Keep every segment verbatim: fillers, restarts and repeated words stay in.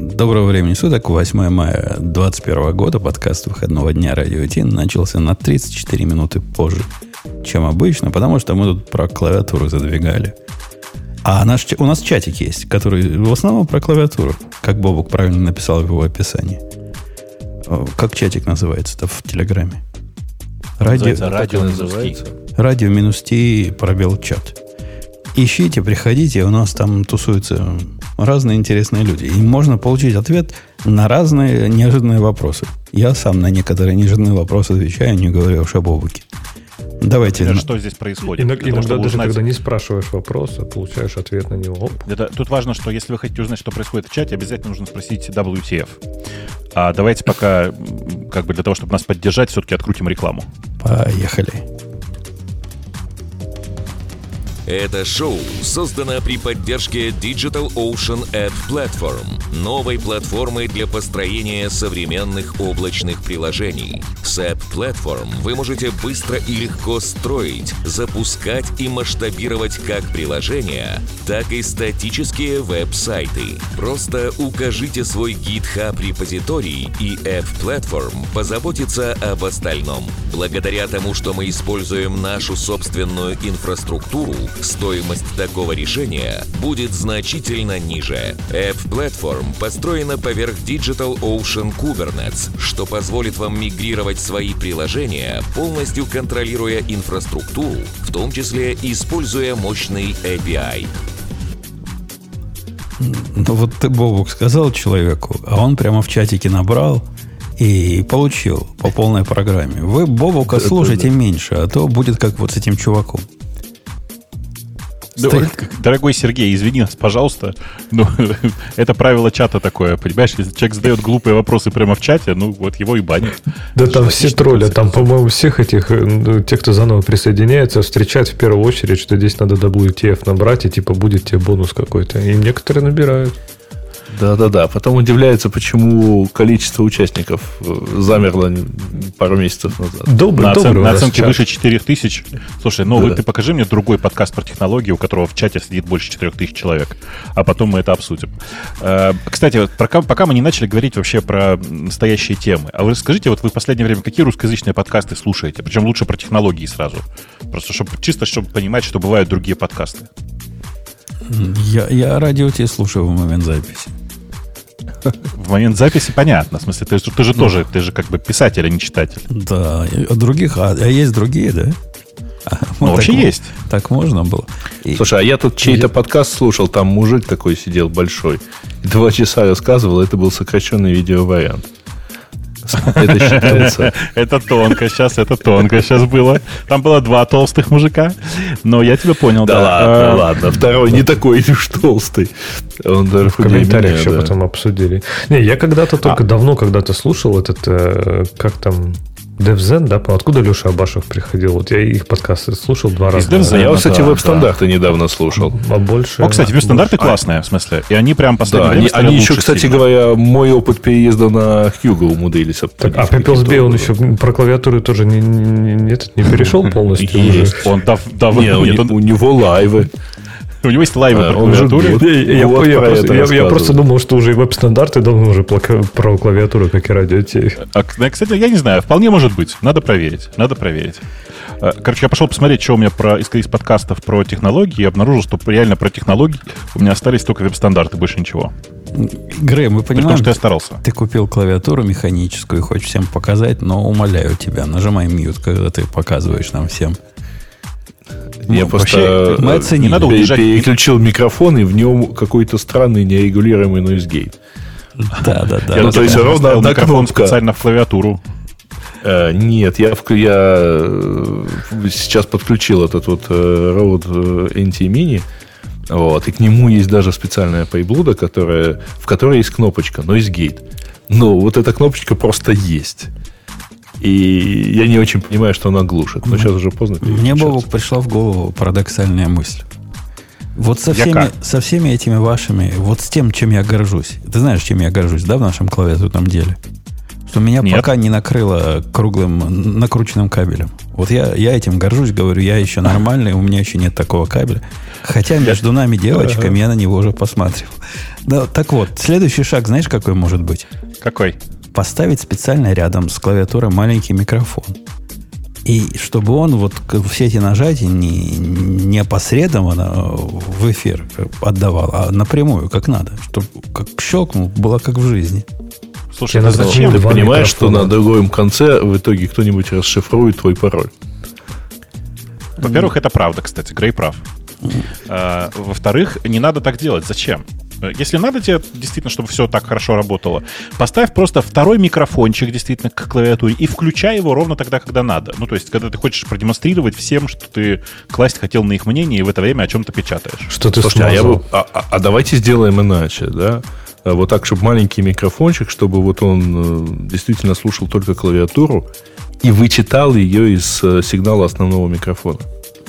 Доброго времени суток. восьмое мая двадцать первого года. Подкаст выходного дня Радио ти начался на тридцать четыре минуты позже, чем обычно, потому что мы тут про клавиатуру задвигали. А наш, у нас чатик есть, который в основном про клавиатуру, как Бобук правильно написал в его описании. Как чатик называется-то в Телеграме? Радио, радио называется. Радио минус Ти пробел чат. Ищите, приходите, у нас там тусуются разные интересные люди. И можно получить ответ на разные неожиданные вопросы. Я сам на некоторые неожиданные вопросы отвечаю, не говорю уж об Бобуке. Давайте. Например, что здесь происходит? Иногда, иногда даже узнать... когда не спрашиваешь вопрос, а получаешь ответ на него. Это, тут важно, что если вы хотите узнать, что происходит в чате, обязательно нужно спросить дабл ю ти эф. А давайте пока, как бы для того, чтобы нас поддержать, все-таки открутим рекламу. Поехали. Это шоу создано при поддержке DigitalOcean App Platform, новой платформы для построения современных облачных приложений. С App Platform вы можете быстро и легко строить, запускать и масштабировать как приложения, так и статические веб-сайты. Просто укажите свой GitHub репозиторий, и App Platform позаботится об остальном. Благодаря тому, что мы используем нашу собственную инфраструктуру, стоимость такого решения будет значительно ниже. App Platform построена поверх DigitalOcean Kubernetes, что позволит вам мигрировать свои приложения, полностью контролируя инфраструктуру, в том числе используя мощный эй пи ай. Ну вот ты, Бобук, сказал человеку, а он прямо в чатике набрал и получил по полной программе. Вы Бобука слушайте меньше, а то будет как вот с этим чуваком. Стоит... Дорогой Сергей, извини нас, пожалуйста. Ну, это правило чата такое, понимаешь? Если человек задает глупые вопросы прямо в чате, ну вот его и банят. Да там все троллят. Там, по-моему, всех этих, тех, кто заново присоединяется, встречают в первую очередь, что здесь надо дабл ю ти эф набрать, и типа будет тебе бонус какой-то. И некоторые набирают. Да-да-да. Потом удивляется, почему количество участников замерло пару месяцев назад. Добрый, на, добрый, оцен, на оценке выше четыре тысячи. Слушай, ну да. вы, ты покажи мне другой подкаст про технологии, у которого в чате сидит больше четыре тысячи человек. А потом мы это обсудим. Э, кстати, вот пока, пока мы не начали говорить вообще про настоящие темы, а вы скажите, вот вы в последнее время какие русскоязычные подкасты слушаете? Причем лучше про технологии сразу. Просто чтобы, чисто, чтобы понимать, что бывают другие подкасты. Я, я радио тебе слушаю в момент записи. В момент записи понятно. В смысле, ты, ты же ну, тоже, ты же как бы писатель, а не читатель. Да, а других, а, а есть другие, да? А, ну, вообще так, есть. Так можно было. И... Слушай, а я тут чей-то я... подкаст слушал, там мужик такой сидел большой, два часа рассказывал, это был сокращенный видеовариант. Это считается. Это тонко сейчас, это тонко сейчас было. Там было два толстых мужика, но я тебя понял. Да, ладно, ладно. Второй не такой уж толстый. Он даже в комментариях еще потом обсудили. Не, я когда-то только давно когда-то слушал этот, как там... DevZen, да? Откуда Леша Абашев приходил? Вот я их подкасты слушал два раза. DevZen, я, кстати, да, веб-стандарты да. недавно слушал. А больше... О, кстати, веб-стандарты классные, в смесле. И они прям последнее да, время они, они еще, кстати сильно. говоря, мой опыт переезда на Hugo умудрились. Так, а Pepplesby, он еще про клавиатуру тоже не, не, не, этот, не перешел полностью? Он давно... Нет, у него лайвы. У него есть лайвы а, про клавиатуру. Я, я, вот я, просто, я, я просто думал, что уже и веб-стандарты давно уже про клавиатуру, как и радио ти. А, кстати, я не знаю, вполне может быть. Надо проверить. Надо проверить. Короче, я пошел посмотреть, что у меня про, из, из подкастов про технологии, и обнаружил, что реально про технологии у меня остались только веб-стандарты, больше ничего. Грэм, мы понимаем, том, что я старался. Ты купил клавиатуру механическую и хочешь всем показать, но умоляю тебя, нажимай мьют, когда ты показываешь нам всем. Я ну, просто мы оценили. Не надо удержать... переключил микрофон, и в нем какой-то странный нерегулируемый нойзгейт. Да, да, да. Ну, то есть ровно одна кнопка. Специально в клавиатуру. Uh, нет, я, я сейчас подключил этот вот Rode эн ти Mini, вот, и к нему есть даже специальная приблуда, которая, в которой есть кнопочка NoiseGate. Но вот эта кнопочка просто есть. И я не очень понимаю, что она глушит. Но сейчас уже поздно. Мне, Бобок, пришла в голову парадоксальная мысль. Вот со всеми, со всеми этими вашими, вот с тем, чем я горжусь. Ты знаешь, чем я горжусь, да, в нашем клавиатурном деле? что меня Нет. пока не накрыло круглым накрученным кабелем. Вот я, я этим горжусь, говорю, я еще нормальный, у меня еще нет такого кабеля. Хотя между нами девочками я на него уже посмотрел. Да, так вот, следующий шаг, знаешь, какой может быть? Какой? Поставить специально рядом с клавиатурой маленький микрофон. И чтобы он вот все эти нажатия не, не опосредованно в эфир отдавал, а напрямую, как надо. Чтобы как щелкнул, было как в жизни. Слушай, ну зачем? Ты понимаешь, микрофона. что на другом конце в итоге кто-нибудь расшифрует твой пароль? Во-первых, это правда, кстати, Грей прав. А, во-вторых, не надо так делать. Зачем? Если надо тебе действительно, чтобы все так хорошо работало, поставь просто второй микрофончик действительно к клавиатуре и включай его ровно тогда, когда надо. Ну, то есть, когда ты хочешь продемонстрировать всем, что ты класть хотел на их мнение, и в это время о чем-то печатаешь. Что ты Слушайте, а, я смазал? бы, а, а- а давайте сделаем иначе, да? А Вот так, чтобы маленький микрофончик, чтобы вот он э, действительно слушал только клавиатуру и вычитал ее из э, сигнала основного микрофона.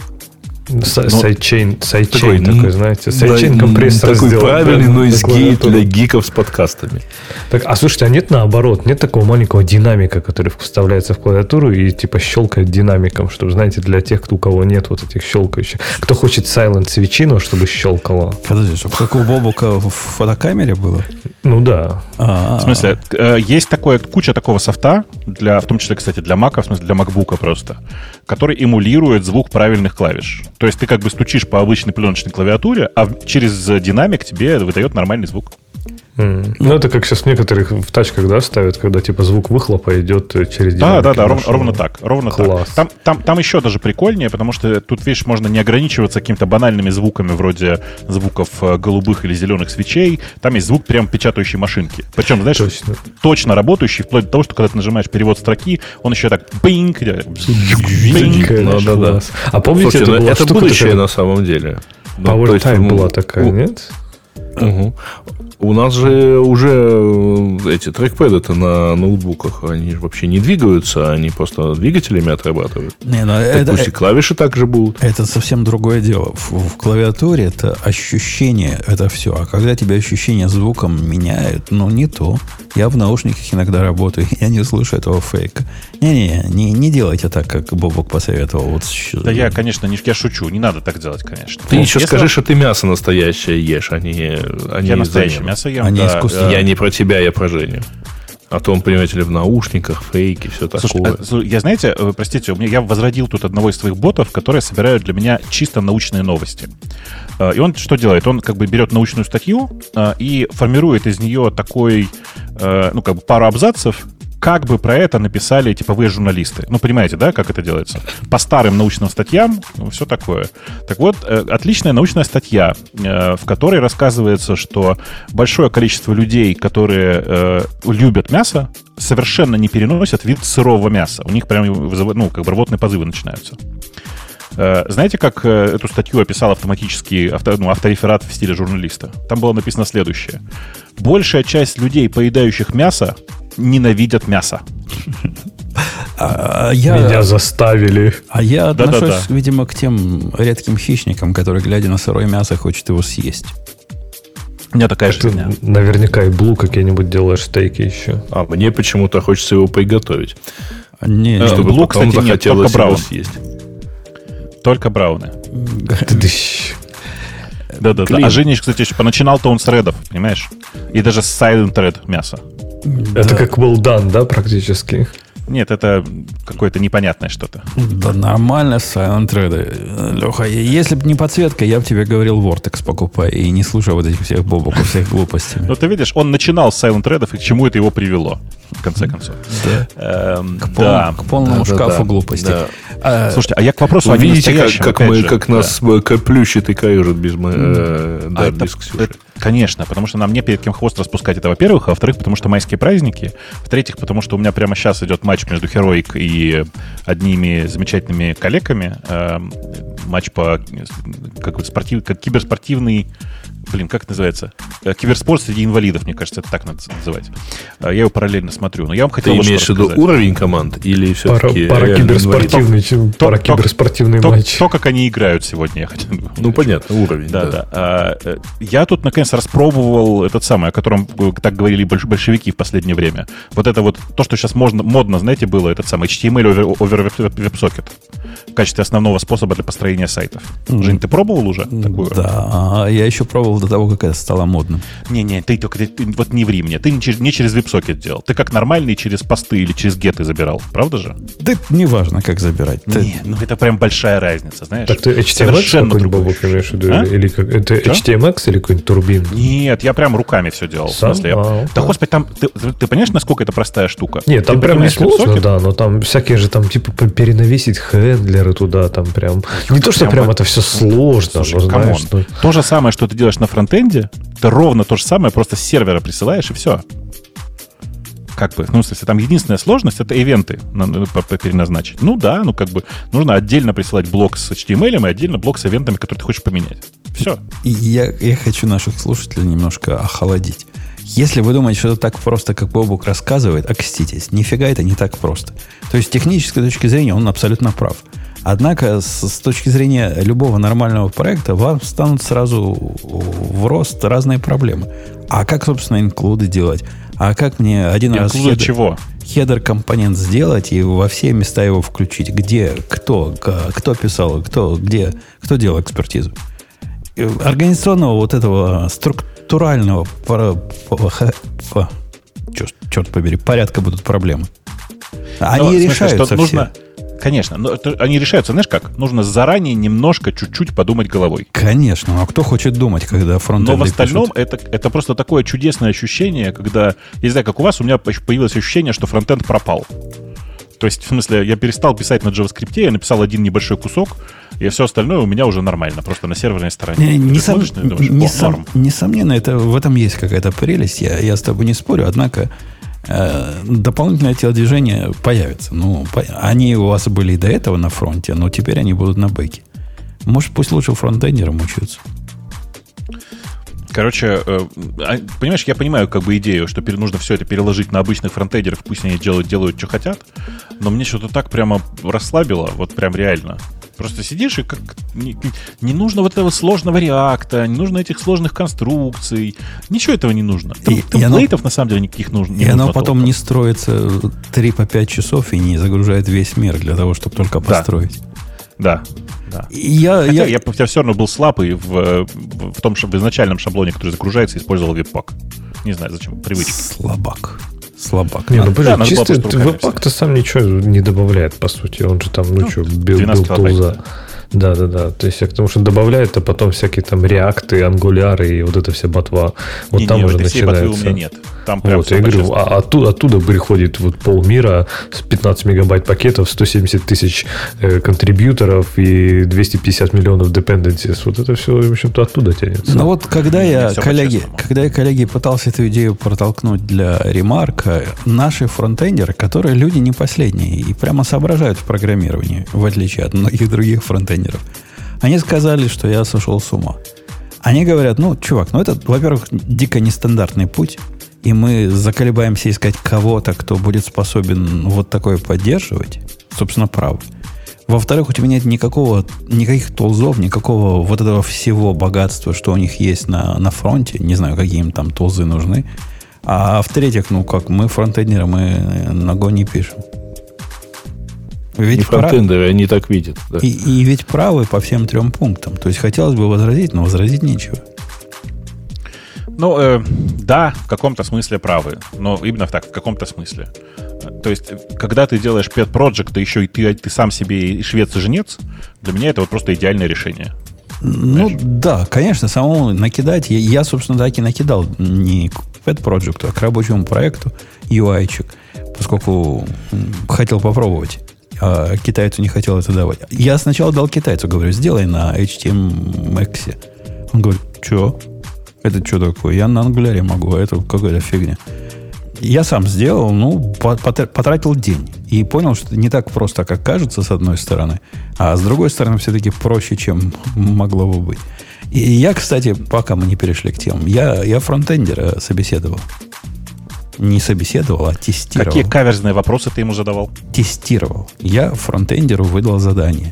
С- Сайдчейн, сайдчейн Такой, такой, м, знаете, Да, сайдчейн компрессор такой сделан, правильный да, noise на gate клавиатуру. для гиков с подкастами. Так, а слушайте, а нет наоборот, нет такого маленького динамика, который вставляется в клавиатуру и типа щелкает динамиком, чтобы, знаете, для тех, кто, у кого нет вот этих щелкающих. Кто хочет silent свечину, чтобы щелкало. Подожди, чтобы как у Бобука в фотокамере было? Ну да. А, В смысле, э, есть такое, куча такого софта, для, в том числе, кстати, для Mac, в смысле, для MacBook просто, который эмулирует звук правильных клавиш. То есть ты как бы стучишь по обычной пленочной клавиатуре, а в- через динамик тебе выдает нормальный звук. М. Ну, это как сейчас в некоторых в тачках, да, ставят, когда типа звук выхлопа идет э, через Да, динамики да, да, ров- машины. ровно так. Ровно Класс. так. Там, там, там еще даже прикольнее, потому что тут, видишь, можно не ограничиваться какими-то банальными звуками, вроде звуков э, голубых или зеленых свечей. Там есть звук прям печатающей машинки. Причем, знаешь, Точно. точно работающий, вплоть до того, что когда ты нажимаешь перевод строки, он еще так бинг, Звонкая, Ну, знаешь, да, да. класс. А помните, Слушайте, это ну, была это штука будущее такая, на самом деле. Ну, Power то есть, Time ну, была такая, у- нет? Угу. У нас же уже э, эти трекпэды-то на ноутбуках, они же вообще не двигаются, они просто двигателями отрабатывают. не, ну, Так это, пусть и клавиши также будут. это совсем другое дело. В, в клавиатуре это ощущение, это все. А когда тебе ощущение звуком меняют, ну, не то. Я в наушниках иногда работаю, я не слышу этого фейка. Не-не, не, не делайте так, как Бобок посоветовал. Вот, щ- Да я, конечно, не, я шучу, не надо так делать, конечно. Ты Ну, еще если скажи, что ты мясо настоящее ешь, а не, а не я из настоящее замена. мясо ем. Они да, искусственные. э, Я не про тебя, я про Женю. А то он, понимаете ли, в наушниках, фейки, все Слушай, такое. а, слушай, я, знаете, э, простите, у меня, я возродил тут одного из своих ботов, которые собирают для меня чисто научные новости. Э, И он что делает? Он как бы берет научную статью э, и формирует из нее такой, э, ну, как бы пару абзацев, как бы про это написали типовые журналисты. Ну, понимаете, да, как это делается? По старым научным статьям, ну, все такое. Так вот, э, отличная научная статья, э, в которой рассказывается, что большое количество людей, которые э, любят мясо, совершенно не переносят вид сырого мяса. У них прям, вызыв- ну, как бы рвотные позывы начинаются. Э, Знаете, как э, эту статью описал автоматический авто, ну, автореферат в стиле журналиста? Там было написано следующее. Большая часть людей, поедающих мясо, ненавидят мясо. А, а я, Меня заставили. а я отношусь, Да-да-да. видимо, к тем редким хищникам, которые, глядя на сырое мясо, хочет его съесть. У меня такая же Ты фигня. наверняка и блу какие-нибудь делаешь стейки еще. А мне почему-то хочется его приготовить. Не, Э, Чтобы Блу, потом кстати, нет, захотелось только его браун. съесть. Только брауны. Тыдыщ. Да-да-да. Клин. А Женя, кстати, еще поначинал-то он с редов, понимаешь? И даже с Silent Red мясо. Это как well done, да, практически? Нет, это какое-то непонятное что-то. Да нормально, Silent Red. Леха, если бы не подсветка, я бы тебе говорил Vortex покупай и не слушай вот этих всех бобоков, всех глупостей. Но ты видишь, он начинал с Silent Red, и к чему это его привело, в конце концов. Да. Эм, К, пол- да. к полному Да-да-да. шкафу глупостей. Да. А, Слушайте, а я к вопросу Вы о видите, как, ненастоящем, как, опять мы, же. как Да. нас э, плющит и каюжит без, мо- э, да, А это- без Ксюши. это- конечно, потому что нам не перед кем хвост распускать, это во-первых, а во-вторых, потому что майские праздники, в-третьих, потому что у меня прямо сейчас идет матч между Heroic и одними замечательными коллегами, эм, матч по как, вот спортив, как киберспортивный блин, как это называется? Киберспорт среди инвалидов, мне кажется, это так надо называть. Я его параллельно смотрю. Но я вам хотел Ты имеешь в виду уровень команд или все-таки... Пара киберспортивный, пара киберспортивный матч. То, как они играют сегодня, я хотел. Ну, понятно, уровень. Да, да. да. Я тут, наконец, распробовал этот самый, о котором так говорили большевики в последнее время. Вот это вот, то, что сейчас можно, модно, знаете, было, этот самый эйч ти эм эл over WebSocket в качестве основного способа для построения сайтов. Mm. Жень, ты пробовал уже такую? Да, я еще пробовал до того, как это стало модным. Не-не, ты только, ты, ты, вот не ври мне, ты не через, не через WebSocket делал. Ты как нормальный через посты или через геты забирал, правда же? Да неважно, как забирать. Нет, ты... ну это прям большая разница, знаешь. Так ты эйч ти эм экс какой-нибудь, Бобок, имеешь в виду? А? Или как, это Что? эйч ти эм экс или какой-нибудь турбин? Нет, я прям руками все делал. Сам? В смысле, я... а, да, господи, там, ты, ты понимаешь, насколько это простая штука? Нет, там ты прям не сложно, да, но там всякие же там типа перенавесить хендлеры туда, там прям... Не то, что прям, прям это все сложно, Слушай, но знаешь... Ну... То же самое, что ты делаешь на фронтенде, ты ровно то же самое, просто с сервера присылаешь, и все. Как бы, ну, если там единственная сложность, это ивенты переназначить. Ну да, ну как бы нужно отдельно присылать блок с эйч ти эм эл и отдельно блок с ивентами, которые ты хочешь поменять. Все. Я, я хочу наших слушателей немножко охолодить. Если вы думаете, что это так просто, как Бобук рассказывает, окститесь. Нифига это не так просто. То есть с технической точки зрения он абсолютно прав. Однако с, с точки зрения любого нормального проекта вам станут сразу в рост разные проблемы. А как, собственно, инклюды делать? А как мне один раз хедер, чего? хедер компонент сделать и во все места его включить? Где, кто, кто писал, кто, где, кто делал экспертизу? Организационного вот этого структурального черт, черт побери, порядка будут проблемы. Они но, решаются смысле, что нужно, все. Конечно, но они решаются, знаешь как? Нужно заранее немножко, чуть-чуть подумать головой. Конечно, а кто хочет думать, когда фронтенды Но в остальном пишут? это, это просто такое чудесное ощущение, когда, я не знаю, как у вас, у меня появилось ощущение, что фронтенд пропал. То есть, в смысле, я перестал писать на JavaScript, я написал один небольшой кусок, и все остальное у меня уже нормально, просто на серверной стороне. Не, не сам, думаешь, не сам, несомненно, это, в этом есть какая-то прелесть, я, я с тобой не спорю, однако э, дополнительное телодвижение появится. Ну, по, они у вас были и до этого на фронте, но теперь они будут на бэке. Может, пусть лучше фронтендерам учатся. Короче, понимаешь, я понимаю как бы идею, что нужно все это переложить на обычных фронтендеров, пусть они делают, делают, что хотят, но мне что-то так прямо расслабило, вот прям реально. Просто сидишь и как не, не нужно вот этого сложного реакта, не нужно этих сложных конструкций, ничего этого не нужно. И, темплейтов на самом деле никаких нужно. И оно потом толком не строится три по пять часов и не загружает весь мир для того, чтобы только построить. Да. Да. Я, Хотя я... я, я все равно был слаб и в, в том, что в изначальном шаблоне, который загружается, использовал веб-пак. Не знаю, зачем, привычка. Слабак. Слабак. Не, ну, подожди, да, чисто веб-пак-то сам ничего не добавляет, по сути. Он же там, ну, ну что, билд-тулза. Да, да, да. То есть, потому что добавляет, а потом всякие там реакты, ангуляры и вот это вся ботва. Вот не, там не, уже вот начинается. У меня нет. Там прям вот, я говорю, а оттуда, оттуда приходит вот полмира с пятнадцать мегабайт пакетов, сто семьдесят тысяч э, контрибьюторов и двести пятьдесят миллионов dependencies. Вот это все, в общем-то, оттуда тянется. Ну вот, когда я, коллеги, когда я, коллеги, пытался эту идею протолкнуть для ремарка, наши фронтендеры, которые люди не последние и прямо соображают в программировании, в отличие от многих других фронтендеров, они сказали, что я сошел с ума. Они говорят, ну, чувак, ну это, во-первых, дико нестандартный путь, и мы заколебаемся искать кого-то, кто будет способен вот такое поддерживать, собственно, право. Во-вторых, у тебя нет никакого, никаких тулзов, никакого вот этого всего богатства, что у них есть на, на фронте. Не знаю, какие им там тулзы нужны. А в-третьих, ну как, мы фронтендеры, мы на Go не пишем. Ведь и фронтендеры, прав... они так видят. Да. И, и ведь правы по всем трем пунктам. То есть хотелось бы возразить, но возразить нечего. Ну, э, да, в каком-то смысле правы. Но именно так, в каком-то смысле. То есть, когда ты делаешь pet project, да еще и ты, ты сам себе и швец и женец, для меня это вот просто идеальное решение. Ну, знаешь? Да, конечно, самому накидать. Я, я, собственно, так и накидал не к pet project, а к рабочему проекту ю ай-чик, поскольку хотел попробовать. А китайцу не хотел это давать. Я сначала дал китайцу, говорю, сделай на эйч ти эм экс. Он говорит, что? Это что такое? Я на ангуляре могу, а это какая-то фигня. Я сам сделал, ну, потратил день. И понял, что это не так просто, как кажется, с одной стороны. А с другой стороны, все-таки проще, чем могло бы быть. И я, кстати, пока мы не перешли к темам, я, я фронтендера собеседовал. Не собеседовал, а тестировал. Какие каверзные вопросы ты ему задавал? Тестировал. Я фронтендеру выдал задание.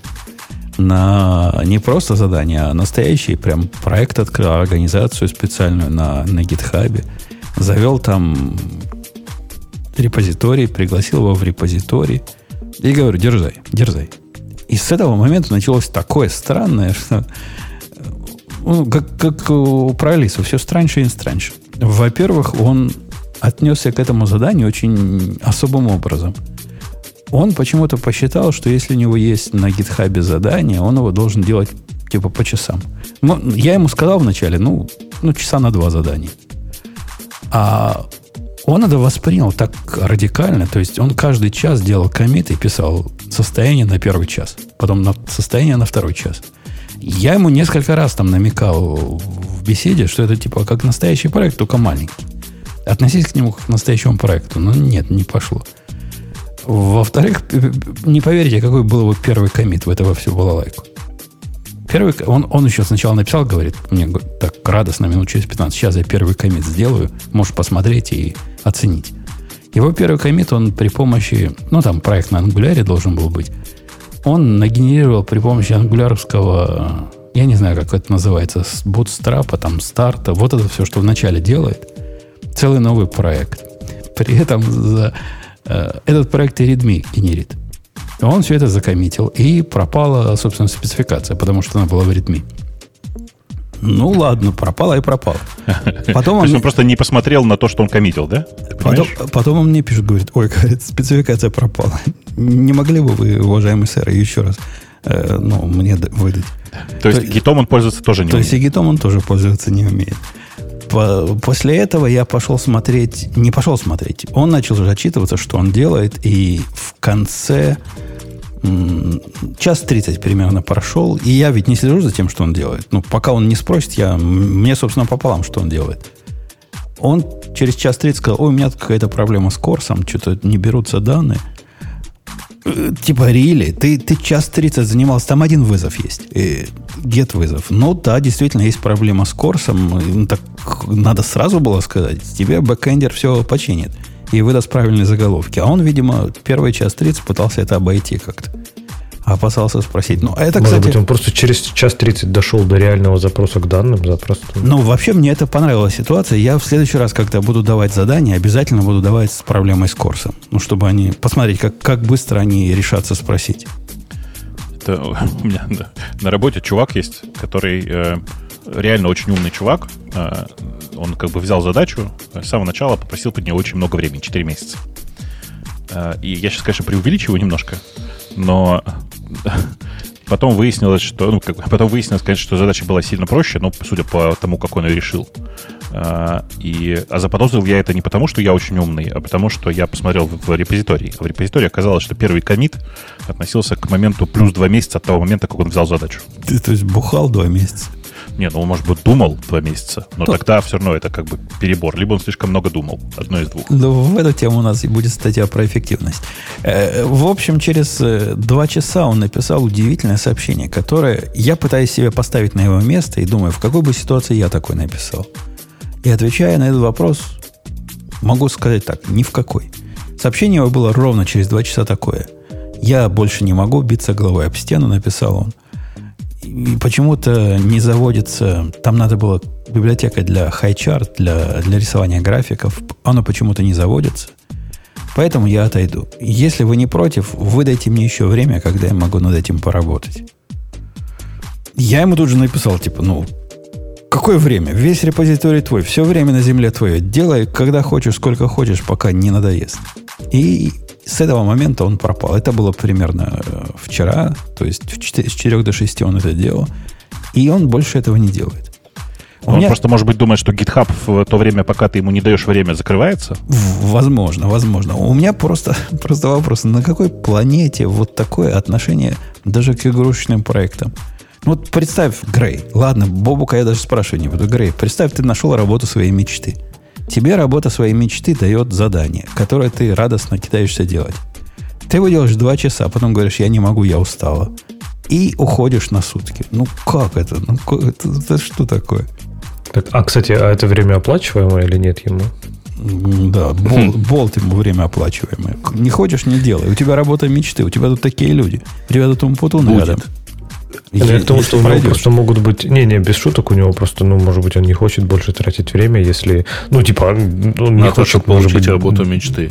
На не просто задание, а настоящий прям проект открыл, организацию специальную на, на GitHub. Завел там репозиторий, пригласил его в репозиторий. И говорю, дерзай, дерзай. И с этого момента началось такое странное, что ну, как, как у Пролиса, все страньше и страньше. Во-первых, он отнесся к этому заданию очень особым образом. Он почему-то посчитал, что если у него есть на GitHub задание, он его должен делать типа по часам. Ну, я ему сказал вначале, ну, ну, часа на два задания. А он это воспринял так радикально. То есть он каждый час делал коммит и писал состояние на первый час. Потом на состояние на второй час. Я ему несколько раз там намекал в беседе, что это типа как настоящий проект, только маленький. Относись к нему как к настоящему проекту. Но нет, не пошло. Во-вторых, не поверите, какой был его первый коммит в этого всю балалайку. Первый, он, он еще сначала написал, говорит, мне так радостно, минут через пятнадцать, сейчас я первый коммит сделаю, можешь посмотреть и оценить. Его первый коммит, он при помощи, ну там проект на ангуляре должен был быть, он нагенерировал при помощи ангуляровского, я не знаю, как это называется, бутстрапа, там, старта, вот это все, что вначале делает, целый новый проект. При этом за, э, этот проект и readme генерит. Он все это закоммитил, и пропала, собственно, спецификация, потому что она была в readme. Ну, ладно, пропала и пропала. Потом он... То есть он просто не посмотрел на то, что он коммитил, да? Потом, потом он мне пишет, говорит, ой, говорит, спецификация пропала. Не могли бы вы, уважаемый сэр, еще раз э, ну, мне выдать? То есть гитом он пользоваться тоже не то умеет? То есть и гитом он тоже пользоваться не умеет. По, после этого я пошел смотреть, не пошел смотреть, он начал же отчитываться, что он делает, и в конце м, час тридцать примерно прошел, и я ведь не слежу за тем, что он делает. Ну, пока он не спросит, я, мне, собственно, пополам, что он делает. Он через час тридцать сказал, ой, у меня тут какая-то проблема с курсом, что-то не берутся данные. Типа, рили, ты, ты час тридцать занимался, там один вызов есть, get вызов. Ну да, действительно, есть проблема с курсом, ну, так надо сразу было сказать, тебе бэкэндер все починит и выдаст правильные заголовки. А он, видимо, первый час тридцать пытался это обойти как-то. Опасался спросить. Ну, это, Может кстати, быть, он просто через час тридцать дошел до реального запроса к данным. Запрос. Ну, вообще, мне это понравилась ситуация. Я в следующий раз, когда буду давать задания, обязательно буду давать с проблемой с курсом. Ну, чтобы они... Посмотреть, как, как быстро они решатся спросить. Это, у меня на, на работе чувак есть, который э, реально очень умный чувак. Э, он как бы взял задачу, с самого начала попросил под нее очень много времени, четыре месяца. Э, и я сейчас, конечно, преувеличиваю немножко, но... Потом выяснилось, что, ну, как, потом выяснилось, конечно, что задача была сильно проще, но судя по тому, как он ее решил. А, и, а заподозрил я это не потому, что я очень умный, а потому, что я посмотрел в, в репозитории. А в репозитории оказалось, что первый коммит относился к моменту плюс два месяца от того момента, как он взял задачу. Ты, то есть, бухал два месяца? Не, ну он, может быть, думал два месяца, но то... тогда все равно это как бы перебор. Либо он слишком много думал. Одно из двух. Ну, в эту тему у нас и будет статья про эффективность. В общем, через два часа он написал удивительное сообщение, которое я пытаюсь себя поставить на его место и думаю, в какой бы ситуации я такой написал. И отвечая на этот вопрос, могу сказать так, ни в какой. Сообщение его было ровно через два часа такое. Я больше не могу биться головой об стену, написал он. И почему-то не заводится... Там надо было библиотека для HighChart, для, для рисования графиков. Оно почему-то не заводится. Поэтому я отойду. Если вы не против, выдайте мне еще время, когда я могу над этим поработать. Я ему тут же написал, типа, ну, какое время? Весь репозиторий твой, все время на земле твое. Делай, когда хочешь, сколько хочешь, пока не надоест. И... С этого момента он пропал. Это было примерно вчера, то есть с четырёх до шести он это делал, и он больше этого не делает. У он меня... просто, может быть, думает, что GitHub в то время, пока ты ему не даешь время, закрывается? Возможно, возможно. У меня просто, просто вопрос, на какой планете вот такое отношение даже к игрушечным проектам? Вот представь, Грей, ладно, Бобука я даже спрашивать не буду, Грей, представь, ты нашел работу своей мечты. Тебе работа своей мечты дает задание, которое ты радостно кидаешься делать. Ты его делаешь два часа, потом говоришь, я не могу, я устала. и уходишь на сутки. Ну, как это? Ну, как это, это что такое? Так, а, кстати, а это время оплачиваемое или нет ему? Да, болт ему время оплачиваемое. Не хочешь, не делай. У тебя работа мечты, у тебя тут такие люди. У тебя тут Умпутун рядом. Я к тому, что у него просто могут быть... Не-не, без шуток, у него просто, ну, может быть, он не хочет больше тратить время, если... Ну, типа, он не хочет, получить быть, работу мечты.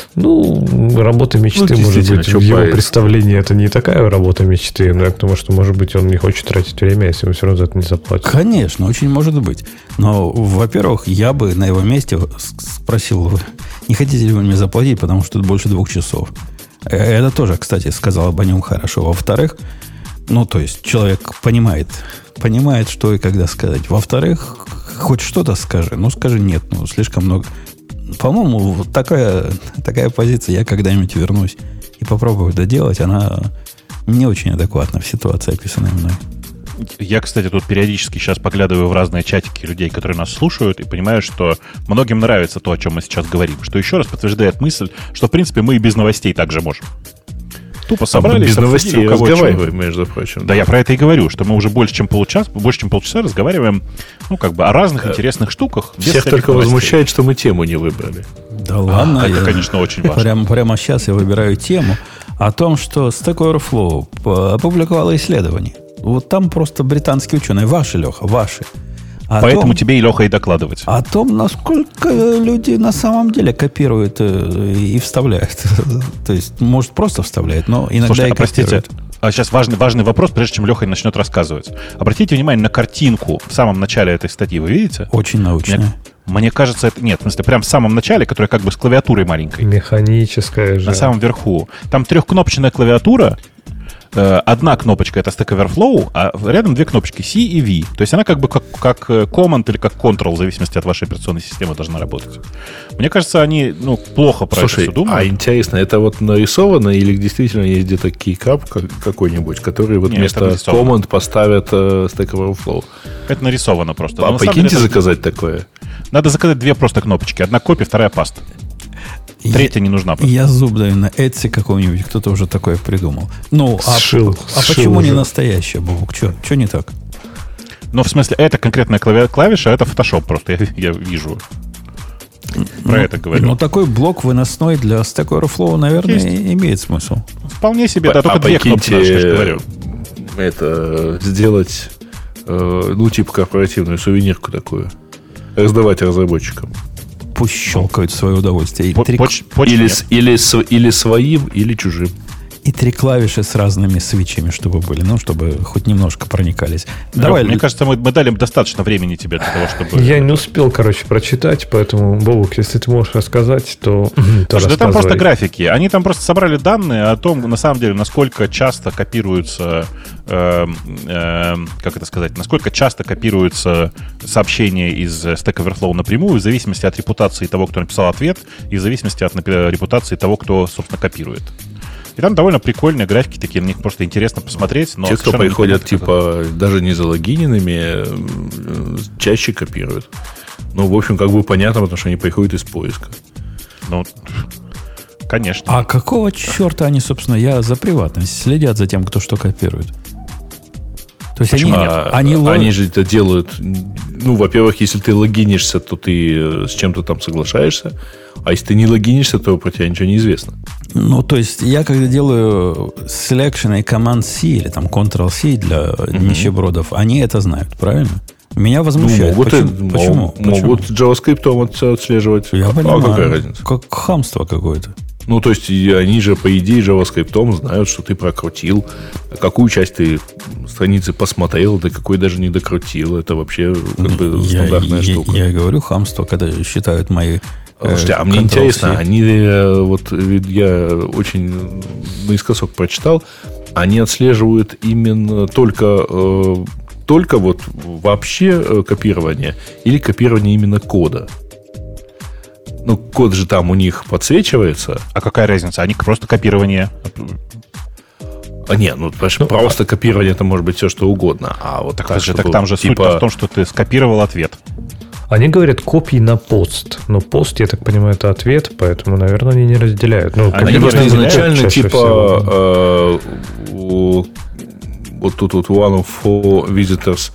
Ну, работа мечты, ну, может быть, в его представлении это не такая работа мечты, но я к тому, что, может быть, он не хочет тратить время, если ему все равно за это не заплатят. Конечно, очень может быть. Но, во-первых, я бы на его месте спросил, не хотите ли вы мне заплатить, потому что тут больше двух часов. Это тоже, кстати, сказал об нем хорошо. Во-вторых, ну, то есть, человек понимает, понимает, что и когда сказать. Во-вторых, хоть что-то скажи. Ну, скажи нет, ну, слишком много. По-моему, вот такая, такая позиция, я когда-нибудь вернусь и попробую это делать, она не очень адекватна в ситуации, описанной мной. Я, кстати, тут периодически сейчас поглядываю в разные чатики людей, которые нас слушают, и понимаю, что многим нравится то, о чем мы сейчас говорим. Что еще раз подтверждает мысль, что, в принципе, мы и без новостей также можем. Тупо собрались, без новостей разговариваем, между прочим. Да, да, я про это и говорю, что мы уже больше, чем полчаса, больше, чем полчаса разговариваем, ну, как бы о разных а, интересных штуках. Всех только новостей. Возмущает, что мы тему не выбрали. Да ладно. А, это, конечно, очень важно. Прямо, прямо сейчас я выбираю тему о том, что Stack Overflow опубликовало исследование. Вот там просто британские ученые, ваши, Леха, ваши. О Поэтому том, тебе и Леха и докладывать. О том, насколько люди на самом деле копируют и вставляют. То есть, может, просто вставляют, но иногда Слушайте, и а копируют. Простите, а сейчас важный, важный вопрос, прежде чем Леха начнет рассказывать. Обратите внимание на картинку в самом начале этой статьи. Вы видите? Очень научная. Мне, мне кажется, это... Нет, в смысле, прям в самом начале, которая как бы с клавиатурой маленькой. Механическая же. На самом верху. Там трехкнопочная клавиатура. Одна кнопочка — это Stack Overflow, а рядом две кнопочки C и V. То есть она как бы как, как Command или как Control, в зависимости от вашей операционной системы, должна работать. Мне кажется, они ну, плохо про Слушай, это все думают. А интересно, это вот нарисовано или действительно есть где-то кейкап какой-нибудь, который вот Нет, вместо Command поставят uh, Stack Overflow? Это нарисовано просто. А прикиньте заказать это... такое. Надо заказать две просто кнопочки. Одна копия, вторая паста. Третья я, не нужна. Просто. Я зуб даю на Etsy какого-нибудь, кто-то уже такое придумал. Ну, а, сшил, а сшил почему уже. не настоящая, Бобук? Что не так? Ну, в смысле, это конкретная клави- клавиша, а это Photoshop просто, я, я вижу. Про ну, это говорю. Но такой блок выносной для Stack Overflow, наверное, Есть. имеет смысл. Вполне себе, а, да, только а две кнопки, я же говорю. Это сделать, э, ну, типа корпоративную сувенирку такую. Раздавать разработчикам. Пусть щелкают в свое удовольствие. И по, три... поч, или, или, или своим, или чужим. И три клавиши с разными свитчами, чтобы были, ну, чтобы хоть немножко проникались. Давай. Мне кажется, мы, мы дали достаточно времени тебе для того, чтобы... Я не успел, короче, прочитать, поэтому, Бобук, если ты можешь рассказать, то, то Слушай, да там просто графики. Они там просто собрали данные о том, на самом деле, насколько часто копируются... Э, э, как это сказать? Насколько часто копируются сообщения из Stack Overflow напрямую, в зависимости от репутации того, кто написал ответ, и в зависимости от репутации того, кто, собственно, копирует. И там довольно прикольные графики такие, на них просто интересно посмотреть. Но те, кто приходят, типа, как... даже не залогиненными, чаще копируют. Ну, в общем, как бы понятно, потому что они приходят из поиска. Ну, конечно. А какого черта они, собственно, я за приватность, следят за тем, кто что копирует? То есть они, а, они, лог... они же это делают... Ну, во-первых, если ты логинишься, то ты с чем-то там соглашаешься. А если ты не логинишься, то про тебя ничего не известно. Ну, то есть, я когда делаю selection и Command-C или там Control-C для mm-hmm. нищебродов, они это знают, правильно? Меня возмущает. Ну, могут, почему? Это, почему? могут почему? JavaScript отслеживать. Я а, понимаю. А какая разница? Как хамство какое-то. Ну, то есть, они же, по идее, JavaScript знают, что ты прокрутил, какую часть ты страницы посмотрел, да какой даже не докрутил. Это вообще как бы я, стандартная я, штука. Я говорю хамство, когда считают мои... Слушайте, а мне интересно, они, вот я очень наискосок прочитал, они отслеживают именно только, только вот вообще копирование или копирование именно кода? Ну, код же там у них подсвечивается. А какая разница? Они просто копирование. А нет, ну, ну просто а... копирование это может быть все, что угодно. А вот так, так, же, так там же типа... суть в том, что ты скопировал ответ. Они говорят копии на пост. Но пост, я так понимаю, это ответ, поэтому, наверное, они не разделяют. Ну, они просто изначально типа э, вот тут вот one of four visitors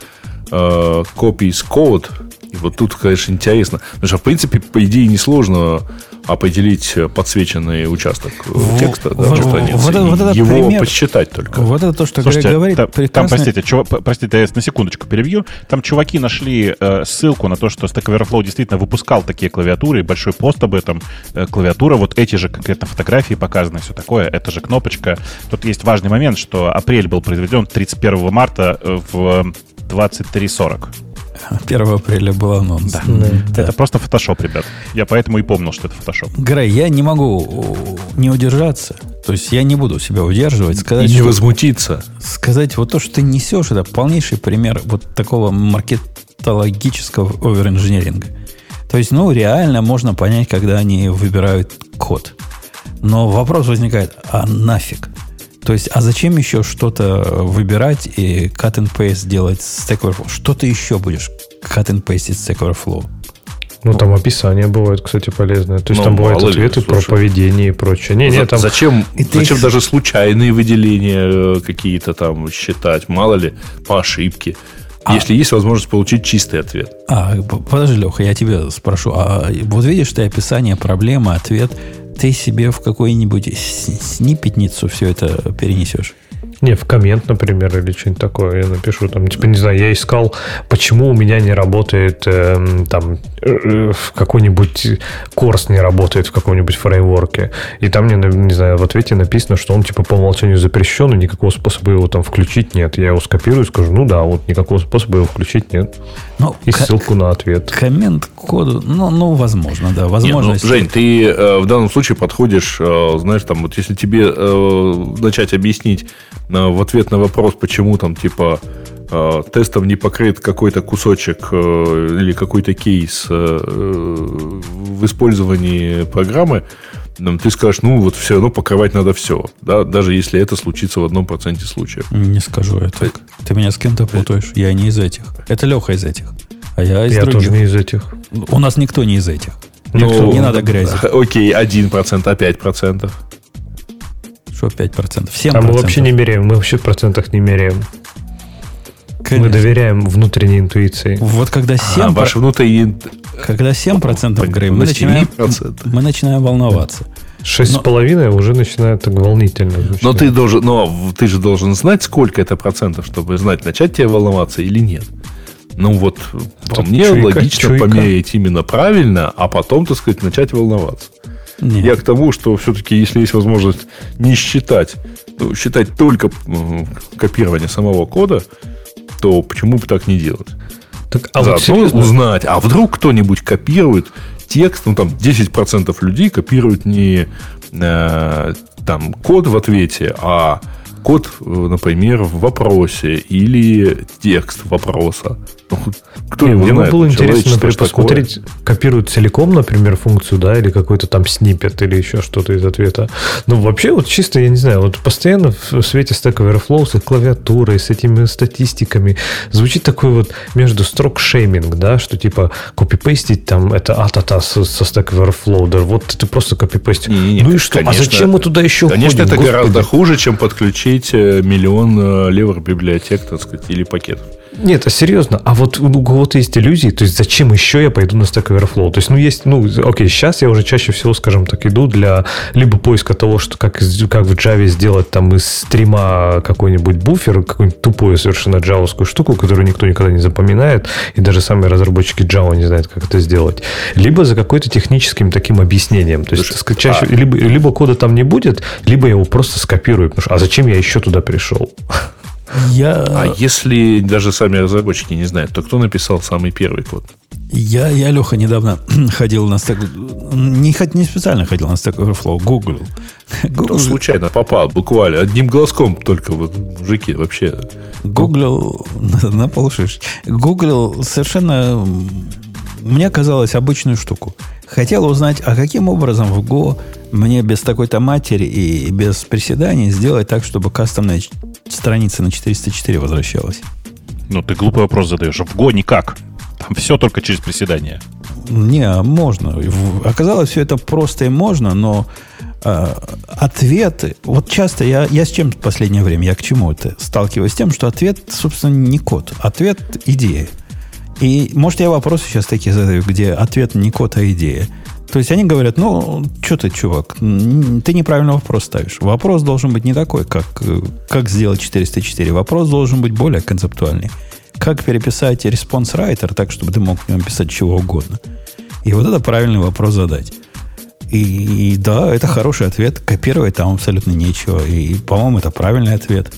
uh, copies code. И вот тут, конечно, интересно. Потому что, в принципе, по идее, несложно определить подсвеченный участок в, текста, да, вот, страницы, вот, вот это его пример, подсчитать только. Вот это то, что Слушайте, Грег говорит. Там, прекрасно... там простите, чувак, простите, я на секундочку перебью. Там чуваки нашли э, ссылку на то, что Stack Overflow действительно выпускал такие клавиатуры, и большой пост об этом. Э, клавиатура, вот эти же конкретно фотографии показаны, все такое, это же кнопочка. Тут есть важный момент, что апрель был произведен тридцать первого марта в двадцать три сорок. первого апреля был анонс. Да. Да. Это просто фотошоп, ребят. Я поэтому и помнил, что это фотошоп. Грей, я не могу не удержаться. То есть я не буду себя удерживать. Сказать, и не что, возмутиться. Сказать, вот то, что ты несешь, это полнейший пример вот такого маркетологического оверинжиниринга. То есть, ну, реально можно понять, когда они выбирают код. Но вопрос возникает, а нафиг? То есть, а зачем еще что-то выбирать и cut and paste делать с Stack Overflow? Что ты еще будешь cut and paste с Stack Overflow? Ну, там описание бывает, кстати, полезное. То есть, ну, там бывают ответы ли, про поведение и прочее. Не, не, там... Зачем, и зачем их... даже случайные выделения какие-то там считать? Мало ли, по ошибке. А... Если есть возможность получить чистый ответ. А, подожди, Леха, я тебя спрошу. А вот видишь ты описание проблемы, ответ... Ты себе в какую-нибудь сниппетницу все это перенесешь? Не, в коммент, например, или что-нибудь такое. Я напишу, там, типа, не знаю, я искал, почему у меня не работает, э, там, э, какой-нибудь курс не работает в каком-нибудь фреймворке. И там мне, не знаю, в ответе написано, что он, типа, по умолчанию запрещен, и никакого способа его там включить нет. Я его скопирую и скажу, ну да, вот никакого способа его включить нет. Ну, и ссылку на ответ. Коммент к коду, ну, ну возможно, да, возможно. Нет, ну, Жень, ты э, в данном случае подходишь, э, знаешь, там, вот если тебе э, начать объяснить э, в ответ на вопрос, почему там, типа, э, тестом не покрыт какой-то кусочек э, или какой-то кейс э, в использовании программы, э, ты скажешь, ну, вот все равно покрывать надо все, да, даже если это случится в одном проценте случаев. Не скажу я так. Ты меня с кем-то путаешь. Я не из этих. Это Леха из этих. А я из я других. Я тоже не из этих. У нас никто не из этих. Ну, не надо грязи. Окей, один процент, а пять процентов? Что пять процентов? семь процентов. А процентов. мы вообще не меряем. Мы вообще в процентах не меряем. Конечно. Мы доверяем внутренней интуиции. Вот когда семь процентов... А, ваш внутренний... Когда семь процентов, Грей, мы начинаем, мы начинаем волноваться. Шесть с половиной уже начинает так волнительно. Начинает. Но ты должен, но ты же должен знать, сколько это процентов, чтобы знать, начать тебе волноваться или нет. Ну вот, по мне чуйка, логично чуйка. Померить именно правильно, а потом, так сказать, начать волноваться. Нет. Я к тому, что все-таки, если есть возможность не считать, ну, считать только копирование самого кода, то почему бы так не делать? Так, а заодно вот узнать, а вдруг кто-нибудь копирует текст, ну там десять процентов людей копируют не э, там код в ответе, а код, например, в вопросе или текст вопроса. Кто не, его мне знает? Было интересно, например, посмотреть, такое? Копируют целиком, например, функцию, да, или какой-то там сниппет, или еще что-то из ответа. Ну, вообще, вот чисто, я не знаю, вот постоянно в свете Stack Overflow с их клавиатурой, с этими статистиками звучит такой вот между строк шейминг, да, что типа копипейстить там это а-та-та со, со Stack Overflow, да, вот ты просто копипейстишь. Ну и что? Конечно, а зачем мы туда еще конечно, ходим? это Господи. Гораздо хуже, чем подключить миллион левых библиотек, так сказать, или пакетов. Нет, а серьезно, а вот у кого-то есть иллюзии, то есть зачем еще я пойду на Stack Overflow? То есть, ну, есть, ну, окей, сейчас я уже чаще всего, скажем так, иду для либо поиска того, что как, как в Java сделать там из стрима какой-нибудь буфер, какую-нибудь тупую совершенно джавовскую штуку, которую никто никогда не запоминает, и даже самые разработчики Java не знают, как это сделать. Либо за какой-то техническим таким объяснением. То есть, Слушай, чаще, а... либо, либо кода там не будет, либо я его просто скопирую. Потому что, а зачем я еще туда пришел? Я... А если даже сами разработчики не знают, то кто написал самый первый код? Я, я Леха, недавно ходил на Stack... Не, не специально ходил на Stack Overflow, гуглил. Ну, случайно попал, буквально. Одним глазком только вот мужики вообще. Гуглил на полшишечки. Гуглил совершенно... Мне казалось обычную штуку. Хотел узнать, а каким образом в Go мне без такой-то матери и без приседаний сделать так, чтобы кастомная страница на четыреста четыре возвращалась. Ну, ты глупый вопрос задаешь. В Go никак. Там все только через приседания. Не, можно. Оказалось, все это просто и можно, но ответы, вот часто я, я с чем в последнее время, я к чему это сталкиваюсь с тем, что ответ, собственно, не код, ответ – идея. И, может, я вопросы сейчас такие задаю, где ответ не код, а идея. То есть они говорят, ну, что ты, чувак, ты неправильно вопрос ставишь. Вопрос должен быть не такой, как, как сделать четыреста четыре. Вопрос должен быть более концептуальный. Как переписать response writer так, чтобы ты мог в нем писать чего угодно. И вот это правильный вопрос задать. И, и да, это хороший ответ. Копировать там абсолютно нечего. И, по-моему, это правильный ответ.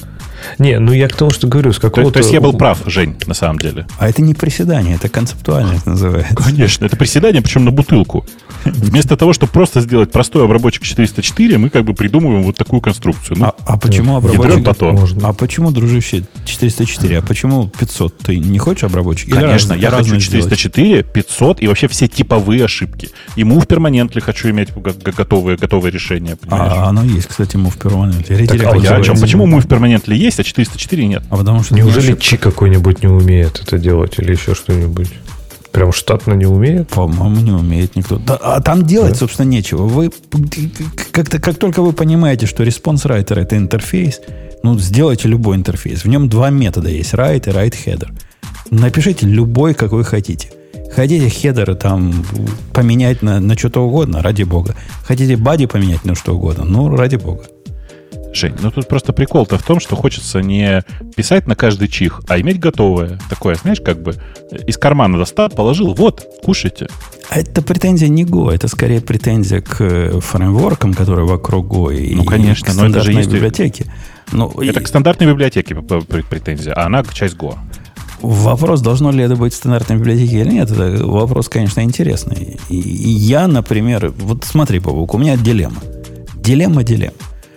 Не, ну я к тому, что говорю, с какого-то... То, то есть я был прав, Жень, на самом деле. А это не приседание, это концептуально это называется. Конечно, это приседание, причем на бутылку. Вместо того, чтобы просто сделать простой обработчик четыреста четыре, мы как бы придумываем вот такую конструкцию. Ну, а, а почему обработчик? Можно. А почему, дружище, четыреста четыре? А почему пятьсот? Ты не хочешь обработчик? Конечно, я хочу четыреста четыре, пятьсот и вообще все типовые ошибки. И move permanently хочу иметь готовые, готовые решения. А оно есть, кстати, move permanently. Так, а я о чем? Почему move permanently есть, а четыреста четыре нет? А потому что неужели Чи какой-нибудь не умеет это делать или еще что-нибудь? Прям штатно не умеет? По-моему, не умеет никто. Да, а там делать, да? собственно, нечего. Вы как-то, как только вы понимаете, что response writer это интерфейс, ну, сделайте любой интерфейс. В нем два метода есть: write и write header. Напишите любой, какой хотите. Хотите хедеры там поменять на, на что-то угодно, ради бога. Хотите body поменять на что угодно, ну, ради бога. Жень, ну тут просто прикол-то в том, что хочется не писать на каждый чих, а иметь готовое. Такое, знаешь, как бы из кармана достал, положил, вот, кушайте. А это претензия не Go, это скорее претензия к фреймворкам, которые вокруг Go и, ну, конечно, к стандартной но это же есть библиотеке. Ну, это и... к стандартной библиотеке претензия, а она часть Go. Вопрос, должно ли это быть в стандартной библиотеке или нет, это вопрос, конечно, интересный. И, и я, например, вот смотри, Бобук, у меня дилемма. Дилемма, дилемма.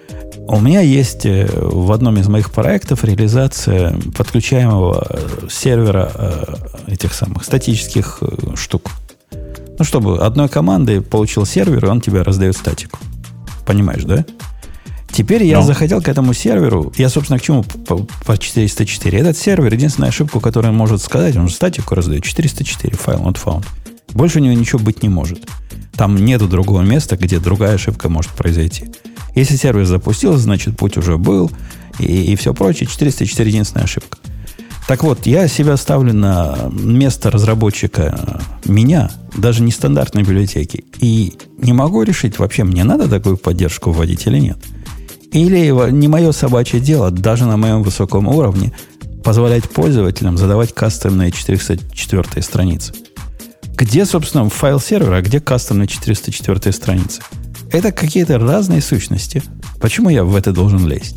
У меня есть в одном из моих проектов реализация подключаемого сервера этих самых статических штук. Ну, чтобы одной командой получил сервер, и он тебе раздает статику. Понимаешь, да? Теперь я no. захотел к этому серверу. Я, собственно, к чему по, по четыреста четыре? Этот сервер, единственная ошибка, которую он может сказать, он же статику раздает. четыреста четыре, файл not found. Больше у него ничего быть не может. Там нету другого места, где другая ошибка может произойти. Если сервис запустился, значит, путь уже был, и, и все прочее. четыреста четыре единственная ошибка. Так вот, я себя ставлю на место разработчика меня, даже не стандартной библиотеки, и не могу решить, вообще мне надо такую поддержку вводить или нет. Или не мое собачье дело, даже на моем высоком уровне, позволять пользователям задавать кастомные четыреста четыре страницы. Где, собственно, файл сервера, а где кастомные четыреста четыре страницы? Это какие-то разные сущности. Почему я в это должен лезть?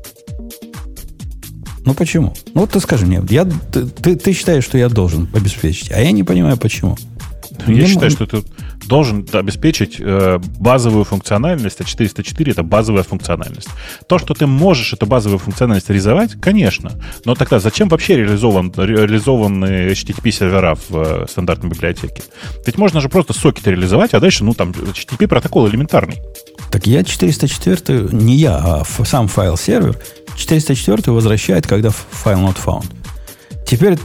Ну, почему? Ну, вот ты скажи мне. Я, ты, ты, ты считаешь, что я должен обеспечить, а я не понимаю, почему. Я не считаю, мог... что ты должен обеспечить э, базовую функциональность, а четыреста четыре — это базовая функциональность. То, что ты можешь эту базовую функциональность реализовать, конечно. Но тогда зачем вообще реализован, реализованы эйч ти ти пи-сервера в э, стандартной библиотеке? Ведь можно же просто сокеты реализовать, а дальше, ну, там, эйч ти ти пи-протокол элементарный. Так я четыреста четыре, не я, а сам файл-сервер четыреста четыре возвращает, когда файл not found. Теперь...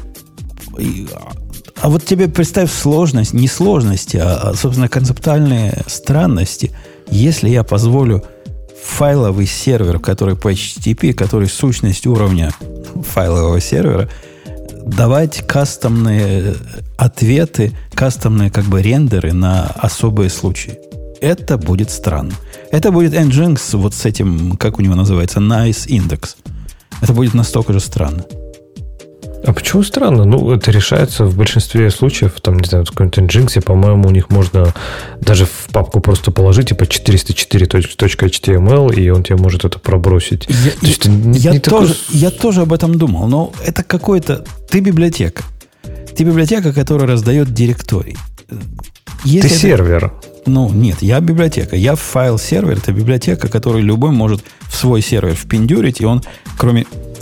А вот тебе представь сложность, не сложности, а, собственно, концептуальные странности. Если я позволю файловый сервер, который по эйч ти ти пи, который сущность уровня файлового сервера, давать кастомные ответы, кастомные как бы рендеры на особые случаи. Это будет странно. Это будет Nginx вот с этим, как у него называется, nice index. Это будет настолько же странно. А почему странно? Ну, это решается в большинстве случаев. Там, не знаю, в каком-то Nginx, по-моему, у них можно даже в папку просто положить, типа четыреста четыре точка эйч ти эм эл, и он тебе может это пробросить. Я, То есть, я, не, не тоже, такой... я тоже об этом думал, но это какой-то... Ты библиотека. Ты библиотека, которая раздает директорий. Если ты это... сервер. Ну, нет, я библиотека. Я файл-сервер. Это библиотека, которую любой может в свой сервер впендюрить, и он, кроме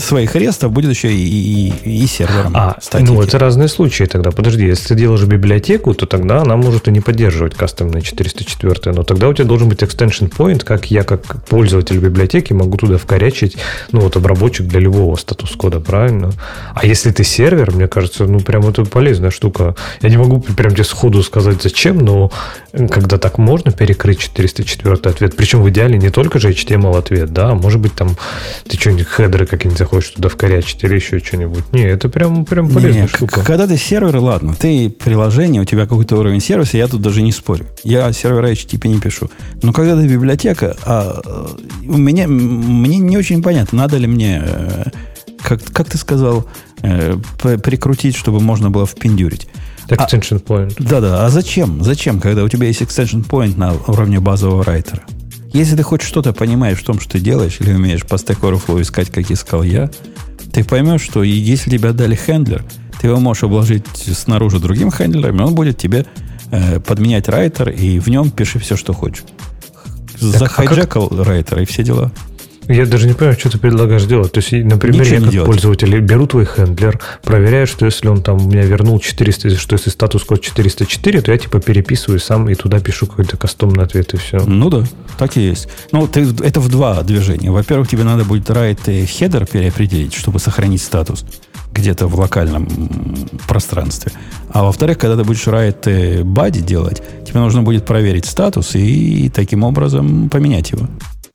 своих рестов будет еще и, и, и сервером. А, ну, это разные случаи тогда. Подожди, если ты делаешь библиотеку, то тогда она может и не поддерживать кастомные четыреста четыре, но тогда у тебя должен быть extension point, как я, как пользователь библиотеки, могу туда вкорячить, ну, вот обработчик для любого статус-кода, правильно? А если ты сервер, мне кажется, ну, прям это полезная штука. Я не могу прям тебе сходу сказать, зачем, но когда так можно перекрыть четыреста четыре ответ, причем в идеале не только же эйч ти эм эл ответ, да, может быть, там ты что-нибудь, хедеры какие-нибудь захочешь туда вкорячить или еще что-нибудь. Не, это прям, прям полезная не, штука. Когда ты сервер, ладно, ты приложение, у тебя какой-то уровень сервиса, я тут даже не спорю. Я сервера эйч ти ти пи не пишу. Но когда ты библиотека, а, у меня, мне не очень понятно, надо ли мне, как, как ты сказал, прикрутить, чтобы можно было впендюрить. Extension point. А, да-да, а зачем? Зачем, когда у тебя есть extension point на уровне базового райтера? Если ты хоть что-то понимаешь в том, что ты делаешь, или умеешь по Stack Overflow искать, как искал я, ты поймешь, что если тебе отдали хендлер, ты его можешь обложить снаружи другим хендлером, он будет тебе э, подменять райтер, и в нем пиши все, что хочешь. Захайджекал а как... райтер, и все дела. Я даже не понимаю, что ты предлагаешь делать. То есть, например, Ничего я как делать. Пользователь беру твой хендлер, проверяю, что если он там у меня вернул четыреста, что если статус код четыреста четыре, то я типа переписываю сам и туда пишу какой-то кастомный ответ, и все. Ну да, так и есть. Ну, ты, это в два движения. Во-первых, тебе надо будет write и header переопределить, чтобы сохранить статус где-то в локальном пространстве. А во-вторых, когда ты будешь write body делать, тебе нужно будет проверить статус и таким образом поменять его.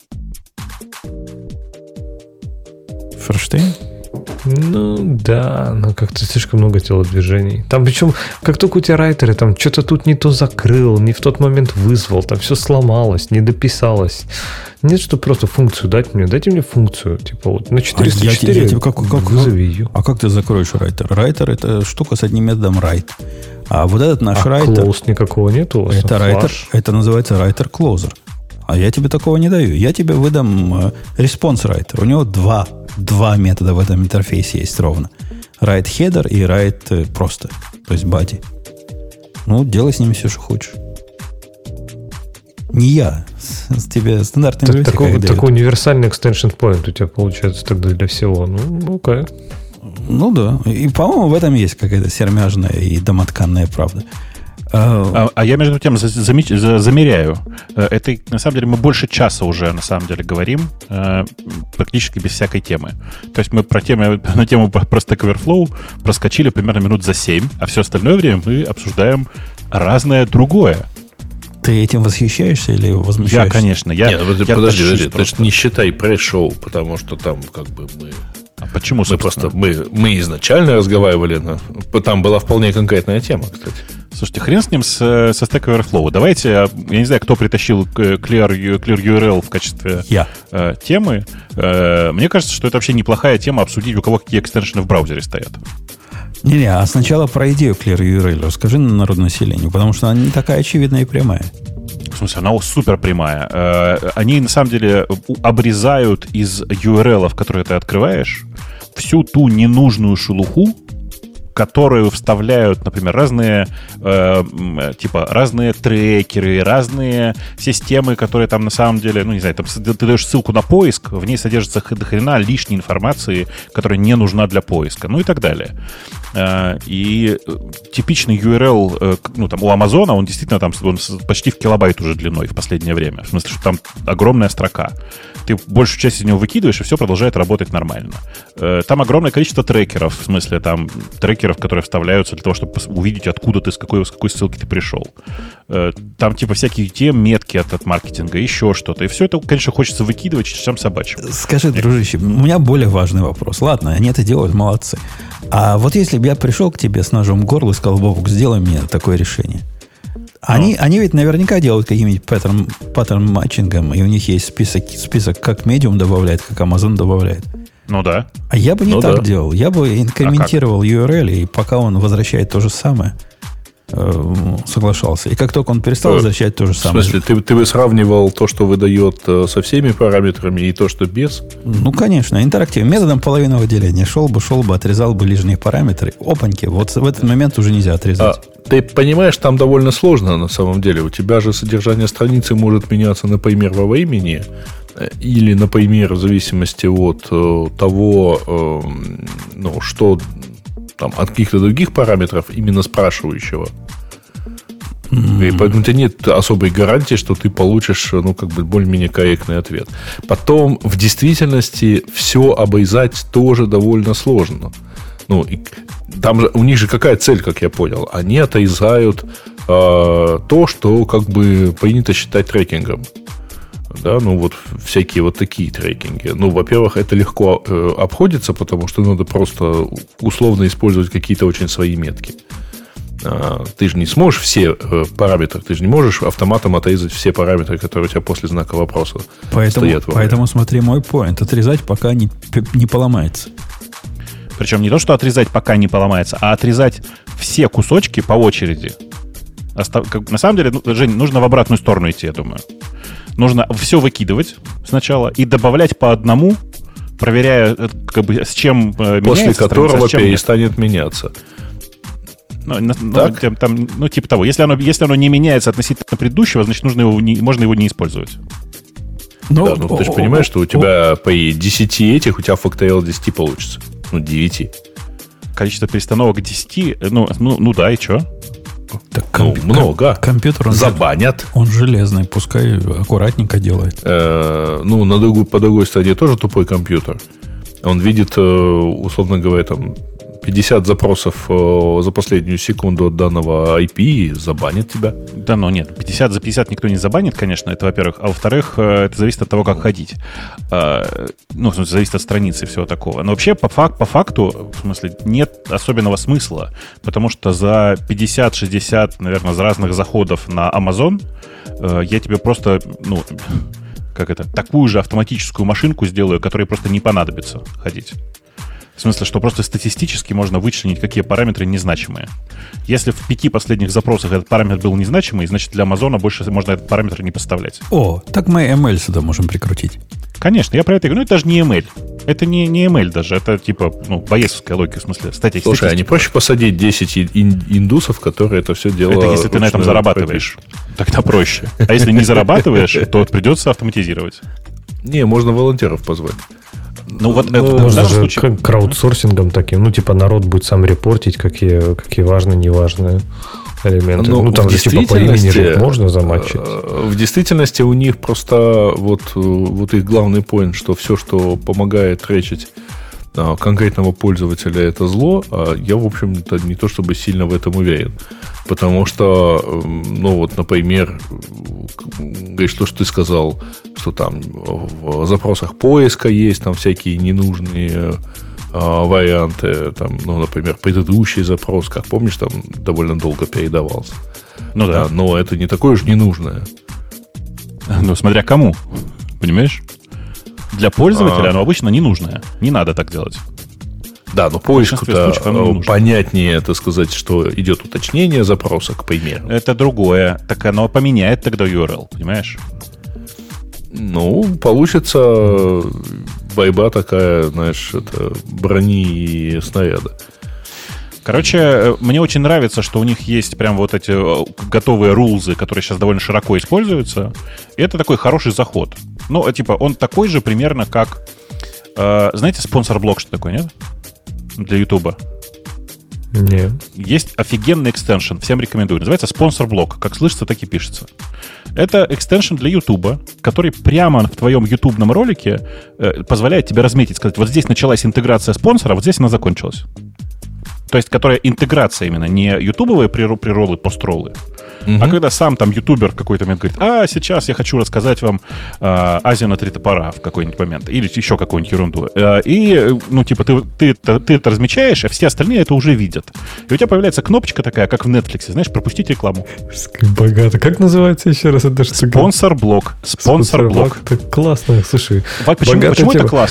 Ферштейн? Ну, да, но как-то слишком много телодвижений. Там причем, как только у тебя райтеры, там что-то тут не то закрыл, не в тот момент вызвал, там все сломалось, не дописалось. Нет, что просто функцию дать мне. Дайте мне функцию. Типа вот на четыреста четыре а я, я, как, как, вызови ее. А как ты закроешь райтер? Райтер — это штука с одним методом write. А вот этот наш а райтер... close никакого нету у вас? Это райтер, это называется райтер closer. А я тебе такого не даю. Я тебе выдам э, response writer. У него два, два метода в этом интерфейсе есть ровно. Write header и write э, просто. То есть body. Ну, делай с ними все, что хочешь. Не я. С, с тебе стандартный так, такой, такой универсальный extension point у тебя получается тогда для всего. Ну, окей. Okay. Ну да. И, по-моему, в этом есть какая-то сермяжная и домотканная правда. А, а я, между тем, за, за, замеряю. Это, на самом деле, мы больше часа уже, на самом деле, говорим, практически без всякой темы. То есть мы про тему, на тему про Stack Overflow проскочили примерно минут за семь, а все остальное время мы обсуждаем разное другое. Ты этим восхищаешься или возмущаешься? Я, конечно. Я, Нет, я подожди, подожди. Ты не считай пресс-шоу, потому что там как бы мы... А почему, мы просто мы, мы изначально разговаривали, но там была вполне конкретная тема, кстати. Слушайте, хрен с ним с, со Stack Overflow. Давайте, я не знаю, кто притащил Clear, Clear ю ар эл в качестве я. э, темы. Э, мне кажется, что это вообще неплохая тема обсудить, у кого какие экстеншены в браузере стоят. Не-не, а сначала про идею Clear ю ар эл расскажи на народное население, потому что она не такая очевидная и прямая. В смысле, она супер прямая. Э, они, на самом деле, обрезают из ю ар эл, которые ты открываешь, всю ту ненужную шелуху, которую вставляют, например, разные э, типа разные трекеры, разные системы, которые там на самом деле, ну не знаю, там ты даешь ссылку на поиск, в ней содержится до хрена лишней информации, которая не нужна для поиска, ну и так далее. Э, и типичный ю ар эл, э, ну там у Амазона, он действительно там он почти в килобайт уже длиной в последнее время, в смысле, что там огромная строка. Ты большую часть из него выкидываешь, и все продолжает работать нормально. Э, там огромное количество трекеров, в смысле, там трекеров, которые вставляются для того, чтобы увидеть, откуда ты, с какой, с какой ссылки ты пришел. Там типа всякие те метки от, от маркетинга, еще что-то. И все это, конечно, хочется выкидывать чем собачьим. Скажи, дружище, у меня более важный вопрос. Ладно, они это делают, молодцы. А вот если бы я пришел к тебе с ножом в горло и сказал: Бобук, сделай мне такое решение. Они, ну. они ведь наверняка делают каким-нибудь паттерн, паттерн матчингом, и у них есть список, список, как Medium добавляет, как Amazon добавляет. Ну да. А я бы не ну, так да. делал. Я бы инкрементировал а ю ар эл, и пока он возвращает то же самое. соглашался. И как только он перестал возвращать то же самое. В смысле, ты, ты бы сравнивал то, что выдает со всеми параметрами, и то, что без? Ну, конечно. Интерактивным методом половинного деления. Шел бы, шел бы, отрезал бы лишние параметры. Опаньки. Вот в этот момент уже нельзя отрезать. А, ты понимаешь, там довольно сложно на самом деле. У тебя же содержание страницы может меняться, например, во времени, или, например, в зависимости от э, того, э, ну, что там, от каких-то других параметров именно спрашивающего. Mm-hmm. И поэтому у тебя нет особой гарантии, что ты получишь, ну, как бы более-менее корректный ответ. Потом, в действительности, все обрезать тоже довольно сложно. Ну, и там же, у них же какая цель, как я понял? Они отрезают э, то, что как бы принято считать трекингом. Да, ну вот всякие вот такие трекинги. Ну, во-первых, это легко э, обходится, потому что надо просто условно использовать какие-то очень свои метки. А, ты же не сможешь все э, параметры, ты же не можешь автоматом отрезать все параметры, которые у тебя после знака вопроса поэтому, стоят. Поэтому смотри мой поинт. Отрезать, пока не, не поломается. Причем не то, что отрезать, пока не поломается, а отрезать все кусочки по очереди. Остав... На самом деле, ну, Жень, нужно в обратную сторону идти, я думаю. Нужно все выкидывать сначала и добавлять по одному, проверяя, как бы, с чем после меняется. После которого перестанет меняться. Ну, ну, там, ну, типа того. Если оно, если оно не меняется относительно предыдущего, значит, нужно его не, можно его не использовать. Ну, да, ну ты же понимаешь, что у тебя по десяти этих, у тебя факториал десять получится. Ну, девять. Количество перестановок десять, ну, ну, ну да, и что? Так комп... ну, много. Компьютер он забанят. Он железный, пускай аккуратненько делает. Э-э, ну, на другой, по другой стадии тоже тупой компьютер. Он видит, условно говоря, там пятьдесят запросов за последнюю секунду от данного ай пи, забанит тебя. Да, но нет, пятьдесят за пятьдесят никто не забанит, конечно, это во-первых. А во-вторых, это зависит от того, как ходить. Ну, в смысле, зависит от страницы и всего такого. Но вообще, по, фак, по факту, в смысле, нет особенного смысла, потому что за пятьдесят-шестьдесят, наверное, за разных заходов на Amazon я тебе просто, ну, как это, такую же автоматическую машинку сделаю, которой просто не понадобится ходить. В смысле, что просто статистически можно вычленить, какие параметры незначимые. Если в пяти последних запросах этот параметр был незначимый, значит, для Амазона больше можно этот параметр не поставлять. О, так мы эм эл сюда можем прикрутить. Конечно, я про это говорю. Ну, это даже не эм эл. Это не, не эм эл даже. Это типа, ну, боесовская логика, в смысле, статья. Слушай, а не проще посадить десять ин- индусов, которые это все делают? Это если ты на этом зарабатываешь. Тогда проще. А если не зарабатываешь, то придется автоматизировать. Не, можно волонтеров позвать. Ну, вот ну, это, можно в же случае... краудсорсингом таким. Ну, типа, народ будет сам репортить, какие, какие важные, неважные элементы. Но ну, там же типа по имени же можно заматчить. В действительности у них просто вот, вот их главный поинт, что все, что помогает тречить конкретного пользователя, это зло. А я, в общем-то, не то чтобы сильно в этом уверен. Потому что, ну вот, например, говоришь, то, что ты сказал, что там в запросах поиска есть там всякие ненужные а, варианты. Там, ну, например, предыдущий запрос, как помнишь, там довольно долго передавался. Ну да. да. Но это не такое уж ненужное. Ну, смотря кому. Понимаешь? Для пользователя оно обычно ненужное. Не надо так делать. Да, но поиску-то понятнее, так сказать, что идет уточнение запроса, к примеру. Это другое. Так оно поменяет тогда ю ар эл, понимаешь? Ну, получится борьба такая, знаешь, это брони и снаряда. Короче, мне очень нравится, что у них есть прям вот эти готовые рулзы, которые сейчас довольно широко используются. И это такой хороший заход. Ну, типа, он такой же примерно, как... Э, знаете, спонсор-блок, что такое, нет? Для Ютуба. Нет. Есть офигенный экстеншн, всем рекомендую. Называется спонсор-блок. Как слышится, так и пишется. Это экстеншн для Ютуба, который прямо в твоем ютубном ролике э, позволяет тебе разметить, сказать, вот здесь началась интеграция спонсора, вот здесь она закончилась. То есть, которая интеграция именно, не ютубовые приролы, постролы, uh-huh. а когда сам там ютубер в какой-то момент говорит, а сейчас я хочу рассказать вам э, Азию на три топора в какой-нибудь момент, или еще какую-нибудь ерунду. Э, и, ну, типа, ты, ты, ты, ты это размечаешь, а все остальные это уже видят. И у тебя появляется кнопочка такая, как в Netflix, знаешь, пропустить рекламу. Богато. Как называется еще раз эта штука? Спонсор-блок. Спонсор-блок. Это классно, слушай. Почему, почему это классно?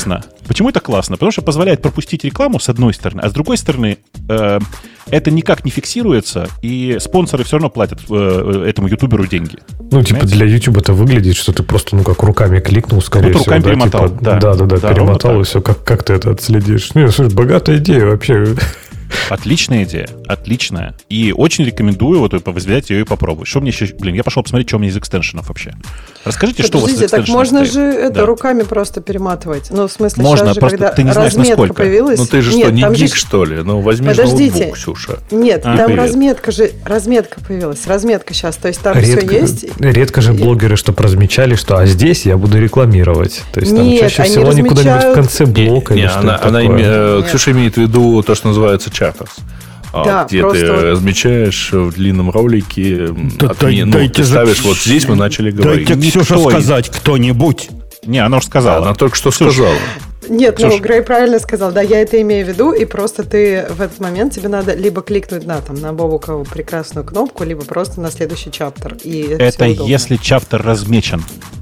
Почему это классно? Потому что позволяет пропустить рекламу с одной стороны, а с другой стороны э, это никак не фиксируется, и спонсоры все равно платят э, этому ютуберу деньги. Ну, типа понимаете? Для YouTube это выглядит, что ты просто, ну, как руками кликнул, скорее вот всего. руками да, перемотал. Типа, да, да, да, да, да, перемотал, и все. Как, как ты это отследишь? Ну, слушай, богатая идея вообще. Отличная идея, отличная. И очень рекомендую вот взять ее и попробовать. Что мне еще... Блин, я пошел посмотреть, что у меня из экстеншенов вообще. Расскажите, Подождите, что у вас из экстеншенов так можно стоит? же это да. руками просто перематывать. Ну, в смысле, можно, сейчас же, просто когда ты не знаешь, разметка насколько. появилась... Ну, ты же Нет, что, не там гик, же... что ли? Ну, возьми Подождите. ноутбук, Ксюша. Нет, А, там привет. разметка же... Разметка появилась. Разметка сейчас. То есть там Редко, все есть. редко же блогеры, чтобы размечали, что а здесь я буду рекламировать. То есть там Нет, чаще они всего они куда-нибудь в размечают- конце блока Не, или не, что-то она, она такое. име- Нет. Ксюша имеет в виду то, что называется чартерс. Да, где просто ты вот- размечаешь в длинном ролике, Да от- дай- ну, дайте ты же- ставишь, вот здесь мы начали говорить. Дайте Ксюше Никто- сказать кто-нибудь. Не, она уже сказала. Она только что Ксюш, сказала. Нет, Ксюш. ну, Грей правильно сказал. Да, я это имею в виду, и просто ты в этот момент тебе надо либо кликнуть на, там, на Бобукову прекрасную кнопку, либо просто на следующий чаптер. И это Это всё удобно. если чаптер размечен.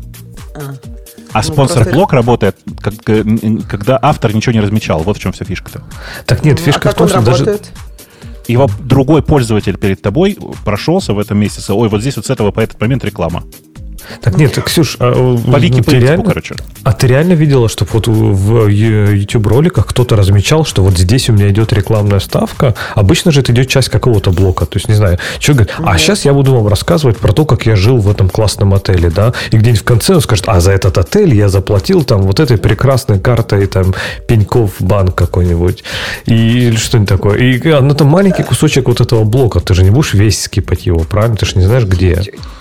А. А Ну, спонсор-блок работает, как, э, когда автор ничего не размечал. Вот в чем вся фишка-то. Так нет, Ну, фишка а в том, как он что даже... работает? И вот другой пользователь перед тобой прошелся в этом месяце. Ой, вот здесь вот с этого по этот момент реклама. Так нет, Ксюш, а, По вики, ну, по ты Ютубу, реально, короче. а ты реально видела, что вот в YouTube-роликах кто-то размечал, что вот здесь у меня идет рекламная ставка? Обычно же это идет часть какого-то блока. То есть, не знаю, человек говорит, а сейчас я буду вам рассказывать про то, как я жил в этом классном отеле, да? И где-нибудь в конце он скажет, а за этот отель я заплатил там вот этой прекрасной картой там Пеньков банк какой-нибудь. И или что-нибудь такое. И ну, там маленький кусочек вот этого блока. Ты же не будешь весь скипать его, правильно? Ты же не знаешь, где.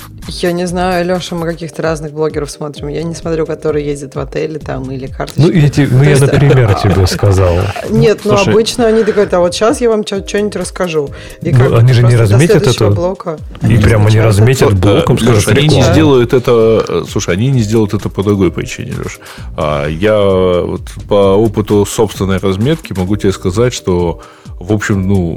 Я не знаю, Леша, мы каких-то разных блогеров смотрим. Я не смотрю, которые ездят в отеле там или карточки. Ну, я, те- ну, То я есть- например, тебе сказал. Нет, ну Слушай. обычно они говорят, а вот сейчас я вам чё- что-нибудь расскажу. И Ну, как бы они же не просто до разметят следующего это. блока. И прямо не размечают. разметят Вот, блоком, э, скажут Леш, они не реклама. сделают это. э, Слушай, они не сделают это по другой причине, Леш. А, Я вот по опыту собственной разметки могу тебе сказать, что, в общем, ну,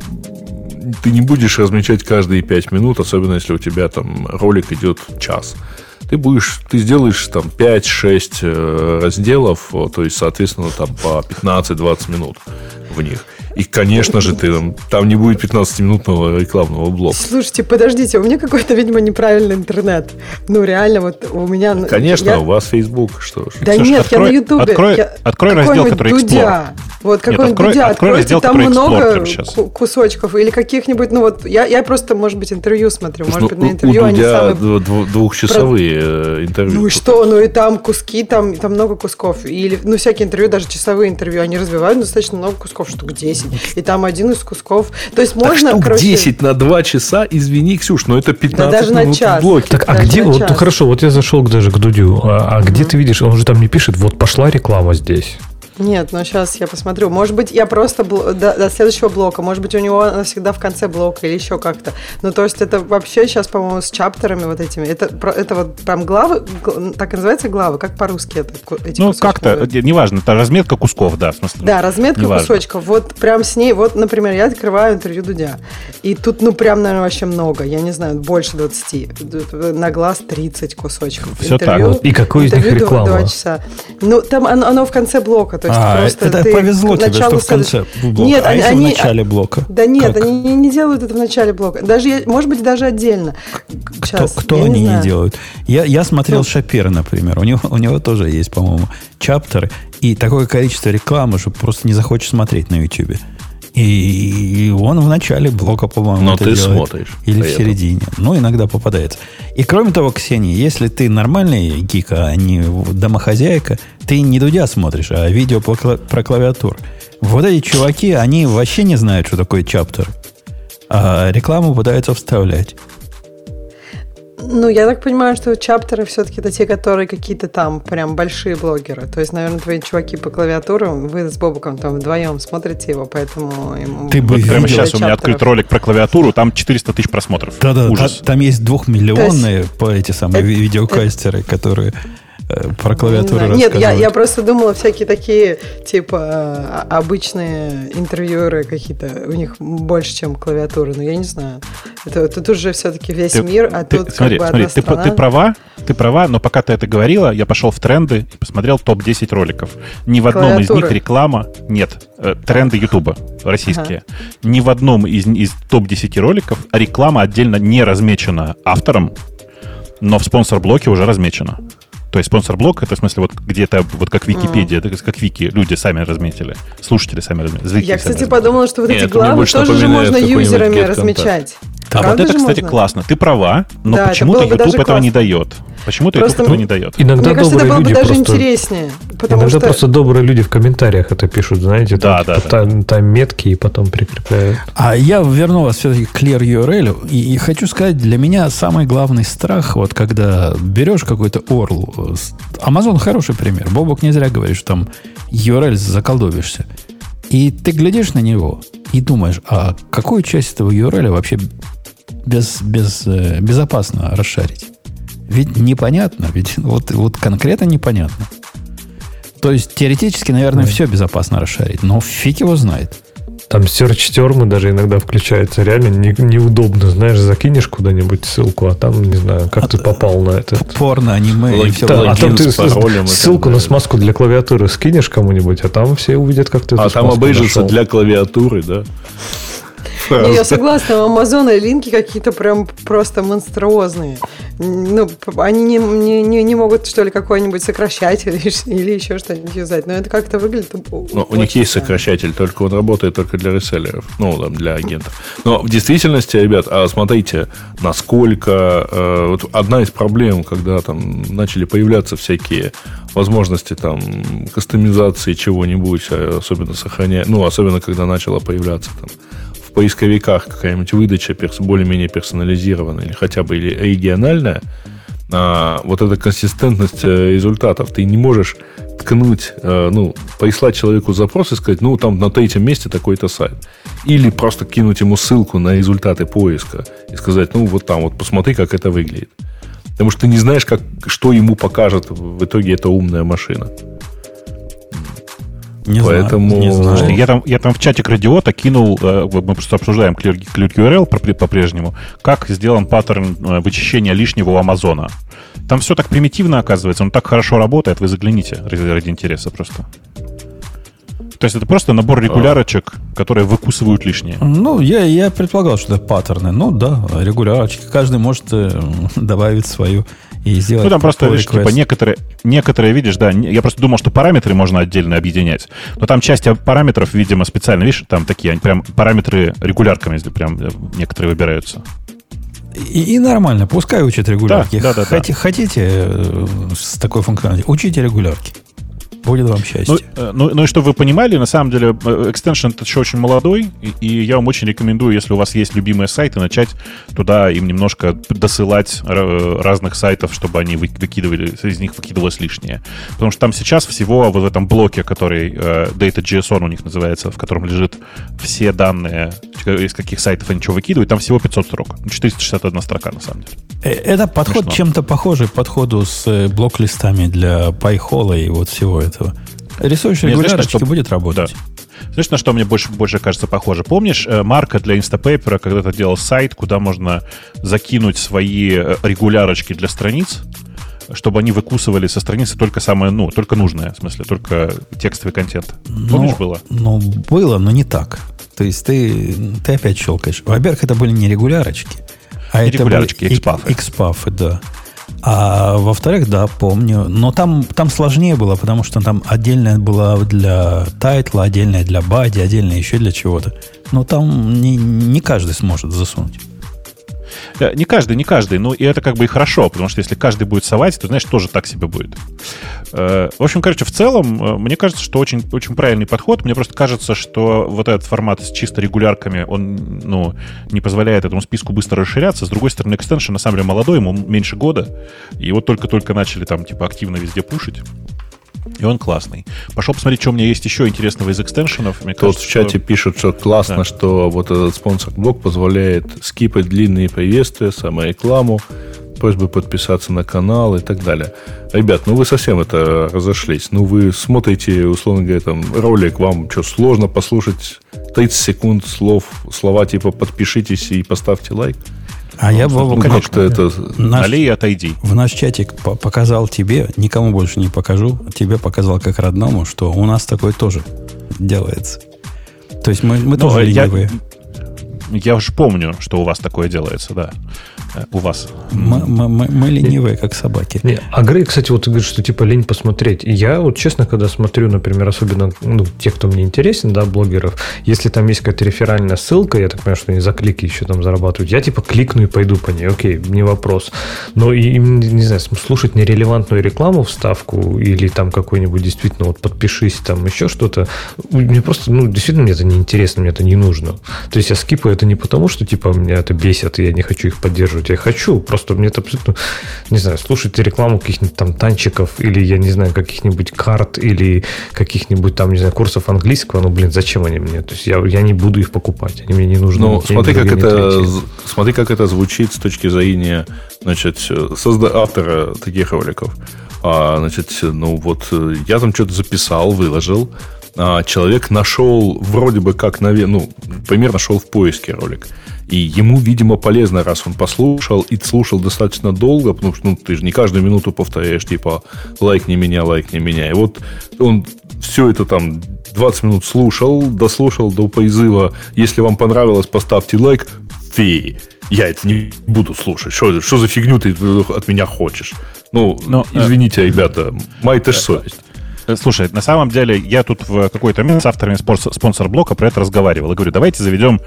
ты не будешь размечать каждые пять минут, особенно если у тебя там ролик идет час. Ты будешь, ты сделаешь там пять-шесть э, разделов, о, то есть, соответственно, там по пятнадцать-двадцать минут в них. И, конечно же, ты там, там не будет пятнадцатиминутного рекламного блока. Слушайте, подождите, у меня какой-то, видимо, неправильный интернет. Ну, реально, вот у меня... Конечно, я- у вас Facebook, что ж. Да Слушай, нет, открой- я на Ютубе. открой- я- открой раздел, какой-нибудь который Дудя. Вот какой-нибудь открой- Дудя, открой откройте, раздел, там который Explore много прямо сейчас. ку- кусочков. Или каких-нибудь, ну вот, я, я просто, может быть, интервью смотрю. Может Ну, быть, на у- интервью у они Дудя самые... дв- дв- двухчасовые э, интервью. Ну и что? Ну и там куски, там, там много кусков. Или, ну, всякие интервью, даже часовые интервью, они развивают достаточно много кусков, штук десять. И там один из кусков. То есть Так можно, штук короче... десять на два часа, извини, Ксюш, но это пятнадцать даже на минут час. в блоке. Так, а Даже где, на вот, час. ну, хорошо, вот я зашел даже к Дудю, а, а где ты видишь, он же там не пишет, вот пошла реклама здесь. Нет, ну сейчас я посмотрю. Может быть, я просто бл- до, до следующего блока. Может быть, у него она всегда в конце блока или еще как-то. Ну, то есть, это вообще сейчас, по-моему, с чаптерами вот этими. Это, про- это вот прям главы, гл- так и называется главы? Как по-русски это, ку- эти Ну, кусочки как-то, называются? э, неважно, это разметка кусков, да, в смысле. Да, разметка неважно. кусочков. Вот прям с ней, вот, например, я открываю интервью Дудя. И тут, ну, прям, наверное, вообще много. Я не знаю, больше двадцати. На глаз тридцать кусочков. Всё так Интервью- вот. И какой из них интервью реклама? Два часа. Ну, там оно, оно в конце блока. То есть, А, просто это ты повезло к тебе, началу что в конце следующего- блока. Нет, а они, если они- в начале блока? Да нет, Как? они не, не делают это в начале блока. Даже, я- может быть, даже отдельно. Кто, Сейчас, кто я они не, знаю. делают? Я, я смотрел Ну. Шапира, например. У него, у него тоже есть, по-моему, чаптеры. И такое количество рекламы, что просто не захочешь смотреть на YouTube. И, и он в начале блока, по-моему, Но это ты делает. смотришь Или при в этом. середине. Ну, иногда попадается. И кроме того, Ксения, если ты нормальный гик, а не домохозяйка, ты не Дудя смотришь, а видео про, кла- про клавиатуру. Вот эти чуваки, они вообще не знают, что такое чаптер. А рекламу пытаются вставлять. Ну, я так понимаю, что чаптеры все-таки это те, которые какие-то там прям большие блогеры. То есть, наверное, твои чуваки по клавиатурам, вы с Бобуком там вдвоем смотрите его, поэтому... Ему Ты бы Вот прямо видел сейчас у меня открыт ролик про клавиатуру, там четыреста тысяч просмотров. Да-да, Ужас. та- там есть двухмиллионные по эти самые это- ви- видеокастеры, которые про клавиатуру не Нет, я, я просто думала, всякие такие, типа, обычные интервьюеры какие-то, у них больше, чем клавиатуры, но я не знаю. Это, тут уже все-таки весь ты, мир, а ты, тут смотри, как бы смотри, одна ты, страна. Ты права, ты права, но пока ты это говорила, я пошел в тренды и посмотрел топ десять роликов. Ни в одном из них реклама... Нет, тренды Ютуба российские. Ага. Ни в одном из, из топ десять роликов реклама отдельно не размечена автором, но в спонсор-блоке уже размечена. То есть спонсор-блок, это в смысле вот где-то, вот как Википедия, mm. как Вики, люди сами разметили, слушатели сами разметили. Я, кстати, подумала, что вот эти главы тоже же можно юзерами размечать. А вот это, кстати, можно? Классно. Ты права, но да, почему-то YouTube этого классно. Не дает. Почему-то YouTube этого не дает. Иногда Мне кажется, это было бы даже просто, интереснее. Иногда что... просто добрые люди в комментариях это пишут, знаете, да, там, да, типа, да. Там, там метки и потом прикрепляют. А я верну вас все-таки к Clear ю ар эл. И, и хочу сказать, для меня самый главный страх, вот когда берешь какой-то орл. Amazon хороший пример. Бобок не зря говорит, что там ю ар эл заколдовишься. И ты глядишь на него и думаешь, а какую часть этого ю ар эл вообще без, без, безопасно расшарить? Ведь непонятно, ведь вот, вот конкретно непонятно. То есть теоретически, наверное, mm. все безопасно расшарить, но фиг его знает. Там search термы даже иногда включаются. Реально не, неудобно. Знаешь, закинешь куда-нибудь ссылку, а там, не знаю, как а ты попал на это. Порно, аниме Лог, и все. Да, а там ты ссылку на смазку для клавиатуры скинешь кому-нибудь, а там все увидят, как ты А там обыжется для клавиатуры, да? Не, я согласна, у Амазона линки какие-то прям просто монструозные. Ну, они не, не, не могут, что ли, какой-нибудь сокращатель или еще что-нибудь юзать. Но это как-то выглядит... Но у них есть сокращатель, только он работает только для реселлеров, ну, там, для агентов. Но в действительности, ребят, а смотрите, насколько... Э, вот одна из проблем, когда там начали появляться всякие возможности там кастомизации чего-нибудь, особенно сохраняя... Ну, особенно, когда начала появляться там в поисковиках какая-нибудь выдача перс- более-менее персонализированная или хотя бы или региональная, а, вот эта консистентность результатов. Ты не можешь ткнуть, а, ну, прислать человеку запрос и сказать, ну, там на третьем месте такой-то сайт. Или просто кинуть ему ссылку на результаты поиска и сказать, ну, вот там, вот посмотри, как это выглядит. Потому что ты не знаешь, как, что ему покажет в итоге эта умная машина. Не Поэтому... знаю, не знаю. Я там, я там в чатик Радиота кинул, мы просто обсуждаем Clear ю ар эл по-прежнему, как сделан паттерн вычищения лишнего у Амазона. Там все так примитивно оказывается, он так хорошо работает, вы загляните ради интереса просто. То есть это просто набор регулярочек, которые выкусывают лишнее. Ну, я, я предполагал, что это паттерны. Ну да, регулярочки. Каждый может добавить свою и сделать. Ну, там просто, видишь, типа некоторые, некоторые, видишь, да, я просто думал, что параметры можно отдельно объединять. Но там часть параметров, видимо, специально, видишь, там такие, прям параметры регулярками, если прям некоторые выбираются. И, и нормально, пускай учат регулярки. Да, да, да, Хот, да. Хотите с такой функциональностью, учите регулярки. Будет вам счастье. Ну, ну, ну и чтобы вы понимали, на самом деле, экстеншн это еще очень молодой, и, и я вам очень рекомендую, если у вас есть любимые сайты, начать туда им немножко досылать разных сайтов, чтобы они выкидывали, из них выкидывалось лишнее. Потому что там сейчас всего вот в этом блоке, который Data.json у них называется, в котором лежит все данные, из каких сайтов они что выкидывают, там всего пятьсот строк. четыреста шестьдесят одна строка, на самом деле. Это подход Смешно. Чем-то похожий к подходу с блок-листами для PyHole и вот всего этого. Рисуешь регулярочки, что... будет работать. Да. Знаешь, на что мне больше, больше кажется похоже? Помнишь, Марка для Instapaper когда-то делал сайт, куда можно закинуть свои регулярочки для страниц, чтобы они выкусывали со страницы только самое, ну, только нужное, в смысле, только текстовый контент. Помнишь, ну, было? Ну, было, но не так. То есть ты, ты опять щелкаешь. Во-первых, это были не регулярочки, а не это регулярочки, были экспафы. Экспафы, да. А во-вторых, да, помню. Но там, там сложнее было, потому что там отдельная была для тайтла, отдельная для бади, отдельная еще для чего-то. Но там не, не каждый сможет засунуть. Не каждый, не каждый. Ну, и это как бы и хорошо, потому что если каждый будет совать, то, знаешь, тоже так себе будет. В общем, короче, в целом, мне кажется, что очень, очень правильный подход. Мне просто кажется, что вот этот формат с чисто регулярками, он, ну, не позволяет этому списку быстро расширяться. С другой стороны, экстеншн, на самом деле, молодой, ему меньше года. И вот только-только начали там, типа, активно везде пушить. И он классный. Пошел посмотреть, что у меня есть еще интересного из экстеншенов. Мне Тут кажется, в чате что... пишут, что классно, да. что вот этот спонсор-блок позволяет скипать длинные приветствия, саморекламу, просьбой подписаться на канал и так далее. Ребят, ну вы совсем это разошлись. Ну вы смотрите, условно говоря, там ролик, вам что, сложно послушать тридцать секунд слов, слова типа «подпишитесь» и «поставьте лайк»? А ну, я, Вова, ну, конечно, это... наш, налей и отойди. В наш чатик показал тебе, никому больше не покажу, тебе показал как родному, что у нас такое тоже делается. То есть мы, мы тоже ленивые. Я, я уж помню, что у вас такое делается, да. У вас. Мы, мы, мы, мы ленивые, как собаки. Не, а Грей, кстати, вот ты говоришь, что типа лень посмотреть. И я вот честно, когда смотрю, например, особенно ну, тех, кто мне интересен, да, блогеров, если там есть какая-то реферальная ссылка, я так понимаю, что они за клики еще там зарабатывают, я типа кликну и пойду по ней, окей, не вопрос. Но и, не знаю, слушать нерелевантную рекламу вставку или там какой-нибудь действительно вот подпишись, там еще что-то, мне просто, ну, действительно мне это неинтересно, мне это не нужно. То есть я скипаю это не потому, что типа меня это бесит, и я не хочу их поддерживать. Я хочу, просто мне это абсолютно, не знаю, слушать рекламу каких-нибудь там танчиков или, я не знаю, каких-нибудь карт или каких-нибудь там, не знаю, курсов английского, ну, блин, зачем они мне? То есть я, я не буду их покупать, они мне не нужны. Ну, смотри как, это, смотри, как это звучит с точки зрения, значит, созда- автора таких роликов. А, значит, ну, вот я там что-то записал, выложил, а человек нашел вроде бы как, ну, примерно нашел в поиске ролик. И ему, видимо, полезно, раз он послушал и слушал достаточно долго, потому что ну, ты же не каждую минуту повторяешь, типа, лайкни меня, лайкни меня. И вот он все это там двадцать минут слушал, дослушал до призыва. Если вам понравилось, поставьте лайк. Фи, я это не буду слушать. Что, что за фигню ты от меня хочешь? Ну, Но, извините, э, ребята, майте ж совесть. Слушай, на самом деле, я тут в какой-то момент с авторами спонсор-блока про это разговаривал. И говорю, давайте заведем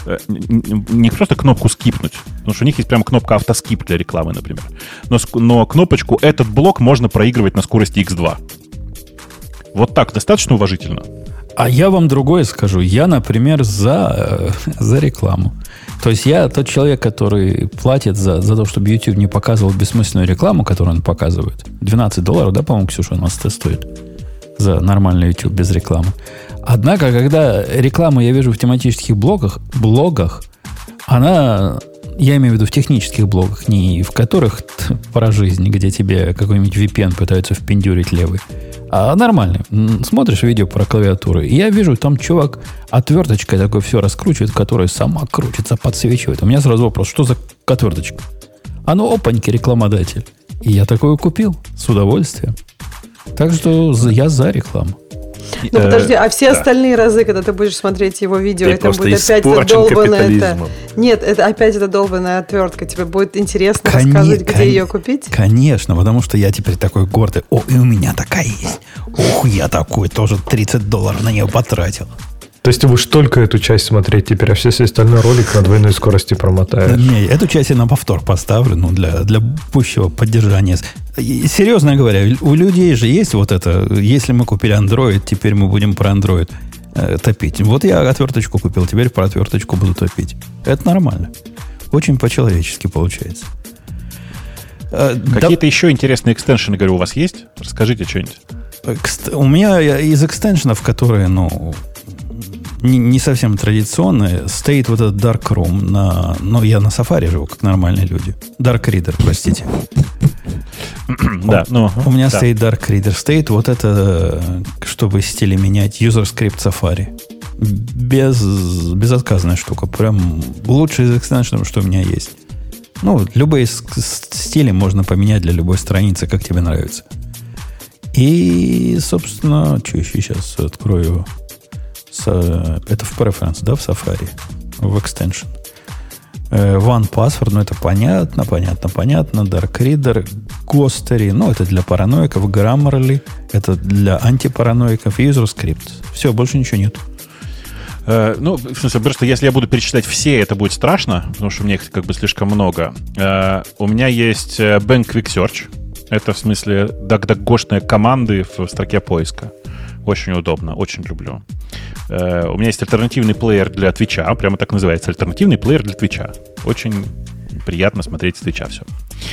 не просто кнопку «скипнуть», потому что у них есть прямо кнопка «автоскип» для рекламы, например. Но, но кнопочку «этот блок» можно проигрывать на скорости икс два. Вот так, достаточно уважительно. А я вам другое скажу. Я, например, за, за рекламу. То есть я тот человек, который платит за, за то, чтобы YouTube не показывал бессмысленную рекламу, которую он показывает. двенадцать долларов, да, по-моему, Ксюша, у нас это стоит? За нормальный YouTube без рекламы. Однако, когда рекламу я вижу в тематических блогах, блогах, она, я имею в виду в технических блогах, не в которых про жизнь, где тебе какой-нибудь ви пи эн пытаются впендюрить левый, а нормальный. Смотришь видео про клавиатуру, и я вижу, там чувак отверточкой такой все раскручивает, которая сама крутится, подсвечивает. У меня сразу вопрос, что за отверточка? А ну, опаньки, рекламодатель. И я такое купил с удовольствием. Так что я за рекламу. Ну, подожди, а все да. остальные разы, когда ты будешь смотреть его видео, ты это будет опять это долбанная... Это... Нет, это опять эта долбанная отвертка. Тебе будет интересно Кон... рассказывать, где кон... ее купить? Конечно, потому что я теперь такой гордый. О, и у меня такая есть. Ух, я такой тоже тридцать долларов на нее потратил. То есть ты будешь только эту часть смотреть теперь, а все остальной ролик на двойной скорости промотаешь? Не, эту часть я на повтор поставлю, ну, для, для пущего поддержания. И, серьезно говоря, у людей же есть вот это, если мы купили Android, теперь мы будем про Android э, топить. Вот я отверточку купил, теперь про отверточку буду топить. Это нормально. Очень по-человечески получается. Э, Какие-то да... еще интересные экстеншены, говорю, у вас есть? Расскажите что-нибудь. Экст... У меня из экстеншенов, которые, ну... Не, не совсем традиционные, стоит вот этот Dark Room на... Ну, я на Safari живу, как нормальные люди. Dark Reader, простите. Да, ну... У меня стоит Dark Reader. Стоит вот это, чтобы стили менять, UserScript Safari. Без, безотказная штука. Прям лучший из экстеншенов, что у меня есть. Ну, любые стили можно поменять для любой страницы, как тебе нравится. И, собственно, что еще сейчас открою... Это в Preference, да, в Safari, в Extension. One Password, ну, это понятно, понятно, понятно. Dark Reader, Ghostery, ну, это для параноиков. Grammarly, это для антипараноиков. UserScript. Все, больше ничего нет. Uh, ну, в смысле, просто если я буду перечислять все, это будет страшно, потому что у меня их как бы слишком много. Uh, у меня есть Bank Quick Search. Это, в смысле, дак-дак-гошные команды в строке поиска. Очень удобно, очень люблю. Uh, у меня есть альтернативный плеер для Твича, прямо так называется, альтернативный плеер для Твича. Очень приятно смотреть с Твича все.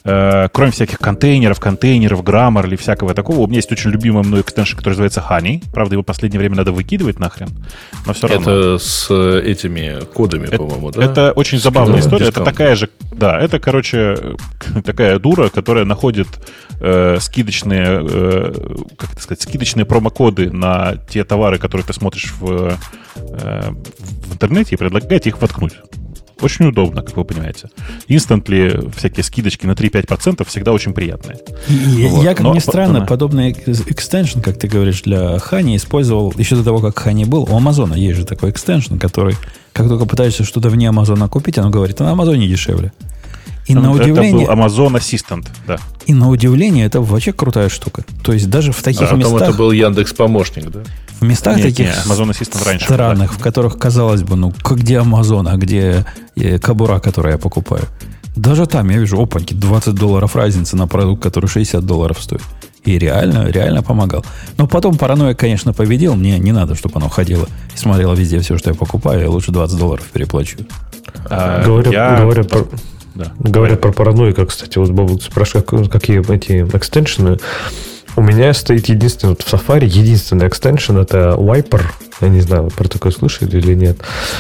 э, кроме всяких контейнеров, контейнеров, Grammarly, всякого такого, у меня есть очень любимый мной экстеншн, который называется Honey. Правда, его в последнее время надо выкидывать нахрен, но все равно. Это с этими кодами, это, по-моему, да? Это очень забавная Скидываем история. дискаунт. Это такая же, да, это, короче, такая дура, которая находит э, скидочные, э, как это сказать, скидочные промокоды на те товары, которые ты смотришь в, э, в интернете, и предлагает их воткнуть. Очень удобно, как вы понимаете. Instantly всякие скидочки на три-пять процентов всегда очень приятные. И, вот. Я, как Но, ни странно, да. подобный экстеншн, как ты говоришь, для Honey использовал еще до того, как Honey был. У Амазона есть же такой экстеншн, который, как только пытаешься что-то вне Амазона купить, оно говорит, а на Амазоне дешевле. И на удивление... Это был Amazon Assistant, да. И на удивление, это вообще крутая штука. То есть даже в таких а местах... потом это был Яндекс.Помощник, да? В местах Нет, таких нет, Amazon Assistant раньше, странных, да. в которых, казалось бы, ну, как где Amazon, а где э, кобура, которую я покупаю. Даже там я вижу, опаньки, двадцать долларов разница на продукт, который шестьдесят долларов стоит. И реально, реально помогал. Но потом паранойя, конечно, победил. Мне не надо, чтобы оно ходило и смотрело везде все, что я покупаю. Я лучше двадцать долларов переплачу. А, Говоря, я... говоря про... Да. Говоря про паранойю, кстати, вот Бобук спрашивает, какие эти экстеншены. У меня стоит единственный, вот в Safari единственный экстеншн, это Wiper. Я не знаю, вы про такое слышали или нет.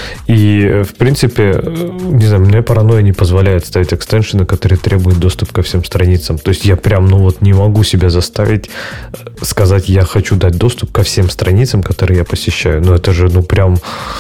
И, в принципе, не знаю, мне паранойя не позволяет ставить экстеншены, которые требуют доступ ко всем страницам. То есть я прям, ну вот, не могу себя заставить сказать, я хочу дать доступ ко всем страницам, которые я посещаю. Ну, это же, ну, прям,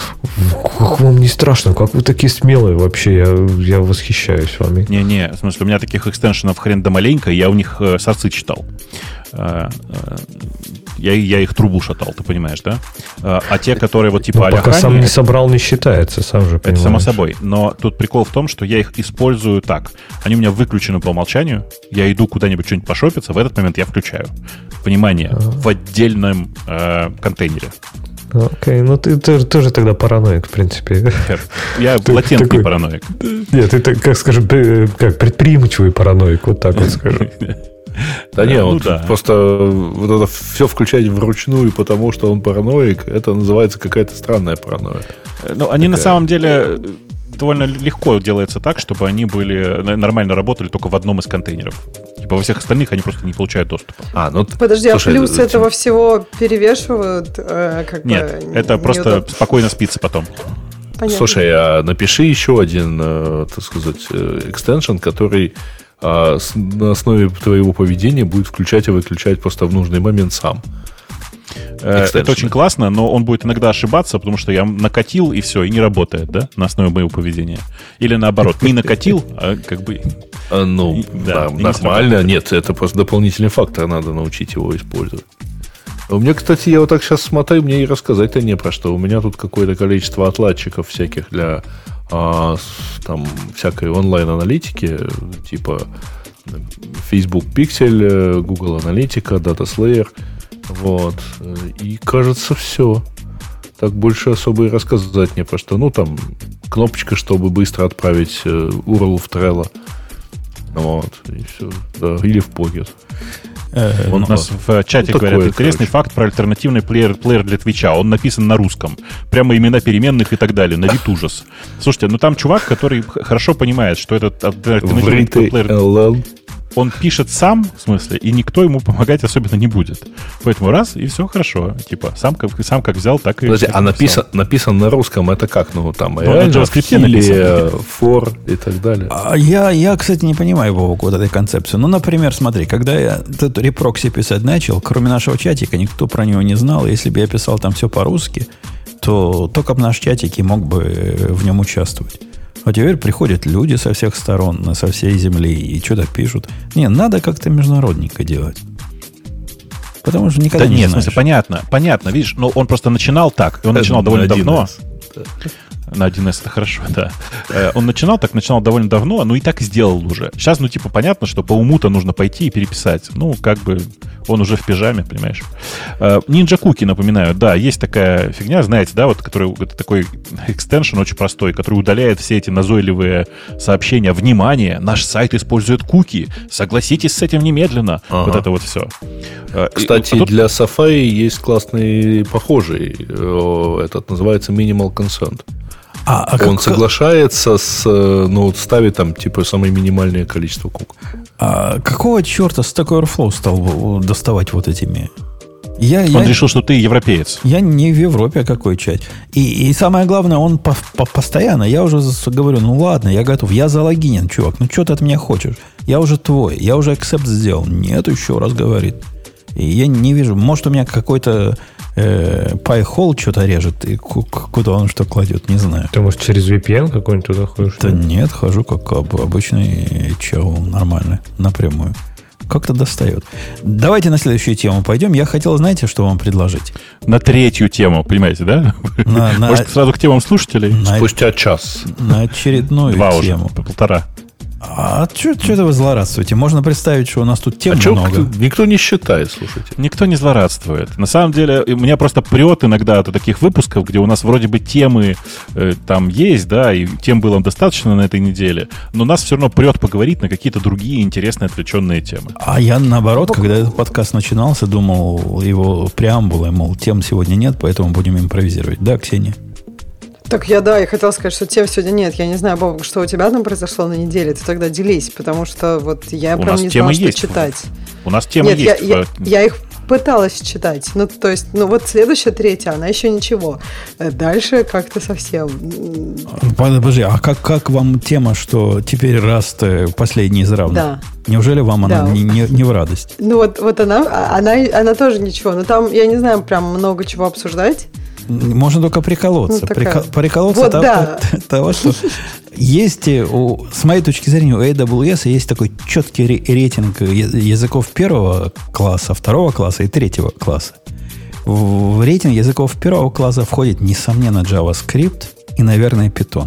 как вам не страшно, как вы такие смелые вообще, я, я восхищаюсь вами. Не-не, в смысле, у меня таких экстеншенов хрен да маленько, я у них э, сорцы читал. Э, э, я, я их трубу шатал, ты понимаешь, да? Э, а те, которые вот типа ну, а-ля пока Honey, сам не собрал, не считается, сам же понимаешь. это само собой. Но тут прикол в том, что я их использую так. Они у меня выключены по умолчанию. Я иду куда-нибудь что-нибудь пошопиться, в этот момент я включаю. Внимание, А-а-а. в отдельном э, контейнере. Окей, ну ты тоже, тоже тогда параноик, в принципе. Я Ты латентный такой- параноик. Нет, ты, как скажем, пре- как предприимчивый параноик, вот так вот скажу. Да не, Ну он да. просто вот это все включать вручную, потому что он параноик, это называется какая-то странная паранойя. Ну, они на Такая. самом деле довольно легко делается так, чтобы они были нормально работали только в одном из контейнеров. Типа во всех остальных они просто не получают доступа. А, ну, Подожди, слушай, а плюсы э, этого всего перевешивают? э, как Нет, бы, это просто неудобно? спокойно спится потом. Понятно. Слушай, а напиши еще один, э, так сказать, э, экстеншн, который а, с- на основе твоего поведения будет включать и выключать просто в нужный момент сам. Э, Экстеншены. Это очень классно, но он будет иногда ошибаться, потому что я накатил, и все, и не работает, да, на основе моего поведения. Или наоборот, не накатил, а как бы... А, ну, И- да, да, и не нормально. сработает. Нет, это просто дополнительный фактор, надо научить его использовать. У меня, кстати, я вот так сейчас смотрю, мне и рассказать-то не про что. У меня тут какое-то количество отладчиков всяких для а, с- там всякой онлайн-аналитики, типа Facebook Pixel, Google Аналитика, Data Slayer. Вот. И кажется, все. Так больше особо и рассказать не про что. Ну, там кнопочка, чтобы быстро отправить э, ю ар эл в Trello. Вот, и все. Да, или в Pocket. Э, У нас в чате Ну, говорят, такое, интересный короче. факт про альтернативный плеер, плеер для Твича. Он написан на русском. Прямо имена переменных и так далее. На вид ужас. Слушайте, ну там чувак, который х- хорошо понимает, что этот альтернативный Вритый плеер, эл эл. он пишет сам, в смысле, и никто ему помогать особенно не будет. Поэтому раз, и все хорошо. Типа, сам как, сам как взял, так и... Подожди, так а и написан, написан на русском, это как? Ну, там, на реально, JavaScript или написан. for и так далее. А Я, я, кстати, не понимаю, Вовок, вот этой концепции. Ну, например, смотри, когда я этот репрокси писать начал, кроме нашего чатика, никто про него не знал. Если бы я писал там все по-русски, то только бы наш чатик и мог бы э, в нем участвовать. А теперь приходят люди со всех сторон, со всей земли, и что-то пишут. Не, надо как-то международненько делать. Потому что никогда Да не нет, в знаешь. смысле, понятно, понятно, видишь, но он просто начинал так, и он начинал На довольно один давно. эс. На один эс это хорошо, да. Э, Он начинал так, начинал довольно давно, ну и так и сделал уже. Сейчас, ну, типа, понятно, что по уму-то нужно пойти и переписать. Ну, как бы он уже в пижаме, понимаешь. Ninja Cookie, напоминаю, да, есть такая фигня, знаете, да, вот, который, это такой экстеншн очень простой, который удаляет все эти назойливые сообщения. Внимание, наш сайт использует куки, согласитесь с этим немедленно. Ага. Вот это вот все. Кстати, для Safari есть классный похожий. э, Этот называется Minimal Consent. А, а Он как... соглашается с, ну, вот ставит там, типа, самое минимальное количество кук. А какого черта Stack Overflow стал доставать вот этими... Я, он я, решил, что ты европеец. Я не в Европе, а какой часть. И, и самое главное, он по, по, постоянно, я уже говорю, ну ладно, я готов, я залогинен, чувак, ну что ты от меня хочешь? Я уже твой, я уже accept сделал. Нет, еще раз говорит. И я не вижу, может у меня какой-то э, PyHole что-то режет, и куда он что кладет, не знаю. Ты, может, через ви пи эн какой-нибудь туда ходишь? Да нет, хожу как обычный чел, нормально, напрямую. Как-то достает. Давайте на следующую тему пойдем. Я хотел, знаете, что вам предложить? На третью тему, понимаете, да? На, Может, на... сразу к темам слушателей? На... Спустя час. На очередную Два тему. Уже, полтора. А что-то вы злорадствуете? Можно представить, что у нас тут тем а много. Кто, никто не считает, слушайте. Никто не злорадствует. На самом деле, у меня просто прет иногда от таких выпусков, где у нас вроде бы темы э, там есть, да, и тем было достаточно на этой неделе, но нас все равно прет поговорить на какие-то другие интересные отвлеченные темы. А я, наоборот, когда этот подкаст начинался, думал, его преамбулой, мол, тем сегодня нет, поэтому будем импровизировать. Да, Ксения? Так я, да, я хотела сказать, что тем сегодня нет. Я не знаю, Боб, что у тебя там произошло на неделе. Ты тогда делись, потому что вот я у прям не знала, что есть. читать. У нас тема нет, есть. Я, я, я их пыталась читать. Ну, то есть, ну вот следующая, третья, она еще ничего. Дальше как-то совсем... Подожди, а как, как вам тема, что теперь Rust последний из равных? Да. Неужели вам она да. не, не, не в радость? Ну вот, вот она, она, она тоже ничего. Но там, я не знаю, прям много чего обсуждать. Можно только приколоться. Ну, Прикол, приколоться вот, того, да. того, что есть, у, с моей точки зрения, у эй дабл ю эс есть такой четкий рейтинг языков первого класса, второго класса и третьего класса. В, в рейтинг языков первого класса входит, несомненно, JavaScript и, наверное, Python.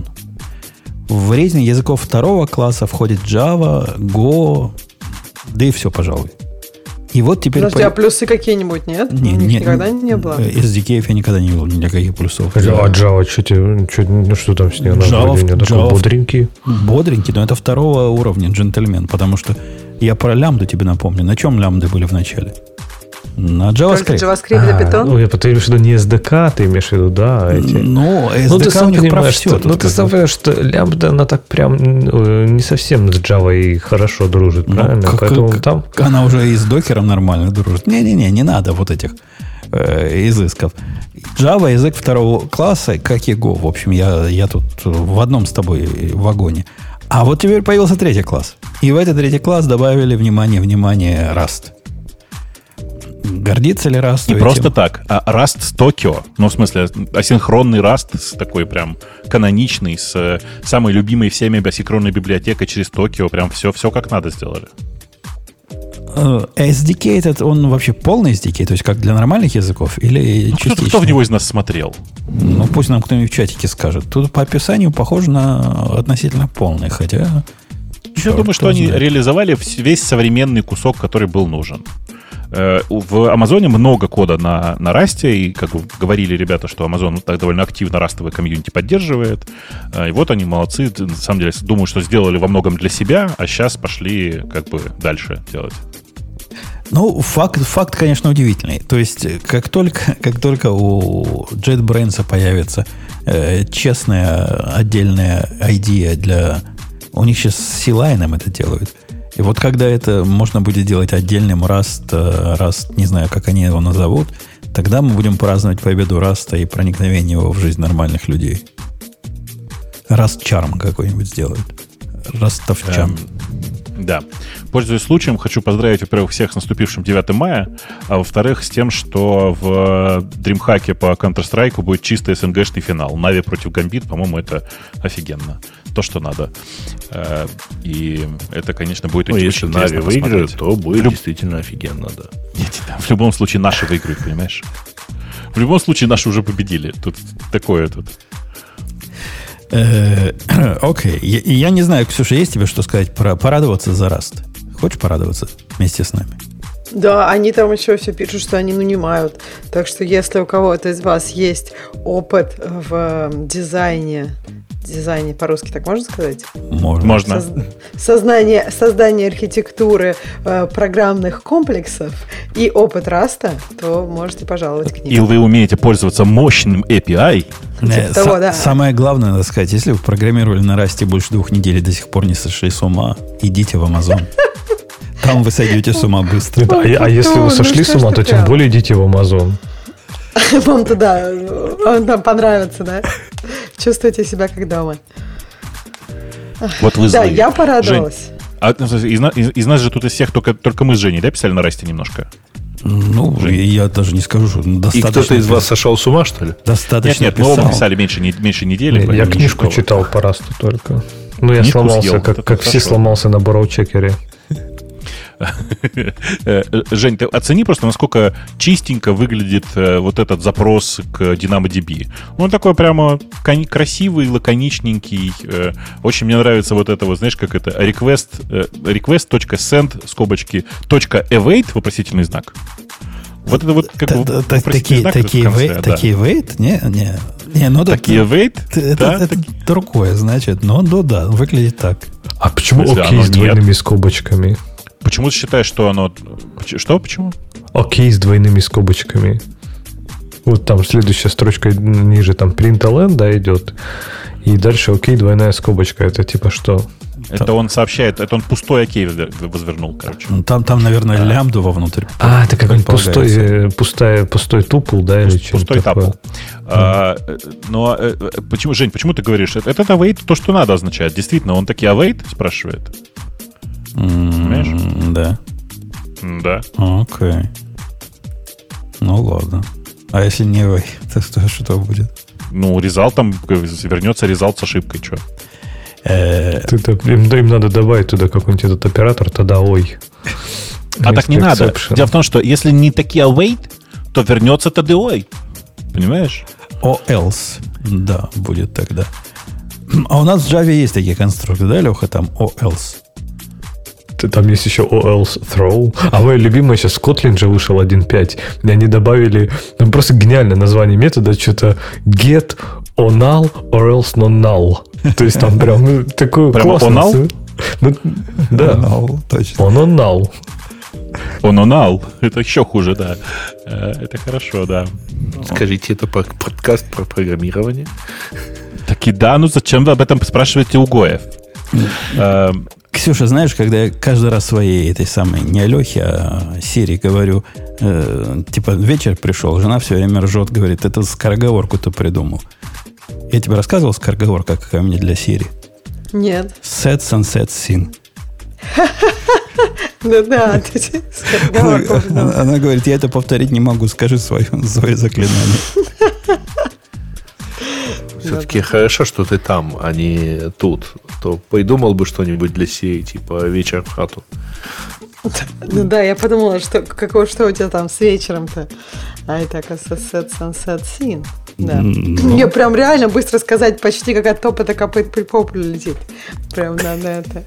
В рейтинг языков второго класса входит Java, Go, да и все, пожалуй. И вот теперь... Подожди, по... а плюсы какие-нибудь нет? Не, У них не, никогда не было? эс ди кей я никогда не видел никаких плюсов. А Java, что, тебе, что, ну, что там с ней? Она Java, вроде не такой бодренький. Бодренький, но это второго уровня джентльмен, потому что я про лямбду тебе напомню. На чем лямбды были в начале? На JavaScript. Только JavaScript для Python? Ну, ты имеешь в виду не эс ди кей, ты имеешь в виду, да, эти. Ну, эс ди кей ну, ты сам у них понимаешь, про все. Что, ну, ты сам понимаешь, что лямбда, она так прям не совсем с Java и хорошо дружит, ну, правильно? Как, Поэтому как, там... Она уже и с докером нормально дружит. Не-не-не, не надо вот этих э, изысков. Java язык второго класса, как и Go. В общем, я, я тут в одном с тобой вагоне. А вот теперь появился третий класс. И в этот третий класс добавили, внимание, внимание, Rust. Гордится ли Rust? Не этим? Просто так, а Rust с Tokyo. Ну, в смысле, асинхронный Rust с такой прям каноничный, с самой любимой всеми асинхронной библиотекой через Tokyo. Прям все, все как надо сделали. эс ди кей этот, он вообще полный эс ди кей? То есть как для нормальных языков? Или ну, частично? Кто, кто в него из нас смотрел? Ну, пусть нам кто-нибудь в чатике скажет. Тут по описанию похоже на относительно полный, хотя... Я думаю, что знает. Они реализовали весь современный кусок, который был нужен. В Амазоне много кода на, на Rust, и как бы говорили ребята, что Amazon так довольно активно растовое комьюнити поддерживает. И вот они молодцы. На самом деле, думаю, что сделали во многом для себя, а сейчас пошли как бы дальше делать. Ну, факт, факт, конечно, удивительный. То есть, как только, как только у JetBrains появится э, честная отдельная идея для... У них сейчас с C-Line это делают. И вот когда это можно будет делать отдельным Rust, Rust, не знаю, как они его назовут, тогда мы будем праздновать победу Rust и проникновение его в жизнь нормальных людей. Rust Charm какой-нибудь сделают. Rustов Charm. Эм, да. Пользуясь случаем, хочу поздравить, во-первых, всех с наступившим девятым мая, а во-вторых, с тем, что в DreamHack по Counter-Strike будет чисто эс эн гэ-шный финал. Нави против Gambit, по-моему, это офигенно. То, что надо. И это, конечно, будет ну, очень интересно. Если Нави выиграют, то будет Люб... действительно офигенно, да. Нет, в любом случае наши выиграют, понимаешь? В любом случае наши уже победили. Тут такое тут. Окей. Я не знаю, Ксюша, есть тебе что сказать про порадоваться за Rust? Хочешь порадоваться вместе с нами? Да, они там еще все пишут, что они нанимают. Так что если у кого-то из вас есть опыт в дизайне дизайне, по-русски так можно сказать? Можно. Можно. Соз- сознание, создание архитектуры э, программных комплексов и опыт Раста, то можете пожаловать к ним. И вы умеете пользоваться мощным эй пи ай. Не, того, с- да. Самое главное, надо сказать, если вы программировали на Расте больше двух недель и до сих пор не сошли с ума, идите в Amazon. Там вы сойдете с ума быстро. А, а если вы сошли с ума, то тем более идите в Amazon. Вам туда, вам там понравится, да? Чувствуйте себя как дома. Вот вы Да, злые. я порадовалась. Жень, а, из, из, из нас же тут из всех только, только мы с Женей, да, писали на Расте немножко? Ну, Жень. Я даже не скажу, что достаточно. И кто-то из вас сошел с ума, что ли? Достаточно. Нет, нет, мы оба писали меньше, не, меньше недели. Не, я книжку читал по Расту только. Ну, я книжку сломался, съел, как, как все сломался на Borrow-чекере. Жень, ты оцени просто, насколько чистенько выглядит вот этот запрос к DynamoDB. Он такой прямо красивый, лаконичненький. Очень мне нравится вот это вот, знаешь, как это request, request.send, скобочки, .await, вопросительный знак. Вот это вот как бы такие wait, такие wait? Не, не. Не, ну такие wait? Это другое, значит. Ну, ну да, выглядит так. А почему окей с двойными скобочками? Почему ты считаешь, что оно... Что? Почему? Окей с двойными скобочками. Вот там следующая строчка ниже, там println, да, идет. И дальше окей, двойная скобочка. Это типа что? Это он сообщает, это он пустой окей возвернул, короче. Там, там наверное, лямбду вовнутрь. А, это какой-нибудь пустой, пустой, пустой тупл, да, или что-то Пустой тапл. А, но почему, Жень, почему ты говоришь? Это, это await то, что надо означает. Действительно, он таки await спрашивает. Понимаешь? Mm, да. Да. Окей. Okay. Ну ладно. А если не await, то что, что будет? Ну, резалт там вернется резалт с ошибкой, что? Им, им надо добавить туда какой-нибудь этот оператор, тогда ой. А так не надо. Дело в том, что если не таки await, то вернется тогда ой. Понимаешь? Or else. Да, будет тогда. А у нас в Java есть такие конструкторы, да, Леха? Там or else. Там есть еще or else throw. А мое любимое сейчас в Kotlin же вышел один точка пять. И они добавили там просто гениальное название метода, что-то get or null or else non null. То есть там прям ну, такое классное. Null? Ну, да. Null, точно. On on null. On on null. Это еще хуже, да. Это хорошо, да. Скажите, это подкаст про программирование? Так и да, ну зачем вы об этом спрашиваете у Гоев? Ксюша, знаешь, когда я каждый раз своей этой самой, не Алехе, а Сири говорю, э, типа, вечер пришел, жена все время ржет, говорит, это скороговорку ты придумал. Я тебе рассказывал скороговорка, какая у меня для Сири? Нет. Set, sunset, sin. Ну да, скороговорку. Она говорит, я это повторить не могу, скажи свое заклинание. Все-таки хорошо, что ты там, а не тут. То придумал бы что-нибудь для Сири, типа вечер в хату. Ну да, я подумала, что какого что у тебя там с вечером-то. А это как sunset, sunset, sin. Да. Мне прям реально быстро сказать, почти как от топа до копыт припоплю летит. Прям на, на это.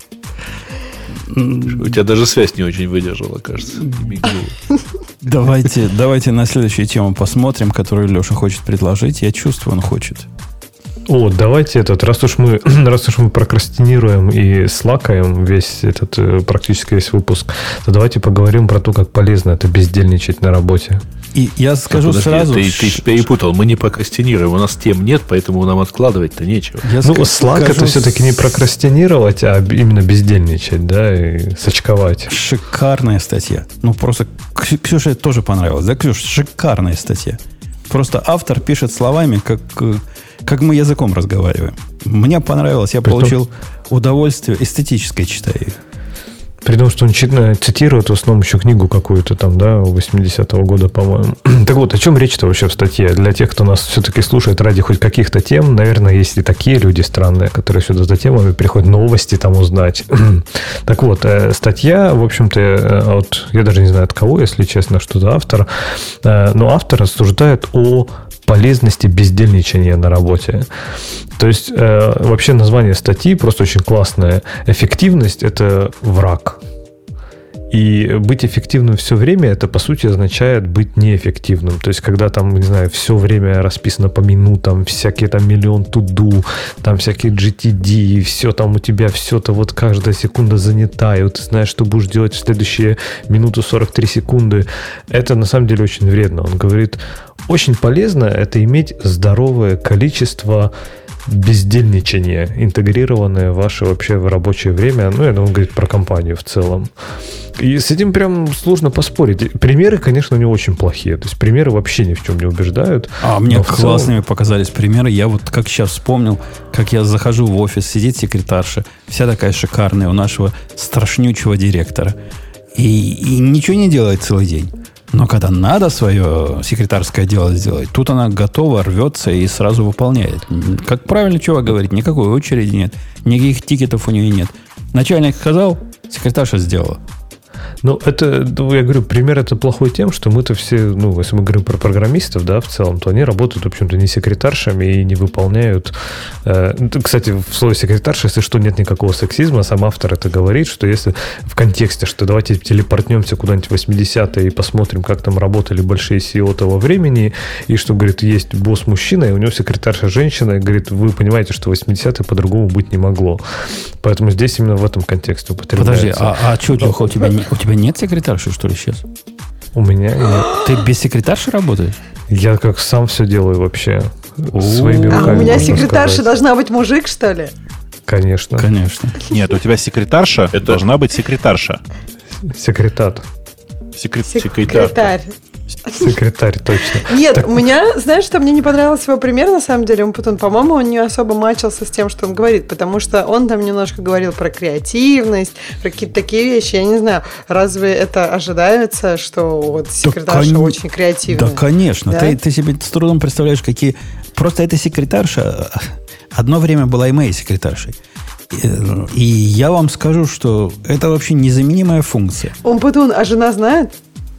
У тебя даже связь не очень выдержала, кажется. Давайте, давайте на следующую тему посмотрим, которую Леша хочет предложить. Я чувствую, он хочет. О, давайте этот, раз уж мы, раз уж мы прокрастинируем и слакаем весь этот, практически весь выпуск, то давайте поговорим про то, как полезно это бездельничать на работе. И я скажу подожди, сразу... Ты, ты перепутал, мы не прокрастинируем, у нас тем нет, поэтому нам откладывать-то нечего. Я ну, Slack это все-таки не прокрастинировать, а именно бездельничать, да, и сочковать. Шикарная статья. Ну, просто Ксюше тоже понравилось, да, Ксюш? Шикарная статья. Просто автор пишет словами, как, как мы языком разговариваем. Мне понравилось, я Притом... получил удовольствие эстетическое, читая их. При том, что он цитирует в основном еще книгу какую-то там, да, восьмидесятого года, по-моему. Так вот, о чем речь-то вообще в статье? Для тех, кто нас все-таки слушает ради хоть каких-то тем, наверное, есть и такие люди странные, которые сюда за темами приходят новости там узнать. Так вот, статья, в общем-то, от, я даже не знаю от кого, если честно, что за автор, но автор рассуждает о полезности бездельничания на работе. То есть, э, вообще название статьи просто очень классное. Эффективность – это враг. И быть эффективным все время, это, по сути, означает быть неэффективным. То есть, когда там, не знаю, все время расписано по минутам, всякие там миллион to-do, там всякие джи ти ди, и все там у тебя все-то вот каждая секунда занята, и вот ты знаешь, что будешь делать в следующие минуту сорок три секунды. Это, на самом деле, очень вредно. Он говорит, очень полезно это иметь здоровое количество бездельничание, интегрированное в ваше вообще в рабочее время. Ну, это он говорит про компанию в целом. И с этим прям сложно поспорить. Примеры, конечно, у него очень плохие. То есть примеры вообще ни в чем не убеждают. А мне классными целом... показались примеры. Я вот как сейчас вспомнил, как я захожу в офис, сидит секретарша, вся такая шикарная у нашего страшнючего директора. И, и ничего не делает целый день. Но когда надо свое секретарское дело сделать, тут она готова, рвется и сразу выполняет. Как правильно чувак говорит, никакой очереди нет, никаких тикетов у нее нет. Начальник сказал, секретарша сделала. Ну, это, я говорю, пример это плохой тем, что мы-то все, ну, если мы говорим про программистов, да, в целом, то они работают, в общем-то, не секретаршами и не выполняют... Э, кстати, в слове секретарша, если что, нет никакого сексизма, сам автор это говорит, что если в контексте, что давайте телепортнемся куда-нибудь в восьмидесятые и посмотрим, как там работали большие си и о того времени, и что, говорит, есть босс-мужчина, и у него секретарша женщина, и, говорит, вы понимаете, что в восьмидесятые по-другому быть не могло. Поэтому здесь именно в этом контексте употребляется. Подожди, а, а что, Леха, у тебя не... У тебя нет секретарши, что ли, сейчас? У меня нет. Ты без секретарши работаешь? Я как сам все делаю вообще. Своими руками. А у меня секретарша сказать. Должна быть мужик, что ли? Конечно. Конечно. Нет, у тебя секретарша это... должна быть секретарша. Секретат. Секрет... Секретарь. Секретарь, точно. Нет, так... у меня, знаешь, что мне не понравился его пример, на самом деле. Он потом, по-моему, он не особо мачился с тем, что он говорит, потому что он там немножко говорил про креативность, про какие-то такие вещи. Я не знаю, разве это ожидается, что вот секретарша да, кон... очень креативная? Да, конечно. Да? Ты, ты себе с трудом представляешь, какие... Просто эта секретарша одно время была и моей секретаршей. И я вам скажу, что это вообще незаменимая функция. Он потом, а жена знает?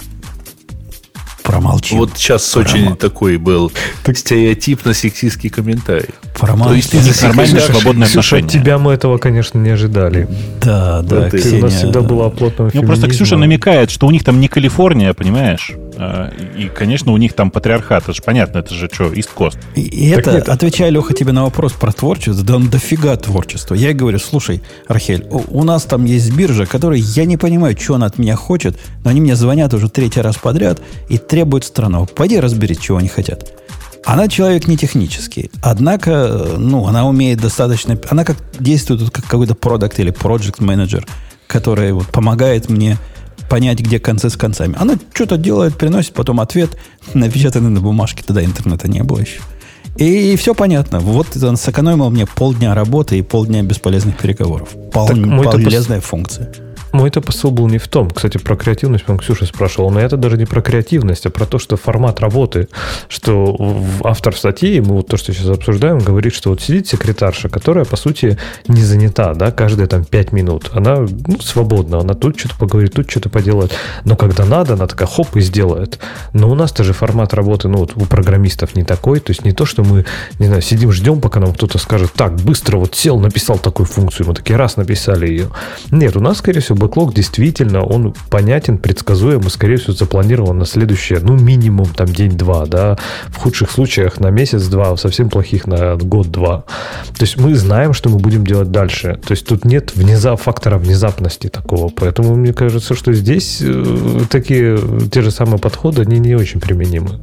Промолчи. Вот сейчас Промол... очень такой был стереотипно-сексистский комментарий. Промолчи. То есть нормальное свободное Ксюша, отношение. От тебя мы этого, конечно, не ожидали. Да, да. Ты, Ксения, у нас всегда была оплотным феминизмом. Ну, просто Ксюша намекает, что у них там не Калифорния, понимаешь? И, конечно, у них там патриархат. Это же понятно, это же что, East Coast. И, и это, нет. Отвечая, Леха, тебе на вопрос про творчество, да он дофига творчества. Я говорю, слушай, Рахель, у, у нас там есть биржа, которая, я не понимаю, что она от меня хочет, но они мне звонят уже третий раз подряд и требуют странного. Пойди разберись, чего они хотят. Она человек не технический, однако, ну, она умеет достаточно... Она как действует как какой-то продакт или project менеджер, который вот помогает мне понять, где концы с концами. Она что-то делает, приносит потом ответ, напечатанный на бумажке, тогда интернета не было еще. И, и все понятно. Вот он сэкономил мне полдня работы и полдня бесполезных переговоров. Пол, полезная пос... функция. Мой-то посыл был не в том. Кстати, про креативность он Ксюша спрашивал. Но это даже не про креативность, а про то, что формат работы. Что автор статьи, мы вот то, что сейчас обсуждаем, говорит, что вот сидит секретарша, которая, по сути, не занята, да, каждые там пять минут. Она, ну, свободна. Она тут что-то поговорит, тут что-то поделает. Но когда надо, она такая хоп и сделает. Но у нас-то же формат работы, ну, вот у программистов не такой. То есть не то, что мы, не знаю, сидим, ждем, пока нам кто-то скажет, так, быстро вот сел, написал такую функцию. Мы такие раз написали ее. Нет, у нас, скорее всего, бэклог действительно, он понятен, предсказуем и, скорее всего, запланирован на следующее, ну, минимум там день-два, да, в худших случаях на месяц-два, в совсем плохих на год-два. То есть мы знаем, что мы будем делать дальше. То есть тут нет внезап, фактора внезапности такого. Поэтому мне кажется, что здесь э, такие те же самые подходы, они не очень применимы.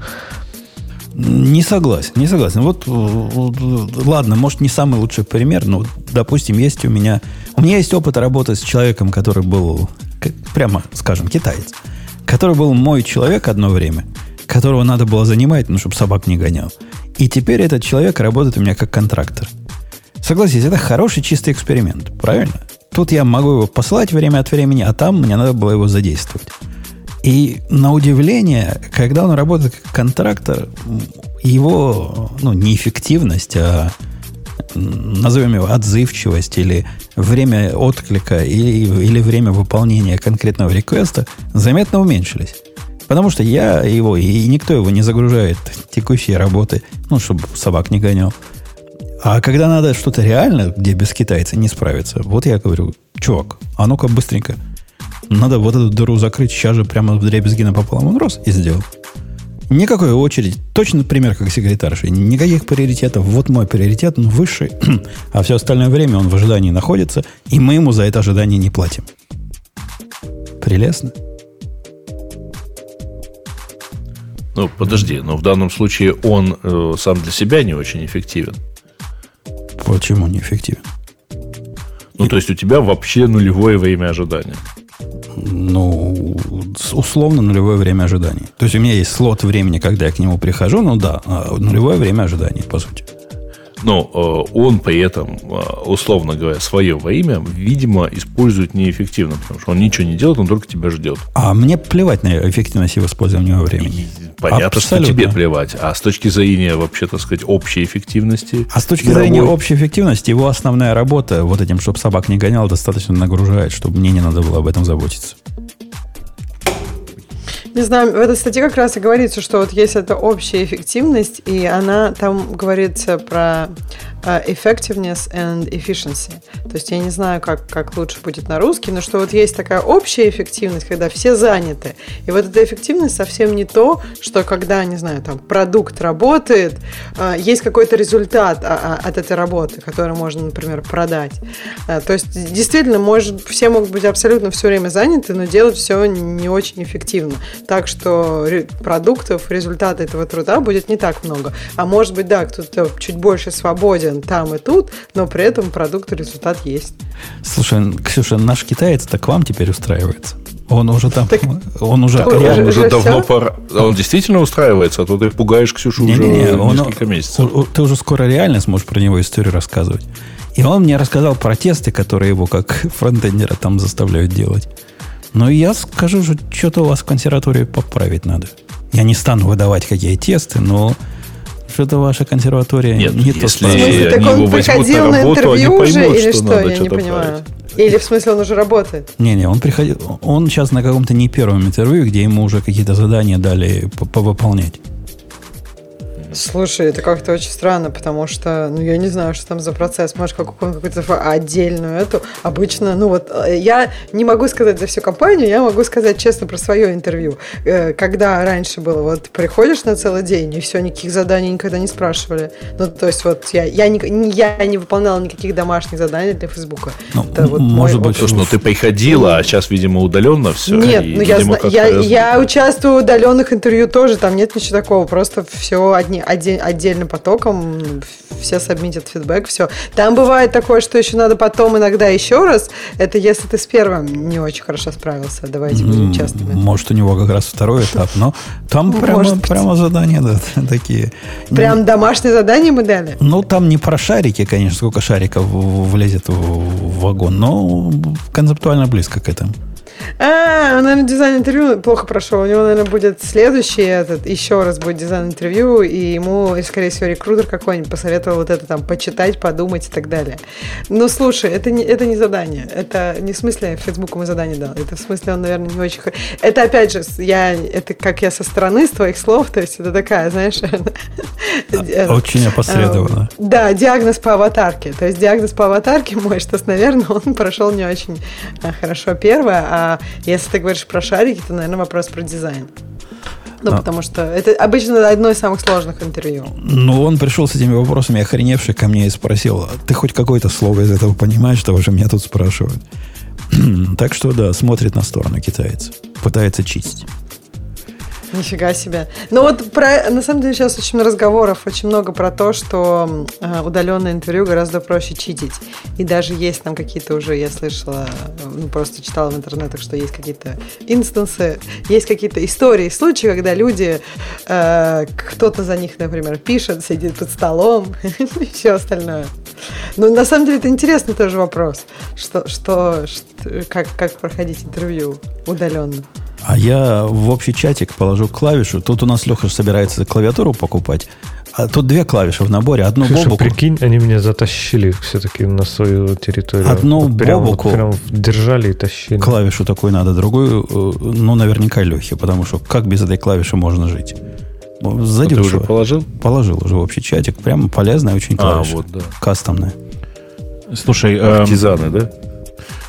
Не согласен, не согласен. Вот, ладно, может, не самый лучший пример, но, допустим, есть у меня... У меня есть опыт работы с человеком, который был, прямо скажем, китаец, который был мой человек одно время, которого надо было занимать, ну, чтобы собак не гонял. И теперь этот человек работает у меня как контрактор. Согласитесь, это хороший чистый эксперимент, правильно? Тут я могу его посылать время от времени, а там мне надо было его задействовать. И на удивление, когда он работает как контрактор, его, ну, не эффективность, а назовем его отзывчивость или время отклика или, или время выполнения конкретного реквеста заметно уменьшились. Потому что я его, и никто его не загружает текущие работы, ну, чтобы собак не гонял. А когда надо что-то реально, где без китайца не справиться, вот я говорю, чувак, а ну-ка быстренько Надо вот эту дыру закрыть, сейчас же прямо вдребезги напополам он рос и сделал. Никакой очереди. Точно пример, как секретарши. Никаких приоритетов. Вот мой приоритет, он высший. А все остальное время он в ожидании находится, и мы ему за это ожидание не платим. Прелестно. Ну, подожди, но в данном случае он э, сам для себя не очень эффективен. Почему неэффективен? Ну, и... то есть у тебя вообще нулевое время ожидания. Ну, условно нулевое время ожидания. То есть у меня есть слот времени, когда я к нему прихожу, ну да, нулевое время ожидания, по сути. Но э, он при этом, э, условно говоря, свое время, видимо, использует неэффективно, потому что он ничего не делает, он только тебя ждет. А мне плевать на эффективность его использования времени. И понятно, абсолютно. Что тебе плевать. А с точки зрения, вообще, так сказать, общей эффективности... А с точки мировой... зрения общей эффективности, его основная работа, вот этим, чтобы собак не гонял, достаточно нагружает, чтобы мне не надо было об этом заботиться. Не знаю, в этой статье как раз и говорится, что вот есть эта общая эффективность, и она там говорится про uh, effectiveness and efficiency. То есть я не знаю, как, как лучше будет на русский, но что вот есть такая общая эффективность, когда все заняты. И вот эта эффективность совсем не то, что когда, не знаю, там продукт работает, uh, есть какой-то результат uh, от этой работы, который можно, например, продать. Uh, то есть действительно, может, все могут быть абсолютно все время заняты, но делать все не очень эффективно. Так что продуктов, результата этого труда будет не так много. А может быть, да, кто-то чуть больше свободен там и тут, но при этом продукт и результат есть. Слушай, Ксюша, наш китаец-то к вам теперь устраивается. Он уже там, так, он уже, так, реально, он уже, уже давно пора. Он действительно устраивается, а то ты пугаешь Ксюшу не, уже не, не, несколько он, месяцев. Он, ты уже скоро реально сможешь про него историю рассказывать. И он мне рассказал про тесты, которые его как фронтендера там заставляют делать. Но я скажу, что что-то у вас в консерватории поправить надо. Я не стану выдавать, какие тесты, но что-то ваша консерватория Нет, не то в смысле, так он приходил на интервью уже или что? Я не понимаю. Или в смысле он уже работает? Не-не, он приходил. Он сейчас на каком-то не первом интервью, где ему уже какие-то задания дали повыполнять. Слушай, это как-то очень странно, потому что, ну, я не знаю, что там за процесс. Может, какую-то отдельную эту. Обычно, ну, вот, я не могу сказать за всю компанию, я могу сказать честно про свое интервью. Когда раньше было, вот, приходишь на целый день, и все, никаких заданий никогда не спрашивали. Ну, то есть, вот, я, я, не, я не выполняла никаких домашних заданий для Фейсбука. Ну, это вот может быть, слушай, ну, ты приходила, а сейчас, видимо, удаленно все. Нет, и, ну, видимо, я, я, я участвую в удаленных интервью тоже, там нет ничего такого, просто все одни отдельным потоком, все сабмитят фидбэк, все. Там бывает такое, что еще надо потом иногда еще раз. Это если ты с первым не очень хорошо справился. Давайте будем честными. Может, у него как раз второй этап, но там прямо, прямо задания, да, такие. Прям домашние задания мы дали? Ну, там не про шарики, конечно, сколько шариков влезет в вагон, но концептуально близко к этому. А, он, наверное, дизайн-интервью плохо прошел. У него, наверное, будет следующий этот, еще раз будет дизайн-интервью, и ему, скорее всего, рекрутер какой-нибудь посоветовал вот это там почитать, подумать и так далее. Но слушай, это не, это не задание. Это не в смысле Фейсбуку мы задание дал. Это в смысле он, наверное, не очень... Это, опять же, я, это как я со стороны, с твоих слов, то есть это такая, знаешь... Очень опосредованно. Да, диагноз по аватарке. То есть диагноз по аватарке мой, что, наверное, он прошел не очень хорошо первое, а если ты говоришь про шарики, то, наверное, вопрос про дизайн. Ну, а. потому что это обычно одно из самых сложных интервью. Ну, он пришел с этими вопросами, охреневший ко мне и спросил, ты хоть какое-то слово из этого понимаешь, что уже меня тут спрашивают? Так что, да, смотрит на сторону китаец. Пытается чистить. Нифига себе. Ну вот про, на самом деле сейчас очень много разговоров, очень много про то, что э, удаленное интервью гораздо проще читить. И даже есть там какие-то уже, я слышала, ну просто читала в интернетах, что есть какие-то инстансы, есть какие-то истории, случаи, когда люди, э, кто-то за них, например, пишет, сидит под столом и все остальное. Но на самом деле это интересный тоже вопрос, что, что, что как, как проходить интервью удаленно. А я в общий чатик положу клавишу. Тут у нас Леха собирается клавиатуру покупать. А тут две клавиши в наборе. Одну Слушай, Бобуку. Прикинь, они меня затащили все-таки на свою территорию. Одну вот прям, Бобуку. Вот прям держали и тащили. Клавишу такую надо, другую, ну, наверняка Лехе, потому что как без этой клавиши можно жить? Сзади ты уже положил? Положил уже в общий чатик. Прямо полезная очень клавиша. А, вот, да. Кастомная. Слушай, партизаны, эм... да?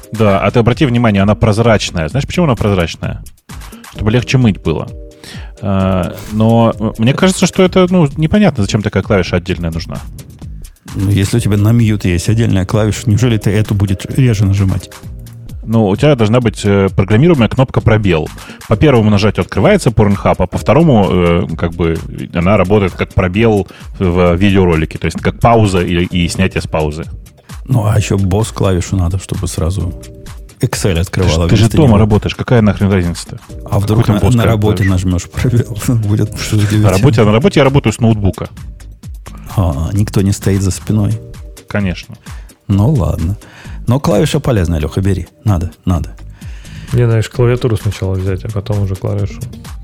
Да, а ты обрати внимание, она прозрачная. Знаешь, почему она прозрачная? Чтобы легче мыть было. Но мне кажется, что это ну, непонятно, зачем такая клавиша отдельная нужна. Ну, если у тебя на мьют есть отдельная клавиша, неужели ты эту будешь реже нажимать? Ну, у тебя должна быть программируемая кнопка пробел. По первому нажатию открывается Pornhub, а по второму как бы она работает как пробел в видеоролике, то есть как пауза и, и снятие с паузы. Ну, а еще босс-клавишу надо, чтобы сразу Excel открывала. Ты, ты же дома него. Работаешь, какая нахрен разница-то? А вдруг на, на работе нажмешь пробел? Будет на работе, на работе я работаю с ноутбука. А, никто не стоит за спиной. Конечно. Ну, ладно. Но клавиша полезная, Леха, бери. Надо, надо. Не, знаешь, клавиатуру сначала взять, а потом уже клавишу.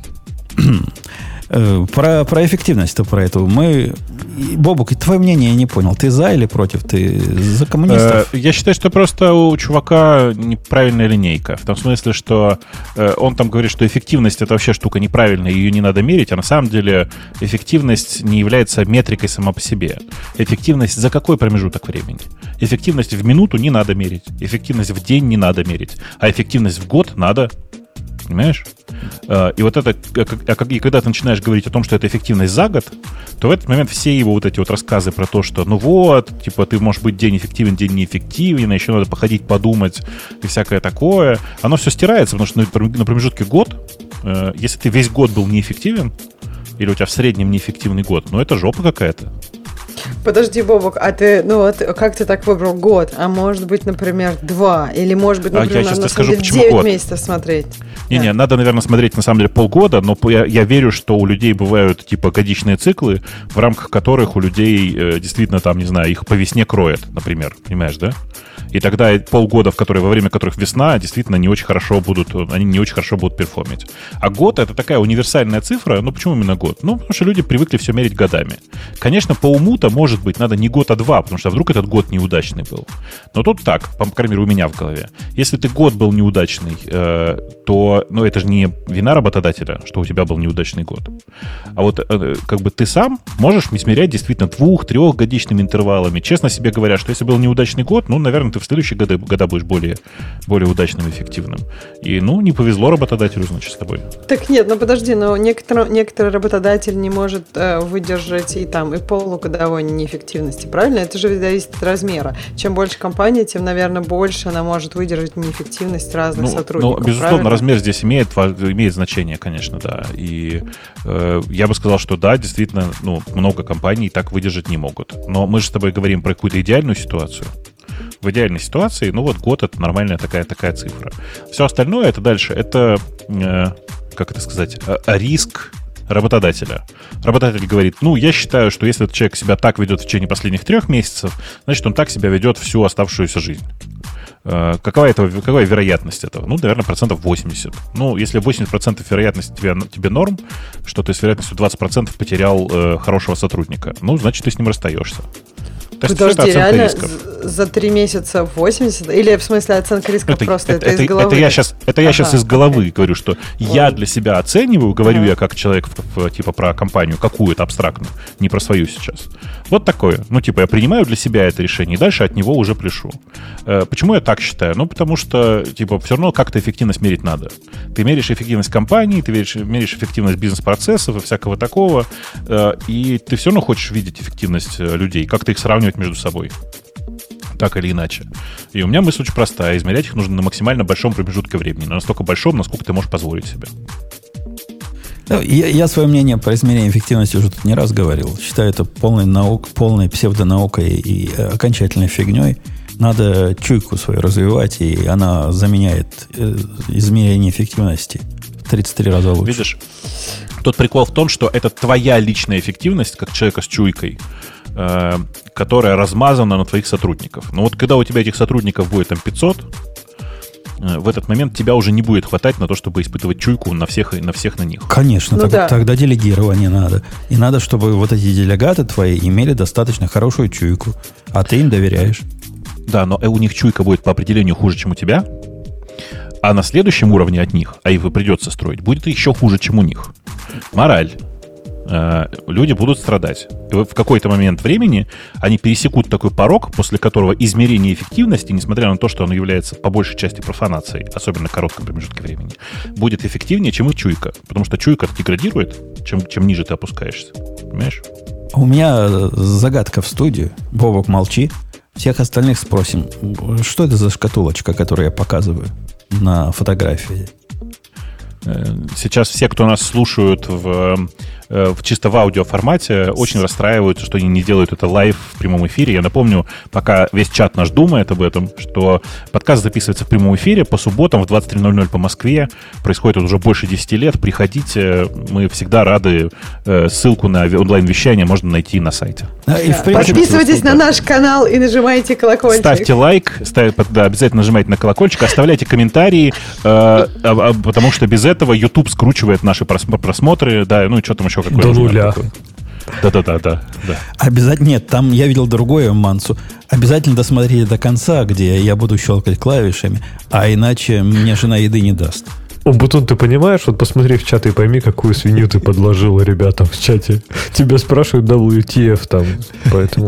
Про, про эффективность-то про эту. Мы... Бобук, твое мнение я не понял. Ты за или против? Ты за коммунистов? Я считаю, что просто у чувака неправильная линейка. В том смысле, что он там говорит, что эффективность — это вообще штука неправильная, ее не надо мерить, а на самом деле эффективность не является метрикой сама по себе. Эффективность за какой промежуток времени? Эффективность в минуту не надо мерить. Эффективность в день не надо мерить. А эффективность в год надо... Понимаешь? И вот это, и когда ты начинаешь говорить о том, что это эффективность за год, то в этот момент все его вот эти вот рассказы про то, что ну вот, типа ты можешь быть день эффективен, день неэффективен, еще надо походить, подумать и всякое такое, оно все стирается, потому что на промежутке год, если ты весь год был неэффективен, или у тебя в среднем неэффективный год, ну это жопа какая-то. Подожди, Бобок, а ты, ну вот, как ты так выбрал год? А может быть, например, два? Или может быть, например, а я на, на скажу, самом деле девять месяцев смотреть? Не-не, да. Надо, наверное, смотреть на самом деле полгода, но я, я верю, что у людей бывают типа годичные циклы, в рамках которых у людей э, действительно там, не знаю, их по весне кроет, например, понимаешь, да? И тогда полгода, в которые, во время которых весна, действительно не очень хорошо будут, они не очень хорошо будут перформить. А год — это такая универсальная цифра. Ну, почему именно год? Ну, потому что люди привыкли все мерить годами. Конечно, по уму-то, может быть, надо не год, а два, потому что вдруг этот год неудачный был. Но тут так, по крайней мере, у меня в голове. Если ты год был неудачный, э, то, ну, это же не вина работодателя, что у тебя был неудачный год. А вот э, как бы ты сам можешь измерять действительно двух-трехгодичными интервалами. Честно себе говоря, что если был неудачный год, ну, наверное, ты в следующие годы, года будешь более, более удачным и эффективным. И, ну, не повезло работодателю, значит, с тобой. Так нет, ну подожди, но некоторый, некоторый работодатель не может э, выдержать и там, и полугодовой неэффективности, правильно? Это же зависит от размера. Чем больше компания, тем, наверное, больше она может выдержать неэффективность разных ну, сотрудников. Ну, безусловно, правильно? Размер здесь имеет, имеет значение, конечно, да. И э, я бы сказал, что да, действительно, ну, много компаний так выдержать не могут. Но мы же с тобой говорим про какую-то идеальную ситуацию. В идеальной ситуации, ну вот год — это нормальная такая, такая цифра. Все остальное это дальше, это, э, как это сказать, э, риск работодателя. Работодатель говорит, ну, я считаю, что если этот человек себя так ведет в течение последних трех месяцев, значит, он так себя ведет всю оставшуюся жизнь. Э, какова, это, какая вероятность этого? Ну, наверное, процентов восемьдесят. Ну, если восемьдесят процентов вероятности тебе, тебе норм, что ты с вероятностью двадцать процентов потерял э, хорошего сотрудника, ну, значит, ты с ним расстаешься. То есть подожди, реально за три месяца восемьдесят? Или в смысле оценка рисков это, просто это, это из головы? Это я сейчас, это я ага, сейчас из головы okay. говорю, что Ой. я для себя оцениваю, говорю ага. я как человек в, в, типа про компанию какую-то абстрактную, не про свою сейчас. Вот такое. Ну, типа, я принимаю для себя это решение, и дальше от него уже пляшу. Э, почему я так считаю? Ну, потому что, типа, все равно как-то эффективность мерить надо. Ты меряешь эффективность компании, ты меряешь, меряешь эффективность бизнес-процессов и всякого такого, э, и ты все равно хочешь видеть эффективность людей, как-то их сравнивать между собой. Так или иначе. И у меня мысль очень простая. Измерять их нужно на максимально большом промежутке времени. Но настолько большом, насколько ты можешь позволить себе. Я, я свое мнение по измерению эффективности уже тут не раз говорил. Считаю это полной, наук, полной псевдонаукой и окончательной фигней. Надо чуйку свою развивать, и она заменяет измерение эффективности в тридцать три раза лучше. Видишь, тот прикол в том, что это твоя личная эффективность, как человека с чуйкой, э, которая размазана на твоих сотрудников. Но вот когда у тебя этих сотрудников будет там пятьсот, э, в этот момент тебя уже не будет хватать на то, чтобы испытывать чуйку на всех, на всех на них. Конечно, ну, так, да. тогда делегирование надо. И надо, чтобы вот эти делегаты твои имели достаточно хорошую чуйку, а ты им доверяешь. Да, но у них чуйка будет по определению хуже, чем у тебя, а на следующем уровне от них, а их придется строить, будет еще хуже, чем у них. Мораль. э, люди будут страдать. И в какой-то момент времени они пересекут такой порог, после которого измерение эффективности, несмотря на то, что оно является по большей части профанацией, особенно на коротком промежутке времени, будет эффективнее, чем их чуйка. Потому что чуйка деградирует, чем, чем ниже ты опускаешься. Понимаешь? У меня загадка в студию. Бобок, молчи. Всех остальных спросим, что это за шкатулочка, которую я показываю на фотографии? Сейчас все, кто нас слушают в, в чисто в аудиоформате, очень расстраиваются, что они не делают это лайв в прямом эфире. Я напомню, пока весь чат наш думает об этом, что подкаст записывается в прямом эфире по субботам в двадцать три ноль ноль по Москве. Происходит это уже больше десяти лет. Приходите, мы всегда рады. Ссылку на онлайн-вещание можно найти на сайте. Да, и в принципе, подписывайтесь на наш канал и нажимайте колокольчик. Ставьте лайк, ставь, да, обязательно нажимайте на колокольчик, оставляйте комментарии, э, э, потому что без этого YouTube скручивает наши просмотры, да, ну и что там еще какое-то. До нуля. Да-да-да. да. Обязательно, нет, там я видел другое мансу. Обязательно досмотрите до конца, где я буду щелкать клавишами, а иначе мне жена еды не даст. О, Бутун, ты понимаешь, вот посмотри в чат и пойми, какую свинью ты подложила ребятам в чате. Тебя спрашивают дабл ю ти эф там, поэтому...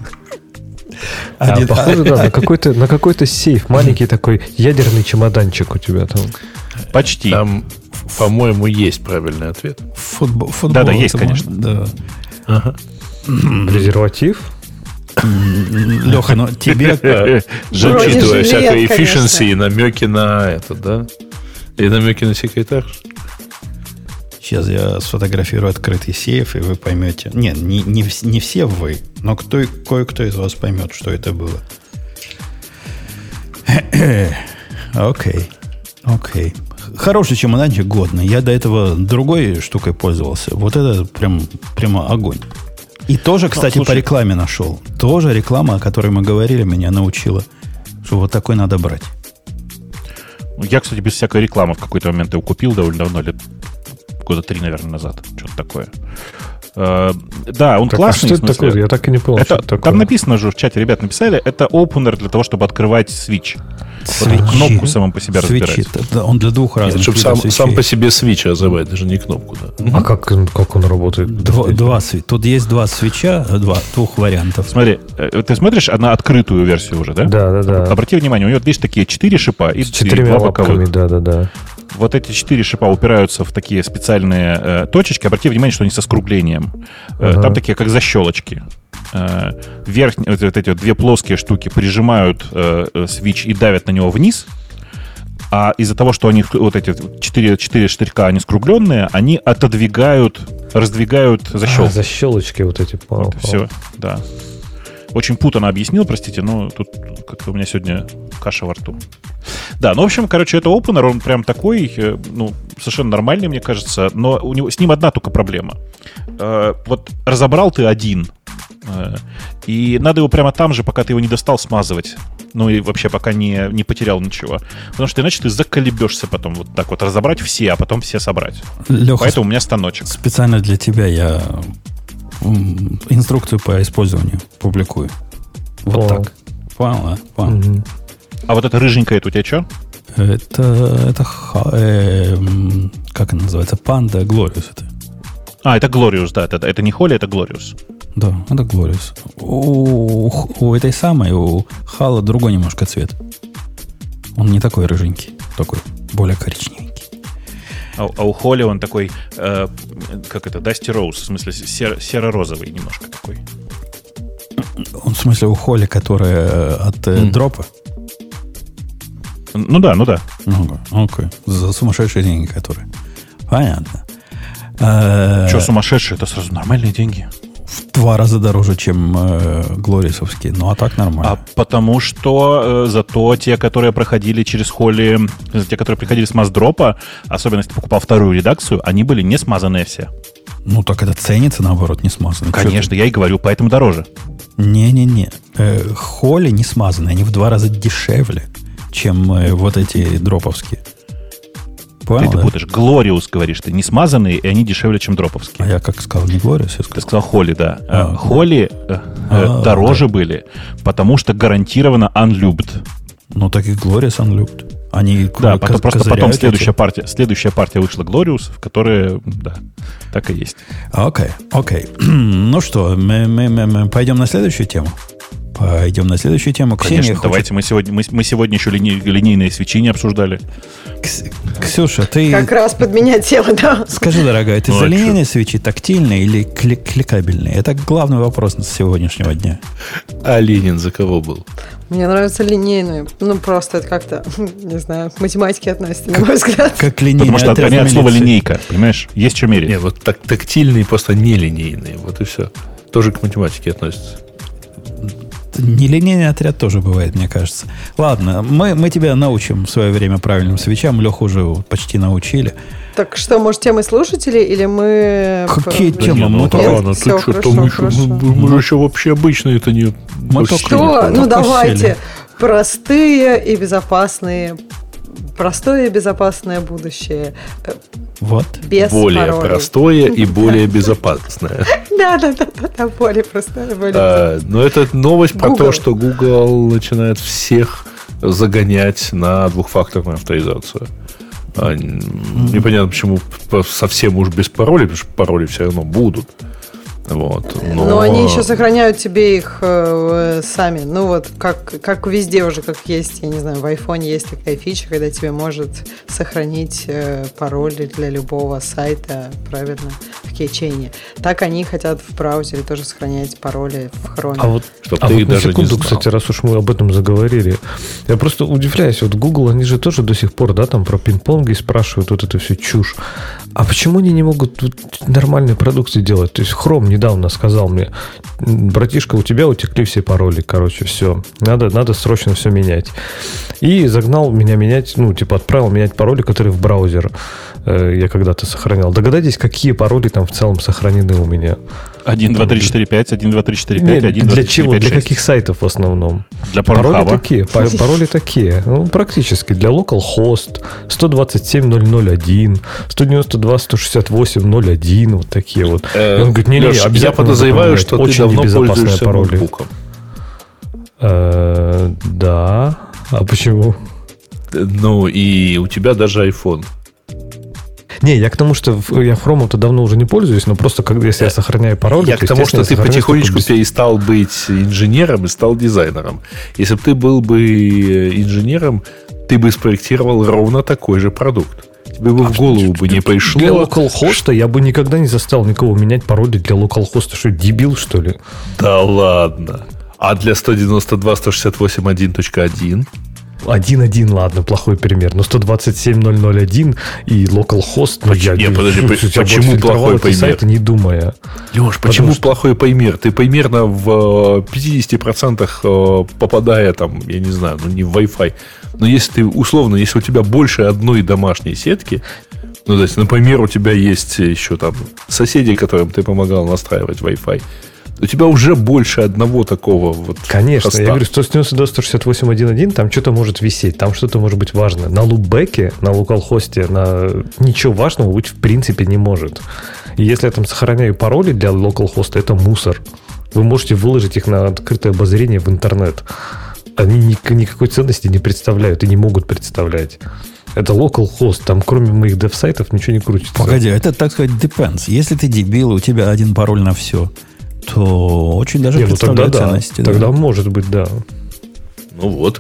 А, похоже, да, на какой-то, на какой-то сейф, маленький такой ядерный чемоданчик у тебя там. Почти. Там, по-моему, есть правильный ответ. Футбол, футбол да, да, есть, конечно. Да. Ага. Презерватив? Леха, ну тебе... Учитывая всякое efficiency и намеки на это, да? И намеки на секретарш. Сейчас я сфотографирую открытый сейф, и вы поймете. Нет, не, не, не все вы, но кто, кое-кто из вас поймет, что это было. Окей. Окей. Хороший чемоданчик, годный. Я до этого другой штукой пользовался. Вот это прям, прямо огонь. И тоже, кстати, ну, по рекламе нашел. Тоже реклама, о которой мы говорили, меня научила, что вот такой надо брать. Я, кстати, без всякой рекламы в какой-то момент его купил довольно давно, лет года три, наверное, назад. Что-то такое. Uh, да, он так, классный. А что это такое? Я так и не понял, это, что это такое. Там написано же в чате, ребят написали, это опенер для того, чтобы открывать свич. Свечи. Вот кнопку самым по себе свечи. разбирать. Да, он для двух разных. Чтобы сам, сам по себе свич разобрать, даже не кнопку. Да. А как, как он работает? Два, два свеча. Тут есть два свеча, два, двух вариантов. Смотри, ты смотришь на открытую версию уже, да? Да, да, да. Обрати внимание, у него, видишь, такие четыре шипа и с четырьмя два боковых. Да, да, да. Вот эти четыре шипа упираются в такие специальные э, точечки. Обрати внимание, что они со скруглением. Э, ага. Там такие, как защелочки. Э, верхние, вот, вот эти вот две плоские штуки прижимают э, э, свич и давят на него вниз. А из-за того, что они вот эти четыре, четыре штырька, они скругленные, они отодвигают, раздвигают защелки. А, защелочки вот эти. Вот, все, да. Очень путанно объяснил, простите, но тут как-то у меня сегодня каша во рту. Да, ну, в общем, короче, это опенер, он прям такой, ну, совершенно нормальный, мне кажется, но у него, с ним одна только проблема. Э, вот разобрал ты один, э, и надо его прямо там же, пока ты его не достал, смазывать. Ну, и вообще пока не, не потерял ничего. Потому что иначе ты заколебешься потом вот так вот разобрать все, а потом все собрать. Леха, поэтому у меня станочек. Специально для тебя я инструкцию по использованию публикую. Вот О. так. Понял, понял. Угу. А вот это рыженькое, это у тебя что? Это, это э, как она называется? Панда Glorious это. А, это Glorious, да. Это, это не Холли, это Glorious. Да, это Glorious. У, у, у этой самой, у Хала другой немножко цвет. Он не такой рыженький, такой более коричневенький. А, а у Холли он такой, э, как это, Dusty Rose, в смысле сер, серо-розовый немножко такой. Он в смысле у Холли, которая от mm. дропа? Ну да, ну да. Ну, окей. За сумасшедшие деньги, которые. Понятно. Что сумасшедшие? Это сразу нормальные деньги. В два раза дороже, чем э, глорисовские. Ну, а так нормально. А потому что э, зато те, которые проходили через Холли, те, которые приходили с маздропа, особенно если ты покупал вторую редакцию, они были не смазанные все. Ну, так это ценится, наоборот, не смазанные. Конечно, я и говорю, поэтому дороже. Не-не-не. Э, Холли не смазанные, они в два раза дешевле, чем э, вот эти дроповские. Понял, ты да? путаешь. Glorious, говоришь ты. Не смазанные, и они дешевле, чем дроповские. А я как сказал, не Glorious, я сказал. Ты сказал Холли, да. А, Холли э, а, дороже да. были, потому что гарантированно unlubed. Ну, так и Glorious unlubed. Они да, потом, просто потом следующая партия, следующая партия вышла Glorious, в которой, да, Так и есть. Окей, окей. Ну что, мы, мы, мы, мы пойдем на следующую тему? Пойдем на следующую тему. Конечно, Ксения давайте. Хочет... Мы, сегодня, мы, мы сегодня еще лини, линейные свечи не обсуждали. Кс... Ксюша, ты... Как раз под меня тело, да. Скажи, дорогая, ты ну, за а линейные что? Свечи тактильные или клик- кликабельные? Это главный вопрос с сегодняшнего дня. А Ленин за кого был? Мне нравятся линейные. Ну, просто это как-то, не знаю, к математике относится, на мой взгляд. Как линейные. Потому что они от слова линейка, понимаешь? Есть что мерить. Не, вот так, тактильные, просто нелинейные. Вот и все. Тоже к математике относятся. Нелинейный отряд тоже бывает, мне кажется. Ладно, мы, мы тебя научим в свое время правильным свечам. Леху уже почти научили. Так что, может, темы слушателей или мы... Какие в... темы? Да не, мы ну, только... рано, Всё, ты что, хорошо, там еще, хорошо. мы, мы же еще вообще обычные, это не... Мы только- Что? Ну, Только давайте. сели. Простые и безопасные. Простое и безопасное будущее. Э, Вот. Без более паролей. простое и более безопасное. Да, да, да, да, да, более простое, более А, Но это новость про Google. то, что Google начинает всех загонять на двухфакторную авторизацию. А, н- Непонятно, почему по- совсем уж без паролей, потому что пароли все равно будут. Вот. Но, Но они еще сохраняют тебе их э, сами. Ну вот, как, как везде уже, как есть, я не знаю, в айфоне есть такая фича, когда тебе может сохранить э, пароли для любого сайта, правильно, в кейчейне. Так они хотят в браузере тоже сохранять пароли в хроме. А вот, Чтоб а ты вот их на даже не секунду, знал. кстати, раз уж мы об этом заговорили, я просто удивляюсь, вот Google, они же тоже до сих пор, да, там про пинг-понги спрашивают, вот эту всю чушь. А почему они не могут тут нормальные продукты делать? То есть Chrome недавно сказал мне, братишка, у тебя утекли все пароли, короче, все. Надо, надо срочно все менять. И загнал меня менять, ну, типа отправил менять пароли, которые в браузер э, я когда-то сохранял. Догадайтесь, какие пароли там в целом сохранены у меня? один, два, три, четыре, пять, один, два, три, четыре, Нет, пять, один, два, для три, четыре, чего? пять, Для шесть. каких сайтов в основном? Для Пароли Порнхаба. такие, па- пароли такие. Ну, практически. Для localhost сто двадцать семь ноль ноль один, сто девяносто два сто шестьдесят восемь ноль один, вот такие вот. Э, И он говорит, не-не, Леш, я обязательно подозреваю, надо что поменять. ты Очень давно небезопасные пользуешься пароли. ноутбуком. Э, Да. А почему? Ну, и у тебя даже iPhone. Не, я к тому, что в- я Chrome-то давно уже не пользуюсь, но просто когда если я сохраняю пароли, Я то, к тому, естественно, что я ты сохраняю потихонечку только без- перестал быть инженером и стал дизайнером. Если бы ты был бы инженером, ты бы спроектировал ровно такой же продукт. Тебе бы в голову бы не Для пришло. localhost я бы никогда не заставил никого менять пароли для localhost. Что, дебил, что ли? Да ладно. А для сто девяносто два сто шестьдесят восемь один точка один? один точка один, ладно, плохой пример. Но сто двадцать семь ноль ноль один и localhost, ну, я Не, говорю, подожди, слушайте, я бы почему отфильтровал плохой эти пример? сайты, не думая. Леш, почему что- плохой пример? Ты примерно в э, пятьдесят процентов э, попадая там, я не знаю, ну не в Wi-Fi, но если ты, условно, если у тебя больше одной домашней сетки, ну, то есть, например, у тебя есть еще там соседи, которым ты помогал настраивать Wi-Fi, у тебя уже больше одного такого вот Конечно, хоста. я говорю, сто девяносто два сто шестьдесят восемь точка один точка один, там что-то может висеть, там что-то может быть важно. На лупбеке, на локалхосте, на ничего важного быть в принципе не может. И если я там сохраняю пароли для локалхоста, это мусор. Вы можете выложить их на открытое обозрение в интернет. Они ни- никакой ценности не представляют и не могут представлять. Это localhost, там кроме моих дев-сайтов ничего не крутится. Погоди, это, так сказать, depends. Если ты дебил, и у тебя один пароль на все, то очень даже Не, ну тогда представляет да, ценности. да. тогда может быть, да. Ну вот.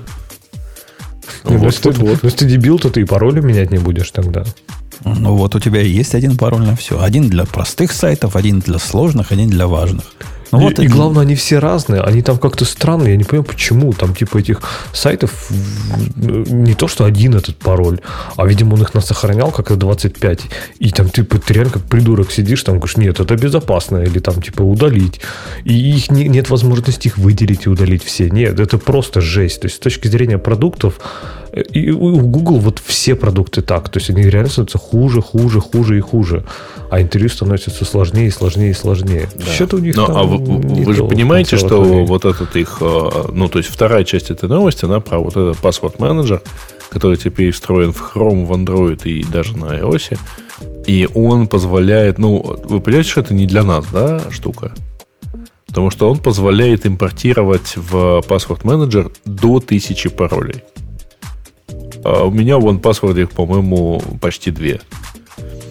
Не, ну, вот, если, вот, ты, вот. ну, если ты дебил, то ты и пароли менять не будешь тогда. Ну вот у тебя есть один пароль на все. Один для простых сайтов, один для сложных, один для важных. Ну, и, вот и один. главное, они все разные. Они там как-то странные. Я не понимаю, почему. Там типа этих сайтов в- не то, что один этот пароль, а, видимо, он их насохранял как-то двадцать пять. И там типа ты реально как придурок сидишь, там говоришь, нет, это безопасно. Или там типа удалить. И их не- нет возможности их выделить и удалить все. Нет, это просто жесть. То есть с точки зрения продуктов, и у Google вот все продукты так. То есть они реально становятся хуже, хуже, хуже и хуже. А интервью становится все сложнее и сложнее и сложнее. Что-то у них Ну, там а вы, не вы же то понимаете, что консерватории. вот этот их, э, ну, то есть вторая часть этой новости, она про вот этот password менеджер, который теперь встроен в Chrome, в Android и даже на iOS. И он позволяет, ну, вы понимаете, что это не для нас, да, штука? Потому что он позволяет импортировать в password менеджер до тысячи паролей. А у меня в OnePassword их, по-моему, почти две.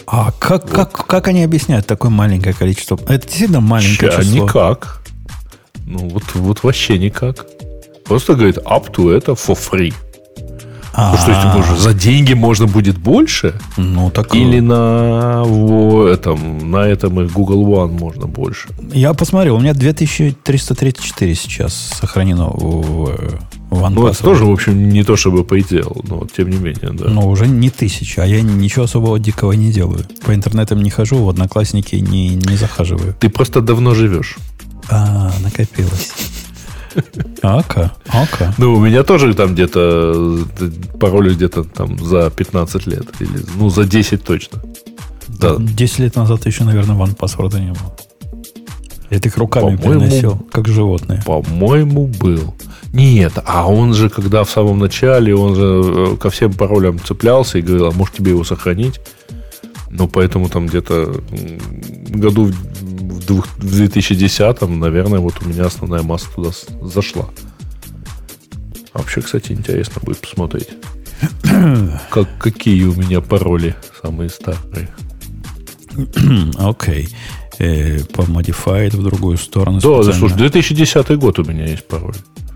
А как, вот. как, как они объясняют такое маленькое количество? Это действительно маленькое Ща, число? Никак. Ну, вот, вот вообще никак. Просто говорит, up to это for free. Ну, что если можно, за деньги можно будет больше? Ну, так... Или на, в, этом, на этом и Google One можно больше? Я посмотрел, у меня две тысячи триста тридцать четыре сейчас сохранено в, в OnePass. Ну, это тоже, в общем, не то, чтобы предел, но тем не менее, да. Ну, уже не тысяча, а я ничего особого дикого не делаю. По интернетам не хожу, в Одноклассники не, не захаживаю. Ты просто давно живешь. А, накопилось. Ака, ака. Ну, у меня тоже там где-то пароли где-то там за пятнадцать лет. Или, ну, за десять точно. Да. десять лет назад еще, наверное, OnePassword не было. Я их руками переносил, как животное. По-моему, был. Нет, а он же, когда в самом начале, он же ко всем паролям цеплялся и говорил, а может тебе его сохранить? Ну, поэтому там где-то году в две тысячи десятом, наверное, вот у меня основная масса туда зашла. А вообще, кстати, интересно будет посмотреть, как, какие у меня пароли самые старые. Окей. Okay. Помодифайт в другую сторону. Да, да, слушай, две тысячи десятый год у меня есть пароль.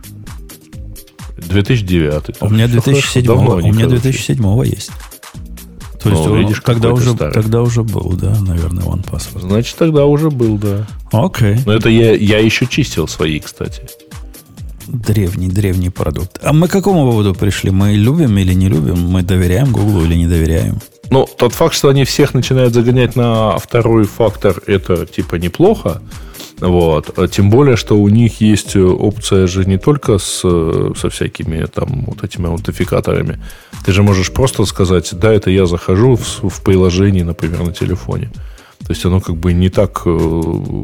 две тысячи девятый. У меня две тысячи седьмого, у меня две тысячи седьмого есть. То есть, ну, видишь, тогда, уже, тогда уже был, да, наверное, OnePassword. Значит, тогда уже был, да. Окей. Но это я, я еще чистил свои, кстати. Древний, древний продукт. А мы к какому выводу пришли? Мы любим или не любим? Мы доверяем Гуглу или не доверяем? Ну, тот факт, что они всех начинают загонять на второй фактор, это типа неплохо. Вот. А тем более, что у них есть опция же не только с, со всякими там вот этими аутентификаторами. Ты же можешь просто сказать, да, это я захожу в, в приложении, например, на телефоне. То есть оно как бы не так, ну,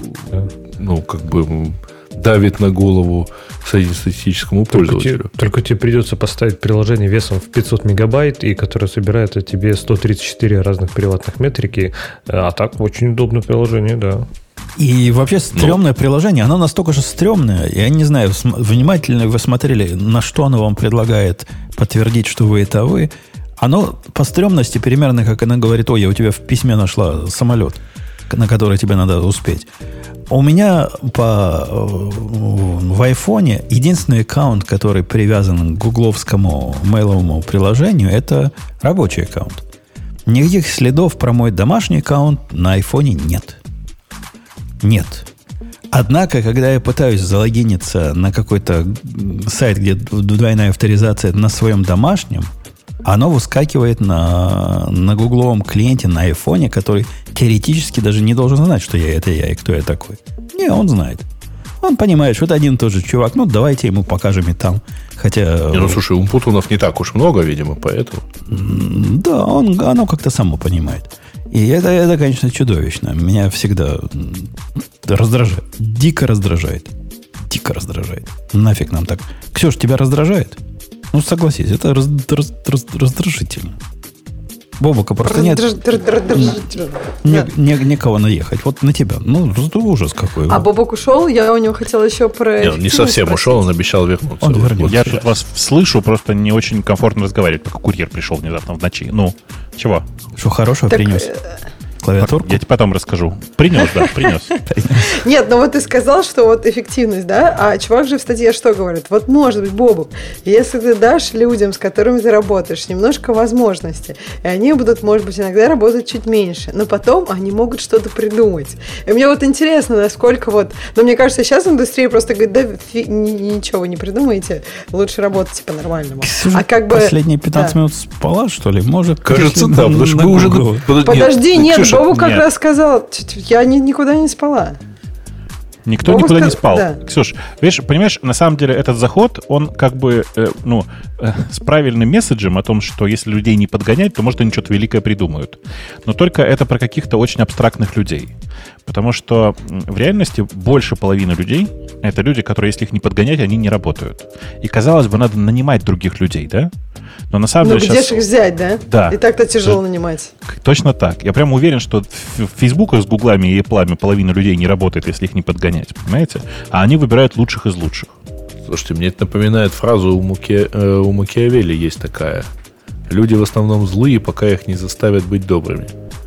как бы давит на голову среднестатистическому пользователю. Только, только тебе придется поставить приложение весом в пятьсот мегабайт, и которое собирает о тебе сто тридцать четыре разных приватных метрики. А так очень удобное приложение, да. И вообще стрёмное ну. приложение, оно настолько же стрёмное. Я не знаю, внимательно вы смотрели, на что оно вам предлагает подтвердить, что вы это вы. Оно по стрёмности примерно, как она говорит, ой, я у тебя в письме нашла самолет, на который тебе надо успеть. У меня по, в айфоне единственный аккаунт, который привязан к гугловскому мейловому приложению, это рабочий аккаунт. Никаких следов про мой домашний аккаунт на айфоне нет. Нет. Однако, когда я пытаюсь залогиниться на какой-то сайт, где двойная авторизация на своем домашнем, оно выскакивает на, на гугловом клиенте на айфоне, который теоретически даже не должен знать, что я это я и кто я такой. Не, он знает. Он понимает, что это один и тот же чувак. Ну, давайте ему покажем и там. Хотя... Не, ну, слушай, умпутунов не так уж много, видимо, поэтому. Да, он, оно как-то само понимает. И это, это, конечно, чудовищно. Меня всегда раздражает. Дико раздражает. Дико раздражает. Нафиг нам так. Ксюш, тебя раздражает? Ну, согласись, это раз, раз, раз, раздражительно. Бобука просто нет. Не, не, некого наехать. Вот на тебя. Ну, ужас какой. А Бобок ушел, я у него хотела еще про... Не, он не совсем спросить. Ушел, он обещал вернуться. Он вернется. Я тут вас слышу, просто не очень комфортно разговаривать, пока курьер пришел внезапно в ночи. Ну, чего? Что хорошего так, принес? Клавиатурку? Я тебе потом расскажу. Принес, да, принес. Нет, ну вот ты сказал, что вот эффективность, да? А чувак же в статье что говорит? Вот может быть, Бобук, если ты дашь людям, с которыми ты работаешь, немножко возможностей, и они будут, может быть, иногда работать чуть меньше, но потом они могут что-то придумать. И мне вот интересно, насколько вот... Но мне кажется, сейчас индустрия просто говорит, да фи, ничего вы не придумаете, лучше работайте по-нормальному. А как бы... Последние пятнадцать да. минут спала, что ли? Может, кажется, да, потому что мы уже... Подожди, нет, Бобук как раз сказал, я ни, никуда не спала. Никто Бобук никуда сказ... не спал. Да. Ксюш, видишь, понимаешь, на самом деле этот заход, он как бы, э, ну, э, с правильным месседжем о том, что если людей не подгонять, то, может, они что-то великое придумают. Но только это про каких-то очень абстрактных людей. Потому что в реальности больше половины людей — это люди, которые, если их не подгонять, они не работают. И, казалось бы, надо нанимать других людей, да? Но на самом ну, деле где сейчас... же их взять, да? Да. И так-то тяжело нанимать. Точно так. Я прям уверен, что в Фейсбуке с Гуглами и Эпплами половина людей не работает, если их не подгонять, понимаете? А они выбирают лучших из лучших. Слушайте, мне это напоминает фразу у, Маки... э, у Макиавелли есть такая. Люди в основном злые, пока их не заставят быть добрыми.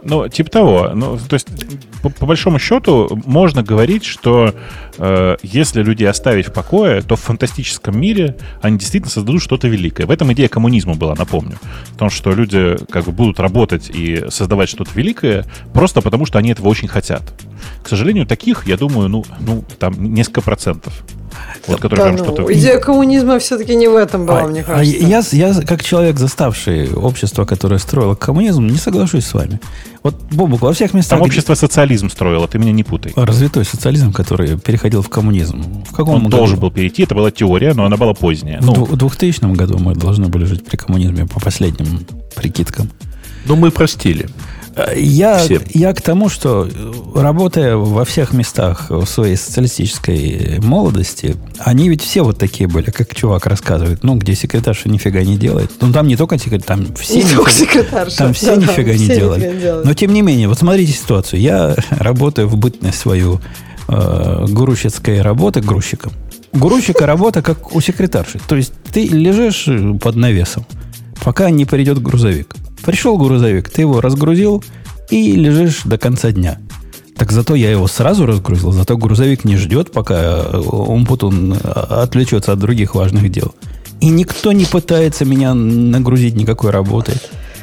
Ну, типа того. Ну, то есть, по, по большому счету, можно говорить, что э, если людей оставить в покое, то в фантастическом мире они действительно создадут что-то великое. В этом идея коммунизма была, напомню. В том, что люди как бы будут работать и создавать что-то великое просто потому, что они этого очень хотят. К сожалению, таких, я думаю, ну, ну там несколько процентов. Вот, да, да, ну, что-то... Идея коммунизма все-таки не в этом была, а, мне кажется. А я, я, как человек, заставший общество, которое строило коммунизм, не соглашусь с вами. Вот, Бобук, во всех местах... Там общество социализм строило, ты меня не путай. Развитой социализм, который переходил в коммунизм. В каком Он году? должен был перейти, это была теория, но она была поздняя. В, ну... в двухтысячном году мы должны были жить при коммунизме, по последним прикидкам. Но мы простили. Я, я к тому, что, работая во всех местах в своей социалистической молодости, они ведь все вот такие были, как чувак рассказывает, ну, где секретарша нифига не делает. Ну, там не только секретарь, там все, не нифига, секретарша, там все да, нифига да, не все делали. нифига делают. Но, тем не менее, вот смотрите ситуацию. Я работаю в бытность свою э, грузчицкой работы грузчиком. У грузчика работа как у секретарши. То есть ты лежишь под навесом, пока не придет грузовик. Пришел грузовик, ты его разгрузил и лежишь до конца дня. Так зато я его сразу разгрузил, зато грузовик не ждет, пока Умпутун отвлечется от других важных дел. И никто не пытается меня нагрузить никакой работой.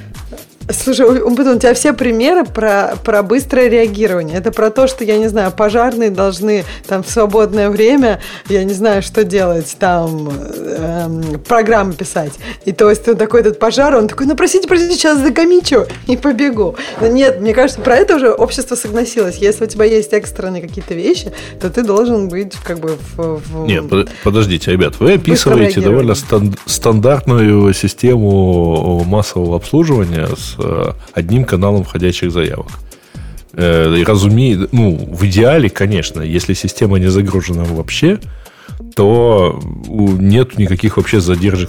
Слушай, Умпутун, у тебя все примеры про, про быстрое реагирование. Это про то, что, я не знаю, пожарные должны там в свободное время, я не знаю, что делать, там эм, программы писать. И то есть он такой, этот пожар, он такой, ну, простите, простите, сейчас закомичу и побегу. Но нет, мне кажется, про это уже общество согласилось. Если у тебя есть экстренные какие-то вещи, то ты должен быть как бы в... в... Нет, подождите, ребят, вы описываете довольно стан- стандартную систему массового обслуживания с одним каналом входящих заявок. И разумеется, ну, в идеале, конечно, если система не загружена вообще, то нет никаких вообще задержек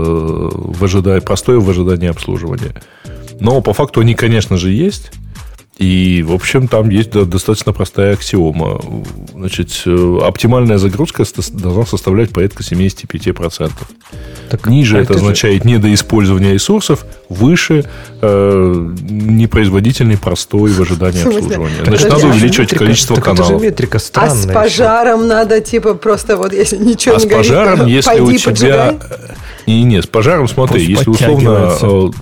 в ожидании, простое в ожидании обслуживания. Но по факту они, конечно же, есть. И, в общем, там есть достаточно простая аксиома. Значит, оптимальная загрузка должна составлять порядка семьдесят пять процентов. Так, ниже а это, это означает же... недоиспользование ресурсов, выше э, непроизводительный простой в ожидании обслуживания. Значит, надо увеличивать метрика, количество так каналов. Это же метрика странная. А с пожаром еще. Надо, типа, просто вот, если ничего а не горит, с пожаром, если у тебя... поджигай. Не, не, с пожаром, смотри, Пусть если условно...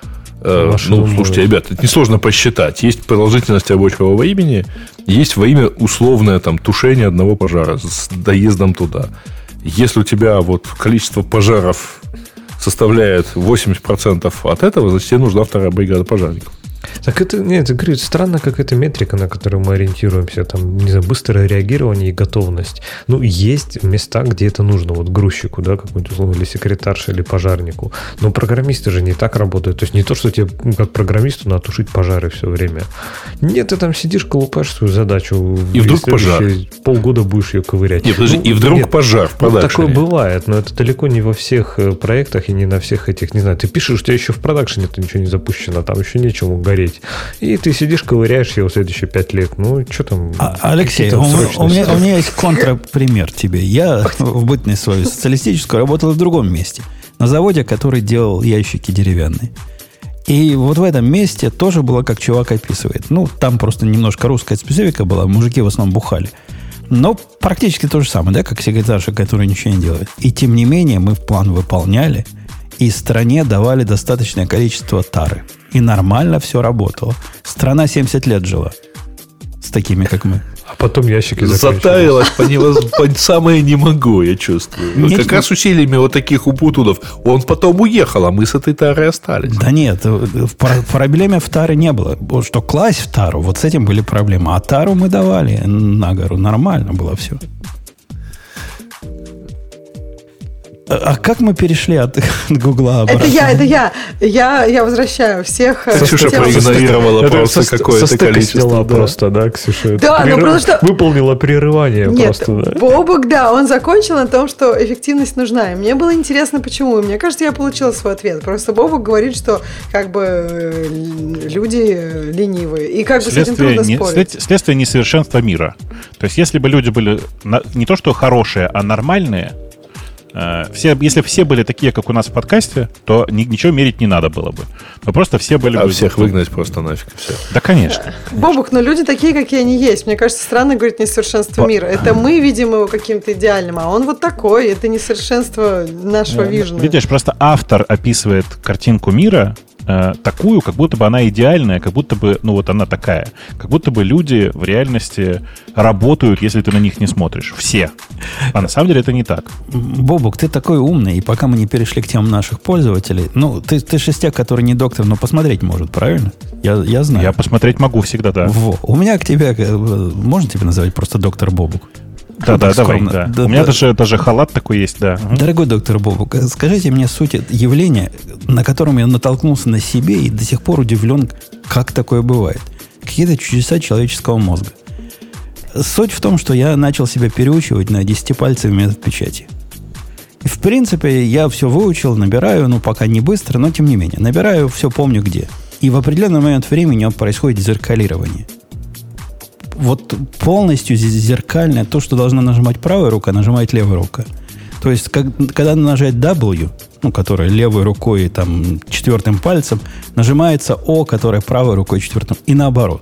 Ну, слушайте, ребят, это несложно посчитать. Есть продолжительность рабочего времени, есть время условное там, тушение одного пожара с доездом туда. Если у тебя вот количество пожаров составляет восемьдесят процентов от этого, значит, тебе нужна вторая бригада пожарников. Так это, нет, это, говорю, странно, как эта метрика, на которую мы ориентируемся, там, не знаю, быстрое реагирование и готовность. Ну, есть места, где это нужно, вот грузчику, да, какому-нибудь условно, или секретарше, или пожарнику. Но программисты же не так работают. То есть не то, что тебе, как программисту, надо тушить пожары все время. Нет, ты там сидишь, колупаешь свою задачу. И вдруг пожар. Полгода будешь ее ковырять. Нет, подожди, ну, и вдруг нет, пожар в продакшене. Ну, такое бывает, но это далеко не во всех проектах и не на всех этих, не знаю, ты пишешь, у тебя еще в продакшене-то ничего не запущено, там еще нечему гореть. И ты сидишь, ковыряешь его следующие пять лет. Ну, что там? А, Алексей, у, у, меня, у меня есть контрапример тебе. Я в бытность свою социалистическую работал в другом месте. На заводе, который делал ящики деревянные. И вот в этом месте тоже было, как чувак описывает. Ну, там просто немножко русская специфика была. Мужики в основном бухали. Но практически то же самое, да, как секретарша, которая ничего не делает. И тем не менее мы в план выполняли. И стране давали достаточное количество тары. И нормально все работало. Страна семьдесят лет жила. С такими, как мы. А потом ящики закончились. Затаилась по, невоз... по самое не могу, я чувствую. Вот как раз усилиями вот таких упутунов. Он потом уехал, а мы с этой тарой остались. Да нет, в проблеме в таре не было. Что класть в тару, вот с этим были проблемы. А тару мы давали на гору. Нормально было все. А как мы перешли от Гугла обратно? Это я, это я. Я, я возвращаю всех. Ксюша проигнорировала просто со, какое-то со количество. Да. Просто, да, Ксюша? Да, Прер... ну потому что... Выполнила прерывание. Нет, просто, да. Бобук, да, он закончил на том, что эффективность нужна. И мне было интересно, почему. И мне кажется, я получила свой ответ. Просто Бобук говорит, что как бы люди ленивые. И как бы с этим трудно не, спорить. Следствие несовершенства мира. То есть, если бы люди были не то что хорошие, а нормальные, Все, если все были такие, как у нас в подкасте, то ни, ничего мерить не надо было бы. Мы просто все были а бы... всех выгнать просто нафиг. Все. Да, конечно. Бобук, но люди такие, какие они есть. Мне кажется, странно говорить несовершенство По... мира. Это мы видим его каким-то идеальным, а он вот такой. Это несовершенство нашего да, вижена. Видишь, просто автор описывает картинку мира э, такую, как будто бы она идеальная, как будто бы, ну вот она такая. Как будто бы люди в реальности работают, если ты на них не смотришь. Все. А на самом деле это не так. Бобук, ты такой умный, и пока мы не перешли к темам наших пользователей, ну, ты, ты шестяк, который не доктор, но посмотреть может, правильно? Я, я знаю. Я посмотреть могу всегда, да. Во. У меня к тебе, можно тебя называть просто доктор Бобук? Да, да, давай, да. да. У меня да. Даже, даже халат такой есть, да. Дорогой доктор Бобук, скажите мне суть явления, на котором я натолкнулся на себе и до сих пор удивлен, как такое бывает. Какие-то чудеса человеческого мозга. Суть в том, что я начал себя переучивать на десятипальцевый метод печати. И, в принципе, я все выучил, набираю, ну, пока не быстро, но тем не менее. Набираю, все помню где. И в определенный момент времени происходит зеркалирование. Вот полностью зеркальное, то, что должна нажимать правая рука, нажимает левая рука. То есть, как, когда нажать W, ну, которая левой рукой, там, четвертым пальцем, нажимается O, которая правой рукой, четвертым, и наоборот.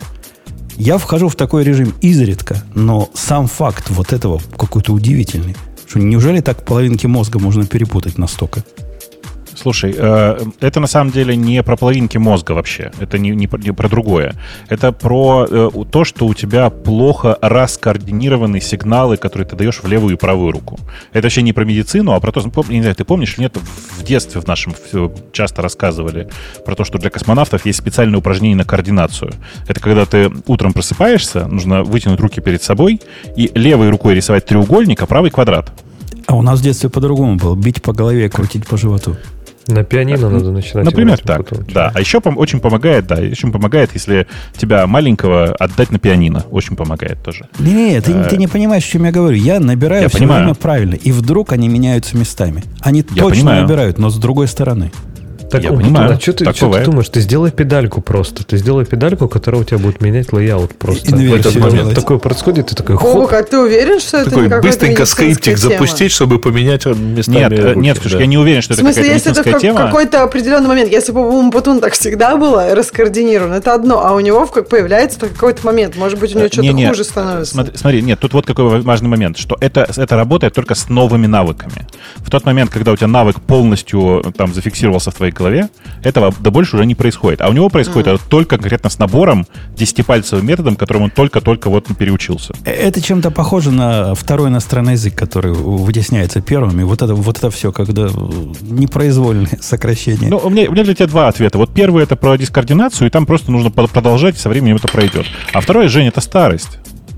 Я вхожу в такой режим изредка, но сам факт вот этого какой-то удивительный. Что неужели так половинки мозга можно перепутать настолько? Слушай, э, это на самом деле не про половинки мозга вообще. Это не, не, про, не про другое. Это про э, то, что у тебя плохо раскоординированы сигналы, которые ты даешь в левую и правую руку. Это вообще не про медицину, а про то, не знаю, ты помнишь, нет, в детстве в нашем часто рассказывали про то, что для космонавтов есть специальное упражнение на координацию. Это когда ты утром просыпаешься, нужно вытянуть руки перед собой и левой рукой рисовать треугольник, а правой квадрат. А у нас в детстве по-другому было. Бить по голове, крутить по животу. На пианино надо начинать. Например, так. Потом, да. А еще пом- очень помогает, да, очень помогает, если тебя маленького отдать на пианино. Очень помогает тоже. Нет, ты, а, ты не понимаешь, о чем я говорю. Я набираю я все понимаю. время правильно, и вдруг они меняются местами. Они я точно понимаю. набирают, но с другой стороны. Так, я он, понимаю. А что ты, что ты думаешь? Ты сделай педальку просто. Ты сделай педальку, которая у тебя будет менять лейаут просто. И, и в этот момент такое происходит, ты такой хоп. О, а ты уверен, что это такой не какая-то быстренько скриптик тема? запустить, чтобы поменять местами Нет, руки, нет, Ксюша, да. я не уверен, что это какая-то медицинская тема. В смысле, если это в какой-то определенный момент, если бы у Умпутун так всегда было раскоординировано, это одно, а у него появляется какой-то момент, может быть, у него что-то не, не, хуже становится. Смотри, смотри, нет, тут вот какой важный момент, что это, это работает только с новыми навыками. В тот момент, когда у тебя навык полностью там зафиксировался в твоей голове, этого да больше уже не происходит. А у него происходит mm. это только конкретно с набором, десятипальцевым методом, которым он только-только вот переучился. Это чем-то похоже на второй иностранный язык, который вытесняется первым. И вот это, вот это все, когда непроизвольное сокращение. Ну, у меня, у меня для тебя два ответа. Вот первый — это про дискоординацию, и там просто нужно продолжать, и со временем это пройдет. А второй, Жень, это старость.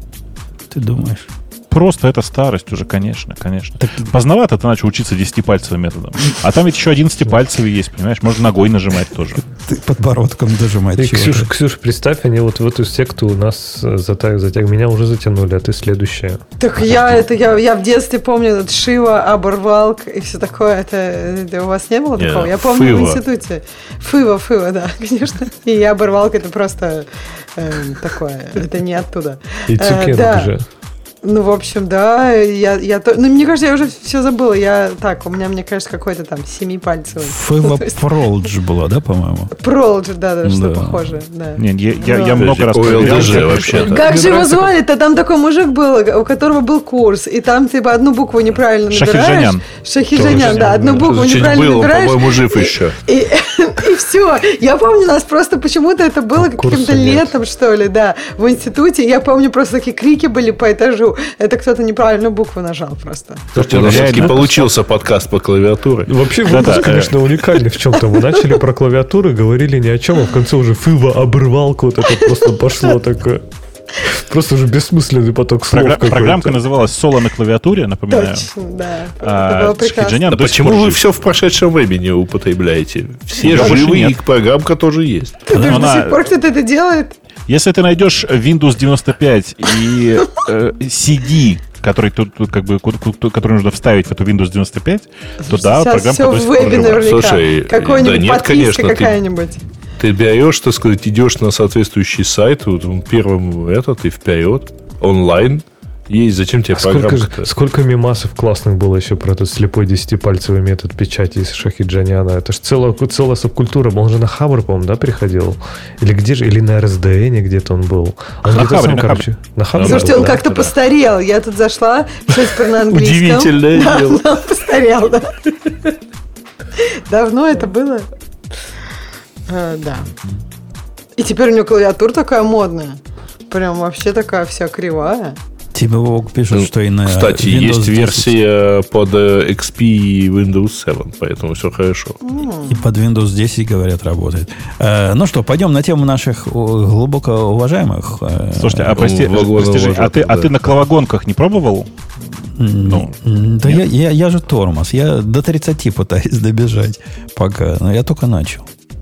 Ты думаешь? Просто это старость уже, конечно, конечно. Так... Поздновато ты начал учиться десятипальцевым методом. А там ведь еще одиннадцатипальцевый есть, понимаешь? Можно ногой нажимать тоже. Ты подбородком дожимать. И, Ксюша, Ксюша, представь, они вот в эту секту у нас затяг, затяг, меня уже затянули, а ты следующая. Так я это я, я в детстве помню этот Шива, Оборвалк и все такое. Это, это у вас не было такого? Yeah, я помню Фыва. В институте. Фыва, Фыва, да, конечно. И Оборвалк это просто э, такое. Это не оттуда. И Цукенок э, да. же. Ну, в общем, да, я, я то... Ну, мне кажется, я уже все забыла. Я так, у меня, мне кажется, какой-то там семипальцевый. Фыва Пролдж была, да, по-моему? Пролдж, да, да, что похоже, да. Нет, я, я, я много раз проверял вообще. Как же его звали-то? Там такой мужик был, у которого был курс, и там, типа, одну букву неправильно набираешь. Шахиджанян. Шахиджанян, да, одну букву неправильно был, набираешь. по-моему, жив еще. И, и все. Я помню, у нас просто почему-то это было каким-то летом, что ли, да, в институте. Я помню, просто такие крики были по этажу. Это кто-то неправильную букву нажал просто. Слушайте, у нас все-таки получился подкаст по клавиатуре. Вообще выпуск, конечно, уникальный в чем-то. Мы начали про клавиатуры, говорили ни о чем, а в конце уже Фыва, Оборвалка, вот это просто пошло такое. Просто уже бессмысленный поток слов. Програ- программка называлась «Соло на клавиатуре», напоминаю. Точно, да. А, да почему вы жив. все в прошедшем времени употребляете? Все Я живые, и программка тоже есть. Ты думаешь, до сих пор кто-то это делает? Если ты найдешь Windows девяносто пять и э, си ди, который, тут, тут, как бы, который нужно вставить в эту Windows девяносто пять, то да, программка все в вебе наверняка. Слушай, какой-нибудь да нет, подписка конечно, какая-нибудь. Ты, ты берешь, так сказать, идешь на соответствующий сайт, вот, первым этот и вперед, онлайн, есть, зачем тебе а программа? Сколько, сколько мемасов классных было еще про этот слепой десятипальцевый метод печати из Шахиджаняна. Это же целая, целая субкультура. Он же на Хабр, по-моему, да, приходил? Или где же? Или на эр эс ди эн где-то он был. Он на Хабре, сам, на короче, на Хабре. Слушайте, он да, как-то да. постарел. Я тут зашла, все теперь на английском. Удивительное Да, дело. он постарел, да. Давно это было? А, да. И теперь у него клавиатура такая модная. Прям вообще такая вся кривая. Тебе, Вовк, пишут, что и на Кстати, Windows есть десять версия под икс пи и Windows семь, поэтому все хорошо. И под Windows десять, говорят, работает. Э, ну что, пойдем на тему наших глубоко уважаемых. Э, Слушайте, а прости, Вагоны прости Жень, а, ты, а да. ты на клавагонках не пробовал? Ну, да я, я, я же тормоз. Я до тридцати пытаюсь добежать пока. Но я только начал.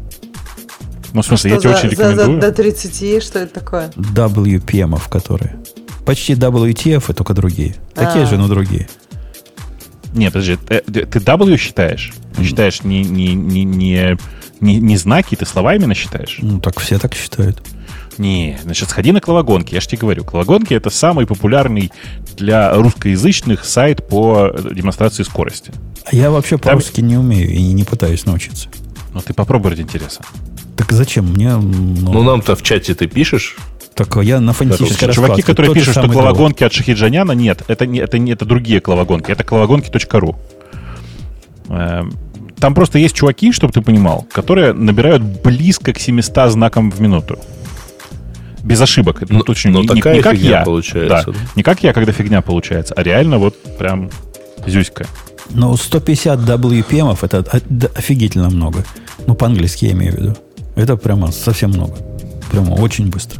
Ну, в смысле, Что я тебе за- очень за- за- рекомендую. До тридцати, что это такое? дабл ю пи эм, которые. Почти дабл ю ти эф, только другие. Такие А. же, но другие. Не, подожди, ты, ты W считаешь? Ты считаешь не, не, не, не, не, не знаки, ты слова именно считаешь? Ну, так все так считают. Не, значит, сходи на клавагонки. Я же тебе говорю, клавагонки — это самый популярный для русскоязычных сайт по демонстрации скорости. А я вообще Там- по-русски не умею и не пытаюсь научиться. Но ты попробуй ради интереса. Так зачем? Мне, ну, Ну, нам-то в чате ты пишешь. так я на фонетической Чуваки, раскладке. которые тот же пишут, что самый клавагонки от Шахиджаняна, нет, это, не, это, не, это другие клавагонки, это клавагонки точка ру. Эм, Там просто есть чуваки, чтобы ты понимал, которые набирают близко к семистам знакам в минуту. Без ошибок. Это Но- точно но не, не- такая не как фигня я. получается, Да, да? не как я, когда фигня получается, а реально вот прям зюська. Ну, сто пятьдесят дабл ю пи эм это о- да, офигительно много. Ну, по-английски я имею в виду. Это прямо совсем много. Прямо очень быстро.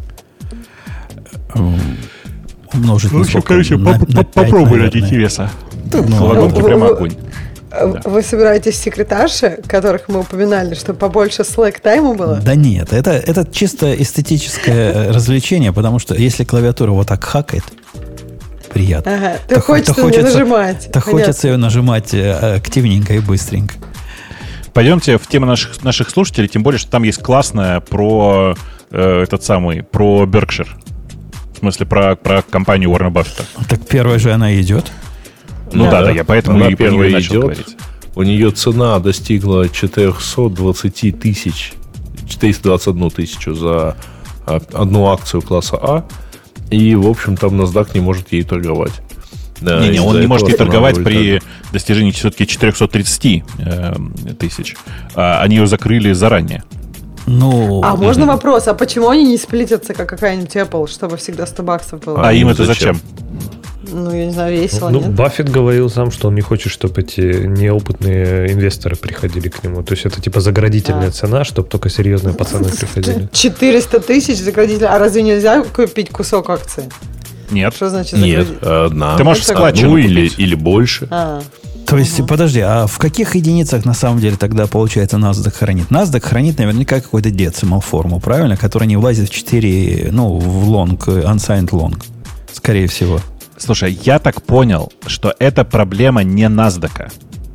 Эм, Умножить на сколько? На- на пять, наверное. интереса. Ну, Клавагонки ну, прямо вы- огонь. А Вы собираетесь секретарши, которых мы упоминали, чтобы побольше слэк-тайма было? Да нет, это, это чисто эстетическое э, развлечение, потому что если клавиатура вот так хакает, приятно. Ага, то То хочется хо- мне хочется- нажимать. То Понятно. хочется ее нажимать э, активненько и быстренько. Пойдемте в тему наших, наших слушателей, тем более, что там есть классная про э, этот самый, про Berkshire. В смысле, про, про компанию Уоррена Баффета. Так первая же она идет. Ну да, да, я поэтому Она и про первая нее начал идет. говорить. У нее цена достигла четыреста двадцать тысяч, четыреста двадцать одну тысячу за а, одну акцию класса А. И, в общем, там NASDAQ не может ей торговать. Да, Не-не, он из-за не может ей этого торговать цена при будет достижении все-таки четыреста тридцать э, тысяч. А они ее закрыли заранее. Ну, А можно вопрос, а почему они не сплитятся, как какая-нибудь Apple, чтобы всегда сто баксов было? А, А им им это зачем? зачем? Ну, я не знаю, весело, Ну, нет? Баффет говорил сам, что он не хочет, чтобы эти неопытные инвесторы приходили к нему. То есть это типа заградительная А. цена, чтобы только серьезные пацаны приходили. четыреста тысяч заградителей. А разве нельзя купить кусок акции? Нет. Что значит Нет, заградить? одна. Ты можешь Это складчину Одну или, купить. или больше. А, то есть, подожди, а в каких единицах на самом деле тогда, получается, NASDAQ хранит? NASDAQ хранит наверняка какой-то decimal форму, правильно? Которая не влазит в четыре, ну, в long, unsigned long, скорее всего. Слушай, я так понял, что это проблема не NASDAQ.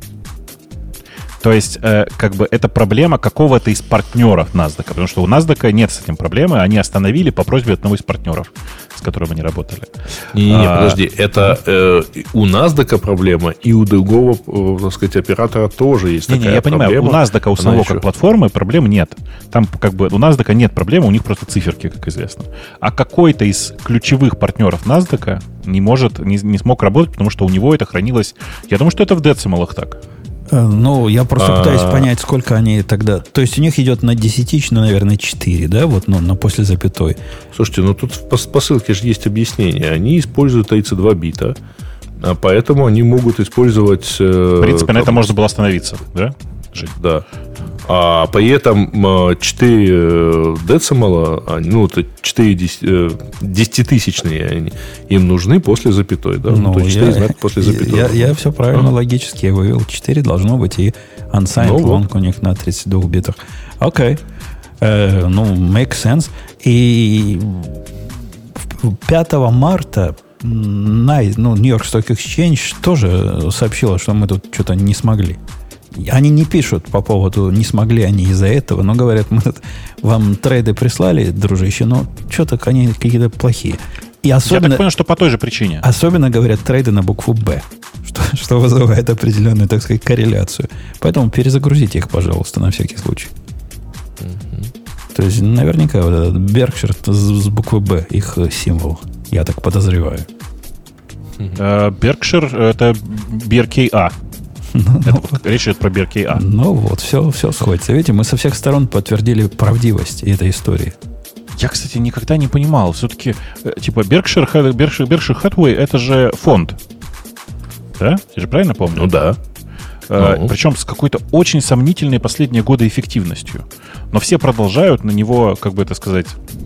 То есть, э, как бы, это проблема какого-то из партнеров NASDAQ. Потому что у NASDAQ нет с этим проблемы. Они остановили по просьбе одного из партнеров, с которым они работали. Не-не-не, А, подожди. Это э, у NASDAQ проблема, и у другого, э, так сказать, оператора тоже есть Не, такая не, я понимаю, проблема. у NASDAQ, у Она самого еще- как платформы проблем нет. Там как бы у NASDAQ нет проблем, у них просто циферки, как известно. А какой-то из ключевых партнеров NASDAQ не может, не, не смог работать, потому что у него это хранилось... Я думаю, что это в децималах так. Э, Ну, я просто А. пытаюсь понять, сколько они тогда... То есть у них идет на десятичную, наверное, четыре, да? Вот, ну, на после запятой. Слушайте, ну тут по, по ссылке же есть объяснение. Они используют тридцать два бита, а поэтому они могут использовать... э, В принципе, на там, этом можно было остановиться, да? Жень? Да. А при этом э, четыре децимала, а, ну, это четыре дес- э, десятитысячные они, им нужны после запятой, да? Ну, то есть четыре знака после запятой. я, я все правильно, А. логически я вывел. четыре должно быть, и unsigned Ну long вот. у них на тридцать двух битах. Окей. Э, ну, make sense. И пятого марта м, на, ну, New York Stock Exchange тоже сообщила, что мы тут что-то не смогли. Они не пишут по поводу, не смогли они из-за этого, но говорят, мы тут вам трейды прислали, дружище, но что-то они какие-то плохие. И особенно, Я так понял, что по той же причине. Особенно, говорят, трейды на букву «Б», что, что вызывает определенную, так сказать, корреляцию. Поэтому перезагрузите их, пожалуйста, на всякий случай. Mm-hmm. То есть, наверняка, вот этот Berkshire с, с буквы «Б» их символ. Я так подозреваю. Mm-hmm. Berkshire — это би ар кей эй. Ну, это вот, речь идет про би ар кей эй. Ну вот, все, все сходится. Видите, мы со всех сторон подтвердили правдивость этой истории. Я, кстати, никогда не понимал. Все-таки, типа, Berkshire, Berkshire, Berkshire Hathaway — это же фонд. Да? Я же правильно помню? Ну да. А, ну. Причем с какой-то очень сомнительной последние годы эффективностью. Но все продолжают на него, как бы это сказать,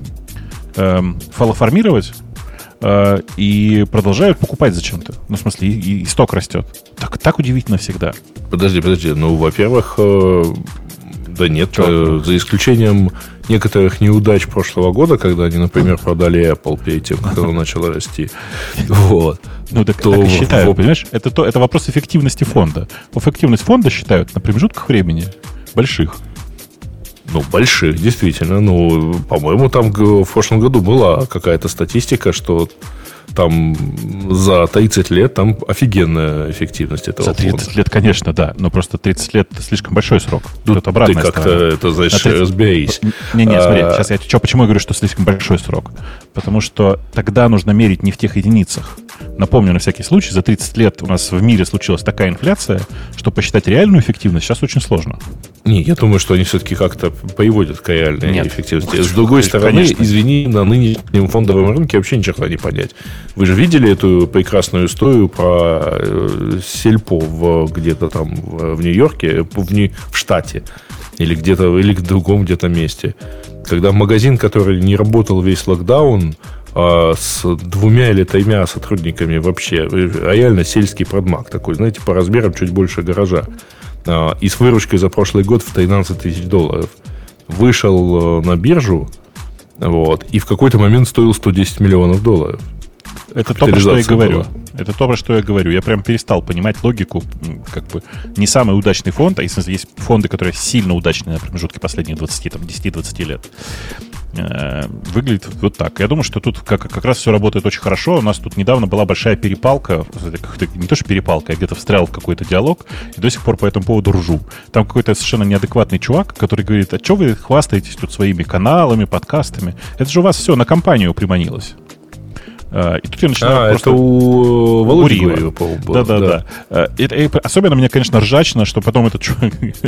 эм, фалоформировать э, и продолжают покупать зачем-то. Ну, в смысле, и, и сток растет. Так, так удивительно всегда. Подожди, подожди. Ну, во-первых... Э... Да нет, э, за исключением некоторых неудач прошлого года, когда они, например, продали Apple перед тем, как оно начало расти. Вот. Ну, так, то, так и считают, в... понимаешь? Это, то, это вопрос эффективности фонда. Эффективность фонда считают на промежутках времени больших. Ну, больших, действительно. Ну, по-моему, там в прошлом году была какая-то статистика, что там за тридцать лет там офигенная эффективность этого За тридцать фонда. Лет, конечно, да. Но просто тридцать лет — это слишком большой срок. Ну, ты как-то, сторона. Это, знаешь, тридцать... разберись. Не-не, смотри, а... сейчас я что, почему я говорю, что слишком большой срок? Потому что тогда нужно мерить не в тех единицах. Напомню, на всякий случай, за тридцать лет у нас в мире случилась такая инфляция, что посчитать реальную эффективность сейчас очень сложно. Не, я думаю, что они все-таки как-то приводят к реальной Нет. эффективности. С другой Конечно. стороны, извини, на нынешнем фондовом рынке вообще ничего не понять. Вы же видели эту прекрасную историю про сельпо в, где-то там в Нью-Йорке, в, Нью- в штате, или где-то, или в другом где-то месте. Когда магазин, который не работал весь локдаун, а с двумя или тремя сотрудниками вообще, реально сельский продмаг такой, знаете, по размерам чуть больше гаража, и с выручкой за прошлый год в тринадцать тысяч долларов, вышел на биржу, вот, и в какой-то момент стоил сто десять миллионов долларов. Это то, про что я говорю. Была. Это то, про что я говорю. Я прям перестал понимать логику. Как бы не самый удачный фонд, а если есть фонды, которые сильно удачные на промежутке последних двадцати, там, десяти-двадцати лет. Э, выглядит вот так. Я думаю, что тут как, как раз все работает очень хорошо. У нас тут недавно была большая перепалка. Не то, что перепалка, я где-то встрял в какой-то диалог и до сих пор по этому поводу ржу. Там какой-то совершенно неадекватный чувак, который говорит: а что вы хвастаетесь тут своими каналами, подкастами? Это же у вас все на компанию приманилось. И тут я начинаю а, просто... это у Володи Гурьева, по-моему, было. Да-да-да. Это, это, особенно мне, конечно, ржачно, что потом этот чувак,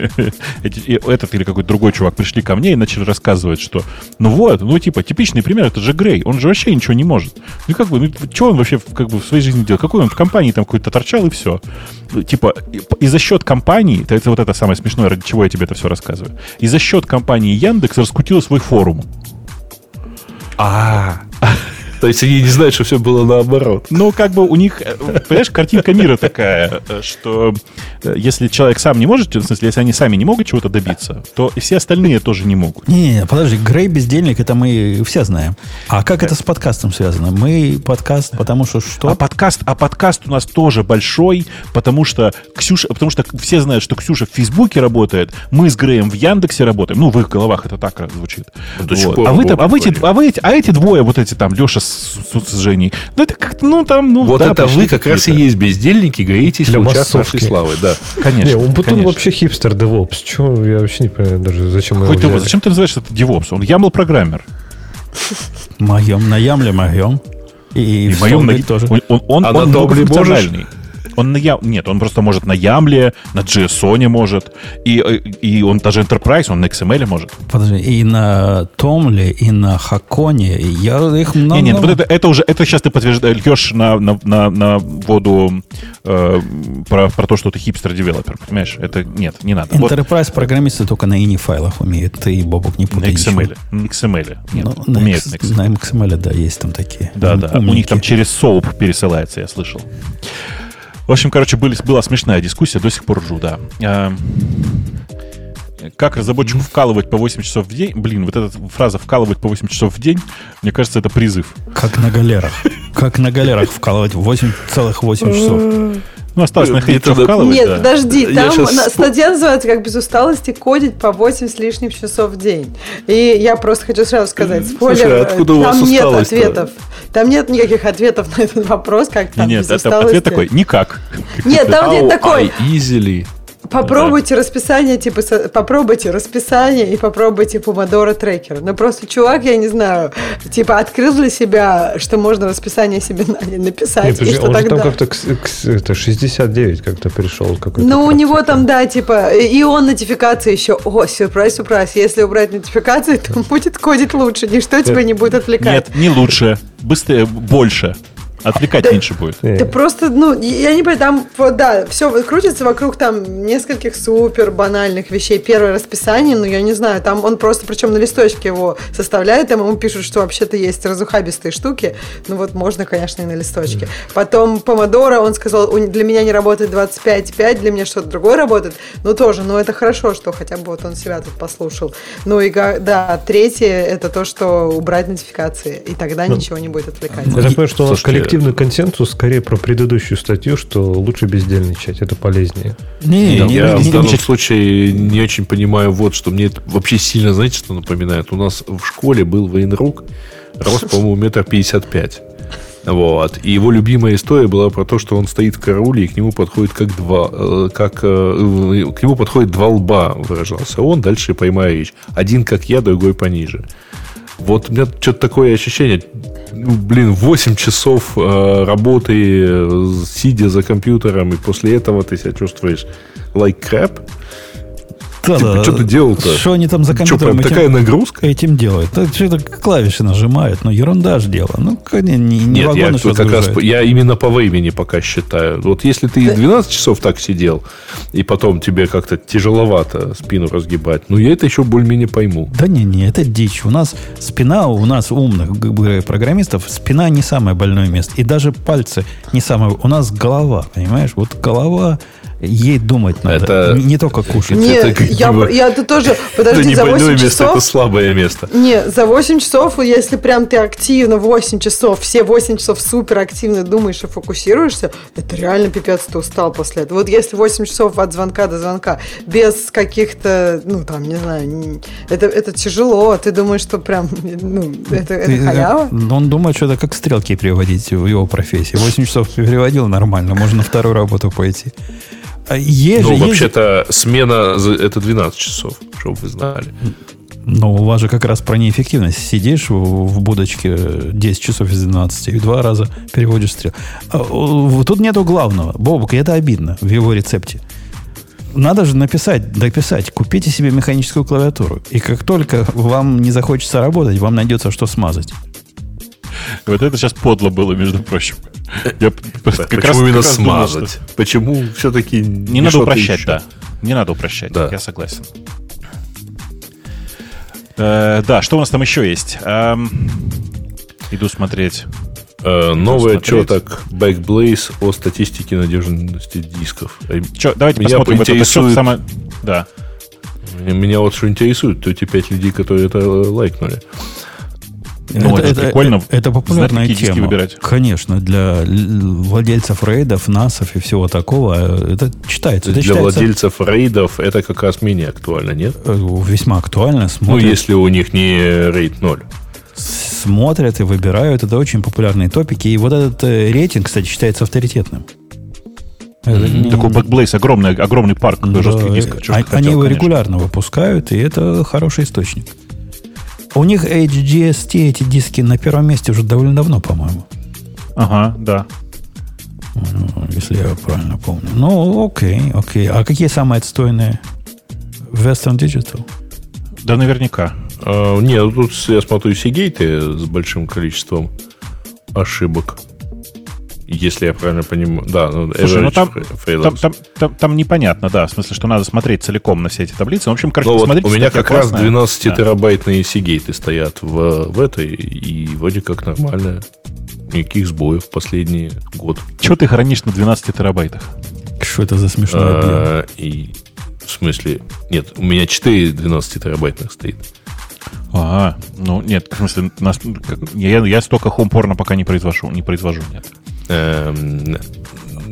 этот или какой-то другой чувак пришли ко мне и начали рассказывать, что ну вот, ну типа, типичный пример, это же Грей, он же вообще ничего не может. Ну как бы, ну что он вообще как бы в своей жизни делал? Какой он в компании там какой-то торчал и все. Типа, и, и за счет компании, это, это вот это самое смешное, ради чего я тебе это все рассказываю, и за счет компании Яндекс раскрутила свой форум. А То есть они не знают, что все было наоборот. Ну, как бы у них, понимаешь, картинка мира такая, что если человек сам не может, в смысле, если они сами не могут чего-то добиться, то и все остальные тоже не могут. Не, подожди, Грей бездельник, это мы все знаем. А как это с подкастом связано? Мы подкаст, потому что что? А подкаст, а подкаст у нас тоже большой, потому что Ксюша, потому что все знают, что Ксюша в Фейсбуке работает, мы с Греем в Яндексе работаем. Ну, в их головах это так звучит. Вот. А вы там, а вы эти, а вы эти, а эти двое, вот эти там, Леша с, с, с Женей, ну это как-то, ну там, ну вот да, это вы как раз и есть бездельники, греетесь в лучах нашей славы, да. Конечно. Не, он потом вообще хипстер девопс. Чего? Я вообще не понимаю даже, зачем его взяли. Зачем ты называешь это девопс? Он ямл-программер. Моем, на ямле моем. И, и в моем на... тоже. Он, он, он, а он на многофункциональный. Он на ям... Нет, он просто может на Ямле, на джей эс о может. И, и он даже Enterprise, он на икс эм эл может. Подожди, и на Томле, и на Хаконе. Я их много... Нет, нет, вот это, это уже, это сейчас ты подтверждаешь, льешь на, на, на, на воду э, про, про то, что ты хипстер-девелопер, понимаешь? Это нет, не надо. Enterprise программисты только на ини файлах умеют. Ты, Бобок, не путай. На икс эм эл. На икс эм эл. Нет, ну, умеют на икс эм эл. На икс эм эл, да, есть там такие. Да, да. У них там через соуп пересылается, я слышал. В общем, короче, были, была смешная дискуссия, до сих пор ржу, да. А, как разработчику вкалывать по восемь часов в день? Блин, вот эта фраза «вкалывать по восемь часов в день», мне кажется, это призыв. Как на галерах. Как на галерах вкалывать восемь целых восемь часов. Ну, осталось находить, что вкалывать. Нет, да. подожди, там сейчас... статья называется «Как без усталости кодить по восемь с лишним часов в день». И я просто хочу сразу сказать, спойлер, Слушай, откуда у вас там нет усталость-то? ответов. Там нет никаких ответов на этот вопрос, как там нет, без усталости. Ответ такой, никак. Нет, там ответ такой. Easily. Попробуйте да. расписание, типа, попробуйте расписание и попробуйте помодоро трекер. Ну, просто чувак, я не знаю, типа, открыл для себя, что можно расписание себе написать. Нет, и что он тогда? Там как-то к, к, это шестьдесят девять как-то пришел. Ну, у него там, да, типа, и он нотификации еще. О, сюрприз, сюрприз. Если убрать нотификации, то будет кодить лучше. Ничто тебя не будет отвлекать. Нет, не лучше. Быстрее, больше. Отвлекать да, меньше будет. Да просто, ну, я не понимаю, там, вот, да, все крутится вокруг там нескольких супер банальных вещей. Первое расписание, ну, я не знаю, там он просто, причем на листочке его составляет, там ему пишут, что вообще-то есть разухабистые штуки, ну, вот можно, конечно, и на листочке. Потом помодоро, он сказал, для меня не работает двадцать пять пять, для меня что-то другое работает, ну, тоже, ну, это хорошо, что хотя бы вот он себя тут послушал. Ну, и, да, третье, это то, что убрать нотификации, и тогда ну, ничего не будет отвлекать. Я понимаю, что у нас коллектив консенсус скорее про предыдущую статью, что лучше бездельничать, это полезнее. Не, не, я не, в данном не, случае не очень понимаю вот, что мне это вообще сильно, знаете, что напоминает? У нас в школе был военрук, рост, по-моему, метр пятьдесят пять. Вот. И его любимая история была про то, что он стоит в карауле, и к нему подходит как два, как, к нему подходит два лба, выражался он, дальше поймая речь. Один как я, другой пониже. Вот у меня что-то такое ощущение, ну, блин, восемь часов э, работы, э, сидя за компьютером, и после этого ты себя чувствуешь like crap. Да, типа, да, что ты делал-то? Что они там за компьютером что, такая нагрузка? Этим делают? Что-то клавиши нажимают, ну, ерунда ж дело. Ну, не, не Нет, я, как раз, я именно по времени пока считаю. Вот если ты двенадцать часов так сидел, и потом тебе как-то тяжеловато спину разгибать, ну, я это еще более-менее пойму. Да не, не, это дичь. У нас спина, у нас умных программистов, спина не самое больное место. И даже пальцы не самое... У нас голова, понимаешь? Вот голова... Ей думать надо, это... не, не только кушать. Нет, это, я, бы, я тут тоже... Подожди, это не за больное место, часов, это слабое место. Не, за восемь часов, если прям ты активно восемь часов, все восемь часов супер активно думаешь и фокусируешься, это реально пипец, ты устал после этого. Вот если восемь часов от звонка до звонка, без каких-то, ну там, не знаю, не, это, это тяжело, ты думаешь, что прям, ну, это, это халява? Он думает, что это как стрелки переводить в его профессии. восемь часов переводил нормально, можно на вторую работу пойти. Есть ну, же, вообще-то есть... смена это двенадцать часов, чтобы вы знали. Ну, у вас же как раз про неэффективность. Сидишь в, в будочке десять часов из двенадцати и два раза переводишь стрел. А, тут нету главного. Бобок, это обидно в его рецепте. Надо же написать, дописать. Купите себе механическую клавиатуру. И как только вам не захочется работать, вам найдется, что смазать. Вот это сейчас подло было, между прочим. Я да, как почему раз, именно как смазать? Думал, что... Почему все-таки не, не надо упрощать, еще? Да. Не надо упрощать, да. Я согласен. Э, да, что у нас там еще есть? Эм, иду смотреть. Э, новый отчеток Backblaze о статистике надежности дисков. Че, давайте меня посмотрим интересует... это самое... Да. Меня вот что интересует, то эти пять людей, которые это лайкнули. Ну, это, это, это прикольно. Это, это популярная знать, тема. Выбирать. Конечно, для владельцев рейдов, насов и всего такого. Это читается. Это для читается... владельцев рейдов это как раз менее актуально, нет? Весьма актуально. Смотрят, ну, если у них не рейд ноль. Смотрят и выбирают. Это очень популярные топики. И вот этот рейтинг, кстати, считается авторитетным. Mm-hmm. Не... Такой Backblaze, огромный, огромный парк да, жестких дисков. Они хотел, его конечно. регулярно выпускают, и это хороший источник. У них эйч ди эс ти, эти диски на первом месте уже довольно давно, по-моему. Ага, да. Ну, если я правильно помню. Ну, окей, окей. А какие самые отстойные? Western Digital? Да, наверняка. А, нет, тут я смотрю Seagate с большим количеством ошибок. Если я правильно понимаю. Да, ну, слушай, ну там, там, там, там, там непонятно, да. В смысле, что надо смотреть целиком на все эти таблицы. В общем, короче, вот посмотрите. У меня как классная. раз двенадцатитерабайтные да. Seagate стоят в, в этой, и вроде как нормально. Никаких сбоев в последний год. Чего ты хранишь на двенадцати терабайтах? Что это за смешное а, и, В смысле... Нет, у меня четыре двенадцатитерабайтных стоит. А, ну нет, в смысле, нас, я, я столько хоум-порно пока не произвожу, не произвожу, нет. Эм,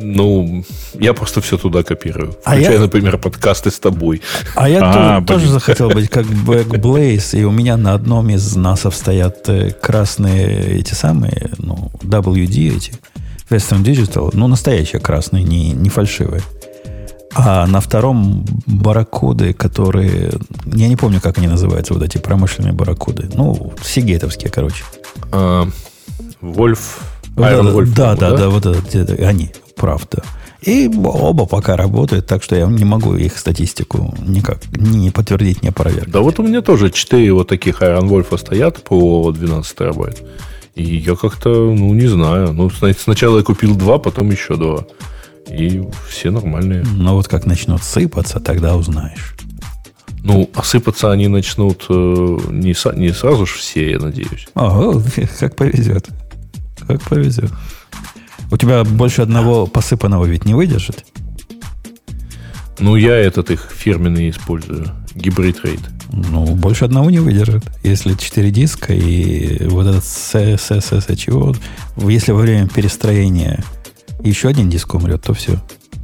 Ну, я просто все туда копирую. А Включая, я... например, подкасты с тобой. А я а, тоже, тоже захотел быть как Backblaze, и у меня на одном из насов стоят красные эти самые, ну, дабл ю ди эти, Western Digital, ну, настоящие красные, не, не фальшивые. А на втором барракуды, которые... Я не помню, как они называются, вот эти промышленные барракуды. Ну, сигейтовские, короче. А, Вольф... Да, Wolf, да, да, да, да, вот это, они, правда. И оба пока работают, так что я не могу их статистику никак ни подтвердить, ни опровергнуть. Да вот у меня тоже четыре вот таких Iron Wolf стоят по двенадцать терабайт. И я как-то, ну, не знаю. Ну, сначала я купил два, потом еще два. И все нормальные. Но вот как начнут сыпаться, тогда узнаешь. Ну, а сыпаться они начнут э, не, са- не сразу же все, я надеюсь. Ого, как повезет. Как повезет. У тебя больше одного посыпанного ведь не выдержит? Ну, я этот их фирменный использую. Гибрид рейд. Ну, больше одного не выдержит. Если четыре диска и вот этот эс эс эс, чего, если во время перестроения еще один диск умрет, то все.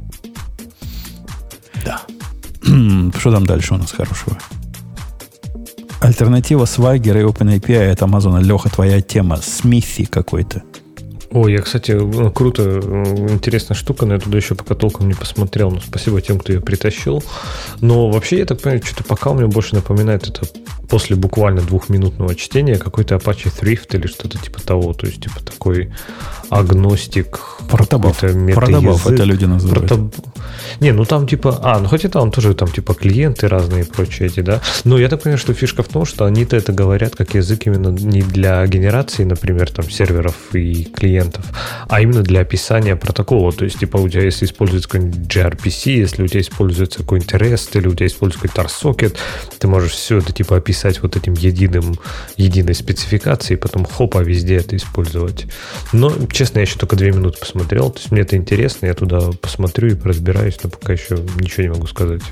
Да. Что там дальше у нас хорошего? Альтернатива Swagger и OpenAPI от Amazon. Леха, твоя тема. Смифи какой-то. Ой, я, кстати, круто, интересная штука, но я туда еще пока толком не посмотрел. Но спасибо тем, кто ее притащил. Но вообще, я так понимаю, что-то пока у меня больше напоминает это после буквально двухминутного чтения какой-то Apache Thrift или что-то типа того. То есть, типа такой агностик. Протобаф. Протобаф это люди называют. Протоб... Не, ну там типа... А, ну хотя там тоже там типа клиенты разные и прочие эти, да. Но я так понимаю, что фишка в том, что они-то это говорят как язык именно не для генерации, например, там серверов и клиентов, а именно для описания протокола. То есть, типа, у тебя если используется какой-нибудь джей ар пи си, если у тебя используется какой-нибудь REST, или у тебя используется какой-то тарсокет, ты можешь все это типа описать вот этим единым, единой спецификацией, потом хопа везде это использовать. Но, честно, я еще только две минуты посмотрел. То есть мне это интересно, я туда посмотрю и поразбираюсь, но пока еще ничего не могу сказать.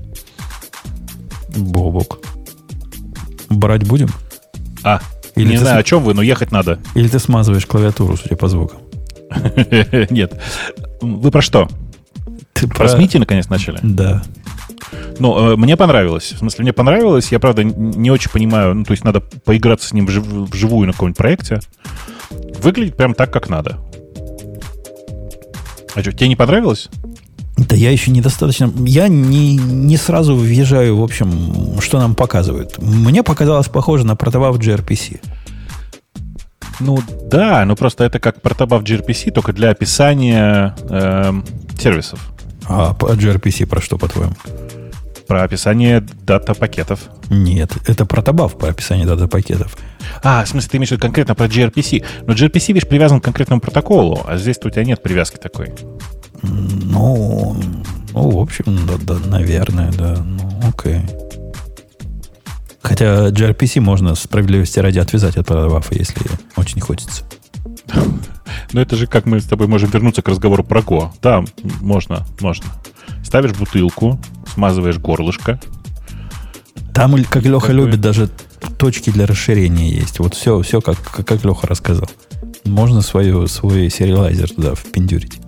Бобок. Брать будем? А, Или не знаю, см... о чем вы, но ехать надо. Или ты смазываешь клавиатуру, судя по звукам? Нет. Вы про что? Про, про Смити, наконец, начали? Да. Ну, э, мне понравилось. В смысле, мне понравилось. Я, правда, не очень понимаю. Ну, то есть, надо поиграться с ним вжив... вживую на каком-нибудь проекте. Выглядит прям так, как надо. А что, тебе не понравилось? Да я еще недостаточно... Я не, не сразу въезжаю, в общем, что нам показывают. Мне показалось похоже на протобаф джей ар пи си. Ну, да, но просто это как протобаф джей ар пи си, только для описания э, сервисов. А джей ар пи си про что, по-твоему? Про описание дата-пакетов. Нет, это протобаф по описанию дата-пакетов. А, в смысле, ты имеешь в виду конкретно про джей ар пи си. Но джей ар пи си, видишь, привязан к конкретному протоколу, а здесь-то у тебя нет привязки такой. Ну, ну в общем, да, да, наверное, да. Ну, окей. Хотя джей ар пи си можно справедливости ради отвязать от протобафа, если очень хочется. Ну, это же как мы с тобой можем вернуться к разговору про Go. Да, можно, можно. Ставишь бутылку, смазываешь горлышко. Там, как Леха любит, даже точки для расширения есть. Вот все, все как, как Леха рассказал. Можно свою, свой сериалайзер туда впендюрить.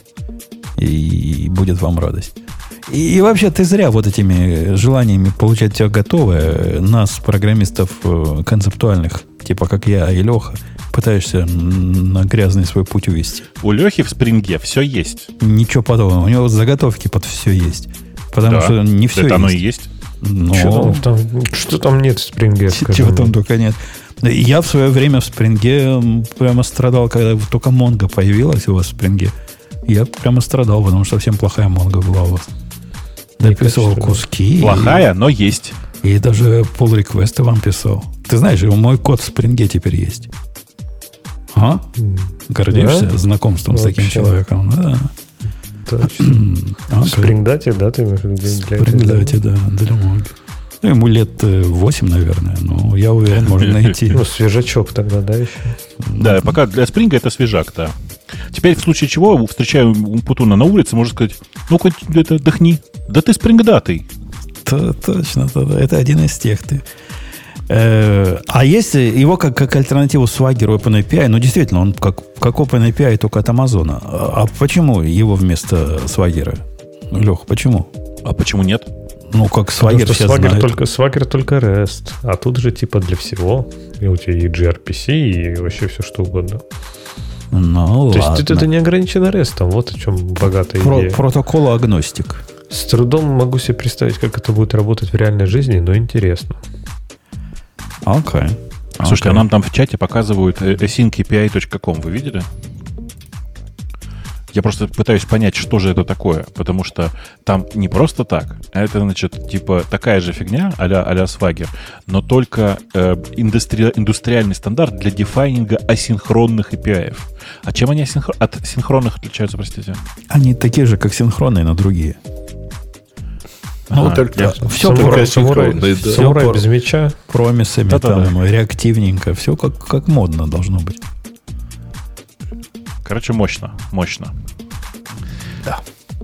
И будет вам радость. И, и вообще, ты зря вот этими желаниями получать все готовое нас, программистов концептуальных, типа как я и Леха, пытаешься на грязный свой путь увести. У Лехи в Спринге все есть. Ничего подобного. У него заготовки под все есть. Потому да. что не все это есть. Оно и есть. Но... Что, там, там, что там нет в Спринге? Чего там только нет. Я в свое время в Спринге прямо страдал, когда только Монго появилась у вас в Спринге. Я прямо страдал, потому что совсем плохая Монго была у вас. Дописывал куски. Плохая, и, но есть. И даже pull-реквесты вам писал. Ты знаешь, мой код в Спринге теперь есть. А? Гордишься да? знакомством Вообще. с таким человеком? Да. Точно. А, в Спрингдате, да, ты имеешь в виду? В Спрингдате, да, для Монго. Ну, ему лет восемь, наверное, но я уверен, можно найти. Ну, свежачок тогда, да, еще? Да, пока для Спринга это свежак, да. Теперь в случае чего, встречаю Путуна на улице, можно сказать, ну, хоть это отдохни. Да ты спрингдатый. Точно, это один из тех. Ты А если его как, как альтернативу Swagger OpenAPI, ну, действительно, он как, как OpenAPI, только от Амазона. А почему его вместо Swagger? Лех, почему? А почему нет? Ну, как Swagger все Swagger знают. Только, Swagger только REST, а тут же типа для всего. И у тебя и джи ар пи си, и вообще все что угодно. Ну, То ладно. есть это не ограничено REST, вот о чем богатая Про, идея. Протокол-агностик. С трудом могу себе представить, как это будет работать в реальной жизни, но интересно. Окей. Okay. Слушайте, okay. а нам там в чате показывают async эй пи ай точка ком. Вы видели? Я просто пытаюсь понять, что же это такое, потому что там не просто так, а это, значит, типа такая же фигня а-ля, а-ля Swagger, но только э, индустри... индустриальный стандарт для дефайнинга асинхронных эй пи ай. А чем они асинхр... от синхронных отличаются, простите? Они такие же, как синхронные, но другие. Ага, ну, только я... все самурай, про, самурай, да, да. все самурай про, без меча. Промисами, Да-да-да. там, реактивненько. Все как, как модно должно быть. Короче, мощно, мощно. Да.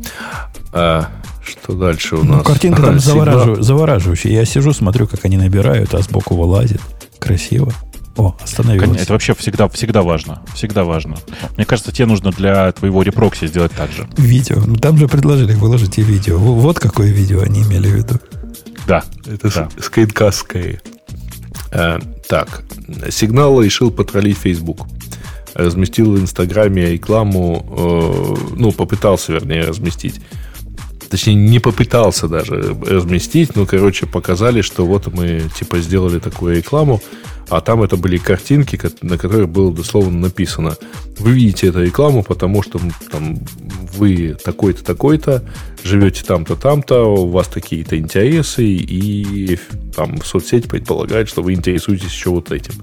А, что дальше у Ну, нас? картинка там Сигнал. завораживающая, завораживающая. Я сижу, смотрю, как они набирают, а сбоку вылазит. Красиво. О, остановилось. Это вообще всегда, всегда важно. Всегда важно. Мне кажется, тебе нужно для твоего репрокси сделать так же. Видео. Ну, там же предложили, выложите видео. Вот какое видео они имели в виду. Да. Это да. скринкастское. А, так. Сигнал решил потроллить Facebook. Разместил в Инстаграме рекламу, э, ну, попытался, вернее, разместить. Точнее, не попытался даже разместить, но, короче, показали, что вот мы, типа, сделали такую рекламу, а там это были картинки, на которых было дословно написано: вы видите эту рекламу, потому что там вы такой-то, такой-то, живете там-то, там-то, у вас такие-то интересы, и там соцсеть предполагает, что вы интересуетесь еще вот этим.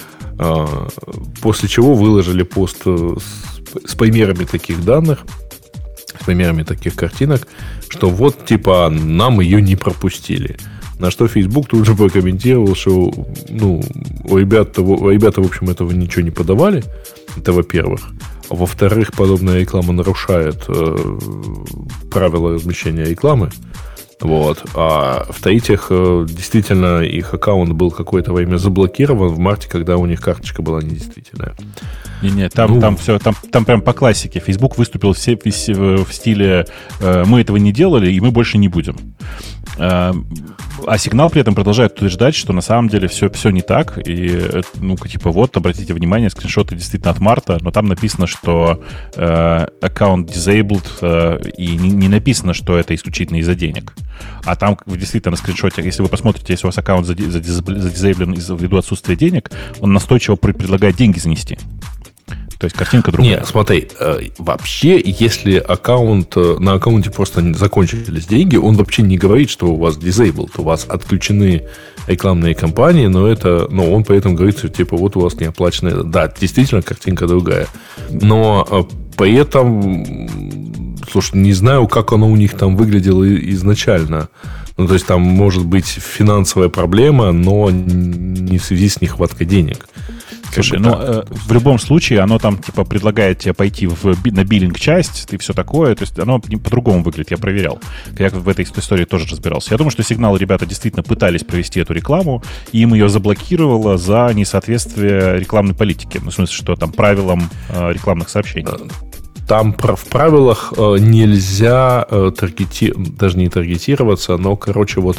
После чего выложили пост с, с примерами таких данных, с примерами таких картинок, что вот, типа, нам ее не пропустили. На что Facebook тут же прокомментировал, что, ну, ребята, ребята, в общем, этого ничего не подавали. Это во-первых. А во-вторых, подобная реклама нарушает э, правила размещения рекламы. Вот. А в-третьих, действительно, их аккаунт был какое-то время заблокирован в марте, когда у них карточка была недействительная. Не-не, там, ну, там все, там, там прям по классике. Facebook выступил все, в, в стиле э, мы этого не делали, и мы больше не будем. Э, а Сигнал при этом продолжает утверждать, что на самом деле все, все не так. И, ну, типа, вот, обратите внимание, скриншоты действительно от марта, но там написано, что э, аккаунт disabled, э, и не, не написано, что это исключительно из-за денег. А там действительно на скриншоте, если вы посмотрите, если у вас аккаунт задизейблен ввиду отсутствия денег, он настойчиво предлагает деньги занести. То есть картинка другая. Нет, смотри, вообще, если аккаунт, на аккаунте просто закончились деньги, он вообще не говорит, что у вас disabled, у вас отключены рекламные кампании, но это, но он поэтому говорит, что типа вот у вас не оплачено. Да, действительно, картинка другая. Но при этом, слушай, не знаю, как оно у них там выглядело изначально. Ну, то есть там может быть финансовая проблема, но не в связи с нехваткой денег. Слушай, ну, э, в любом случае, оно там, типа, предлагает тебе пойти в, на биллинг-часть и все такое, то есть оно по-другому выглядит, я проверял. Я в этой истории тоже разбирался. Я думаю, что Сигнал ребята действительно пытались провести эту рекламу, и им ее заблокировало за несоответствие рекламной политике. Ну, в смысле, что там правилам э, рекламных сообщений. Там в правилах нельзя таргети... даже не таргетироваться, но, короче, вот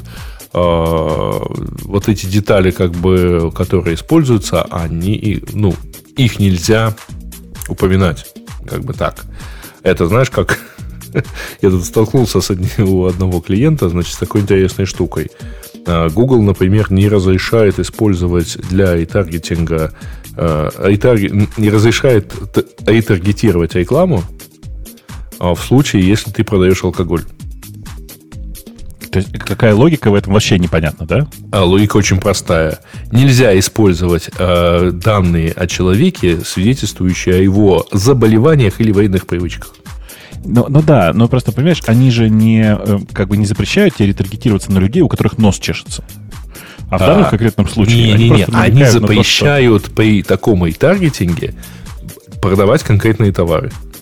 вот эти детали, как бы, которые используются, они, ну, их нельзя упоминать, как бы так. Это, знаешь, как я тут столкнулся с одним, у одного клиента, значит, с такой интересной штукой. Google, например, не разрешает использовать для ретаргетинга, ретаргет, не разрешает ретаргетировать рекламу в случае, если ты продаешь алкоголь. То есть какая логика в этом, вообще непонятно, да? А, логика очень простая. Нельзя использовать э, данные о человеке, свидетельствующие о его заболеваниях или вредных привычках. Ну, ну да, но просто, понимаешь, они же не, как бы не запрещают тебе ретаргетироваться на людей, у которых нос чешется. А в а, данном конкретном случае... Не, они, не, не, они запрещают то, что... при таком ретаргетинге продавать конкретные товары.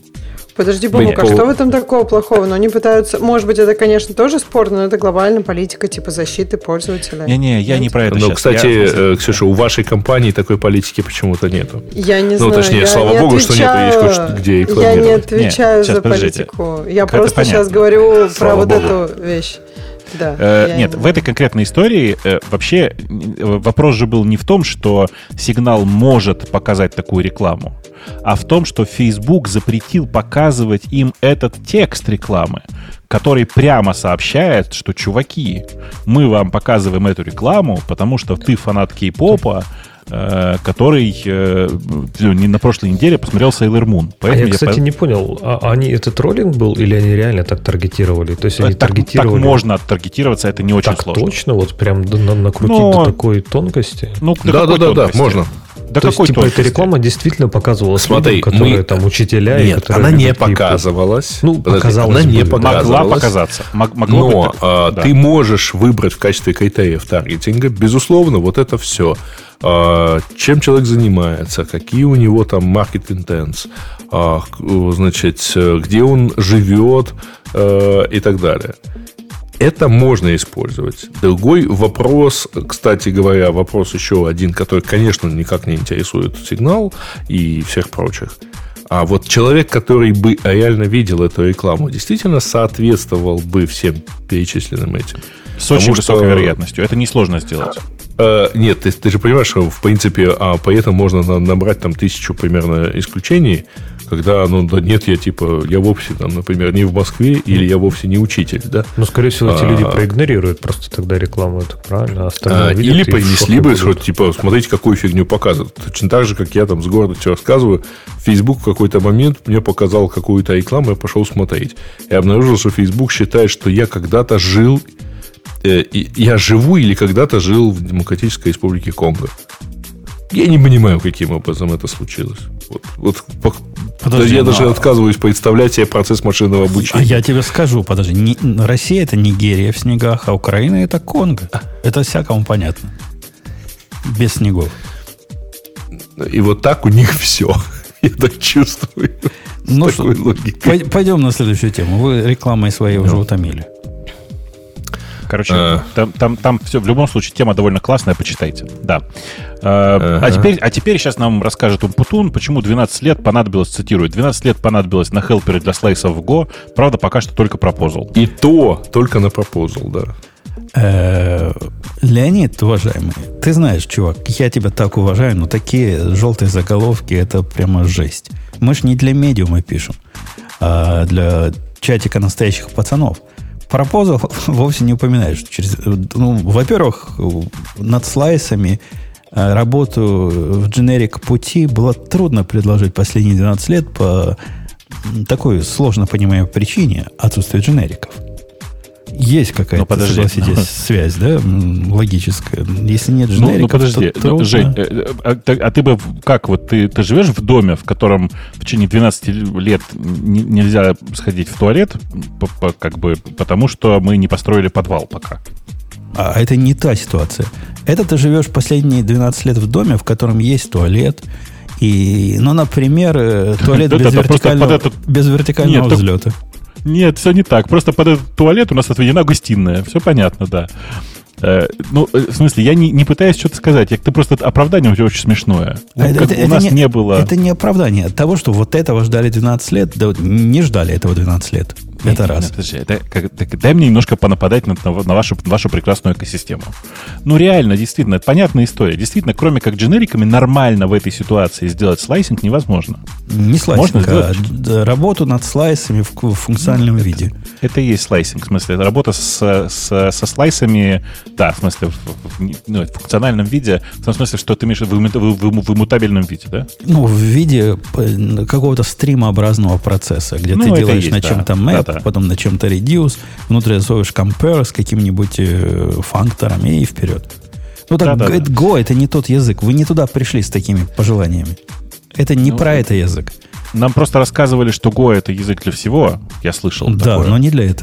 Подожди, Бобок, а что в этом такого плохого? Но они пытаются... Может быть, это, конечно, тоже спорно, но это глобальная политика типа защиты пользователя. Не-не, я не про это Но, сейчас. кстати, я... Ксюша, у вашей компании такой политики почему-то нету. Я не ну, знаю. Ну, точнее, я слава не богу, отвечаю, что нету, есть хоть где рекламировать. Я не отвечаю нет, за сейчас, политику. Я это просто понятно. сейчас говорю Слава про вот богу. эту вещь. Да, э, нет, в этой конкретной истории э, вообще вопрос же был не в том, что сигнал может показать такую рекламу, а в том, что Facebook запретил показывать им этот текст рекламы, который прямо сообщает, что, чуваки, мы вам показываем эту рекламу, потому что ты фанат кей-попа, э, который э, на прошлой неделе посмотрел Sailor Moon. А я, кстати, по... не понял, а они это троллинг был или они реально так таргетировали? То есть они так, таргетировали... так можно оттаргетироваться, это не очень так сложно. Точно? Вот прям накрутить Но... до такой тонкости? Ну, Да-да-да, можно. Да То какой есть, типа, тонкости? эта реклама действительно показывалась Смотри, людям, которые мы... там учителя... Нет, и которые она не любят показывалась. Ну, Подожди, показалось она не бы. показывалась. Могла показаться. Мог, могло Но быть так, а, да. ты можешь выбрать в качестве критериев таргетинга, безусловно, вот это все. А, чем человек занимается, какие у него там market intents, а, значит, где он живет а, и так далее. Это можно использовать. Другой вопрос, кстати говоря, вопрос еще один, который, конечно, никак не интересует сигнал и всех прочих. А вот человек, который бы реально видел эту рекламу, действительно соответствовал бы всем перечисленным этим. С очень Потому высокой что... вероятностью. Это несложно сделать. Э, нет, ты, ты же понимаешь, что в принципе а, поэтому можно на, набрать там тысячу примерно исключений, когда, ну, да нет, я типа, я вовсе там, например, не в Москве, или я вовсе не учитель, да? Ну, скорее всего, эти а, люди проигнорируют просто тогда рекламу, это правильно? А, или принесли бы, что типа, смотрите, какую фигню показывают. Точно так же, как я там с гордостью рассказываю, Facebook в какой-то момент мне показал какую-то рекламу, я пошел смотреть. И обнаружил, что Facebook считает, что я когда-то жил, э, я живу или когда-то жил в Демократической Республике Конго. Я не понимаю, каким образом это случилось. Вот, вот, подожди, я но... даже отказываюсь представлять себе процесс машинного обучения. А я тебе скажу, подожди, не, Россия это Нигерия в снегах, а Украина это Конго. Это всякому понятно. Без снегов. И вот так у них все. Я так чувствую. Ну что, пойдем на следующую тему. Вы рекламой своей уже утомили. Короче, а. там, там, там все, в любом случае, тема довольно классная, почитайте. Да. А, ага. а, теперь, а теперь сейчас нам расскажет Умпутун, почему двенадцать лет понадобилось, цитирую, двенадцать лет понадобилось на хелпере для слайсов в Go, правда, пока что только пропозал. И то только на пропозал, да. Э-э, Леонид, уважаемый, ты знаешь, чувак, я тебя так уважаю, но такие желтые заголовки, это прямо жесть. Мы ж не для медиума пишем, а для чатика настоящих пацанов. Пропозал вовсе не упоминаешь. Через, ну, во-первых, над слайсами работу в дженерик пути было трудно предложить последние двенадцать лет по такой сложно понимаемой причине отсутствия дженериков. Есть какая-то, подожди, согласитесь, но... связь, да, логическая. Если нет дженериков, ну, ну, подожди, то трудно. Жень, а, а ты бы как, вот ты, ты живешь в доме, в котором в течение двенадцати лет не, нельзя сходить в туалет, по, по, как бы, потому что мы не построили подвал пока? А это не та ситуация. Это ты живешь последние двенадцать лет в доме, в котором есть туалет, и, ну, например, туалет без вертикального, без вертикального взлета. Нет, все не так. Просто под этот туалет у нас отведена гостиная. Все понятно, да. Э, ну, в смысле, я не, не пытаюсь что-то сказать. Я, ты просто оправдание у тебя очень смешное. А это, это, у у нас не, не было... Это не оправдание. От того, что вот этого ждали двенадцать лет, да, не ждали этого двенадцать лет. Нет, это раз. Нет, подожди, это, как, так, дай мне немножко понападать на, на, вашу, на вашу прекрасную экосистему. Ну, реально, действительно, это понятная история. Действительно, кроме как дженериками, нормально в этой ситуации сделать слайсинг невозможно. Не слайсинг, а сделать... работу над слайсами в, в функциональном это, виде. Это и есть слайсинг. В смысле, это работа с, с, со слайсами, да, в смысле, в, в, ну, в функциональном виде, в том смысле, что ты имеешь в, в, в, в иммутабельном виде, да? Ну, в виде какого-то стримообразного процесса, где ну, ты делаешь есть, на чем-то да. map, да, да. потом на чем-то reduce, внутри засовываешь compare с каким-нибудь э, функторами и вперед. Ну так, да, да, это, да. Go это не тот язык. Вы не туда пришли с такими пожеланиями. Это не ну, про это язык. Нам просто рассказывали, что Go это язык для всего. Я слышал Да, такое. но не для этого.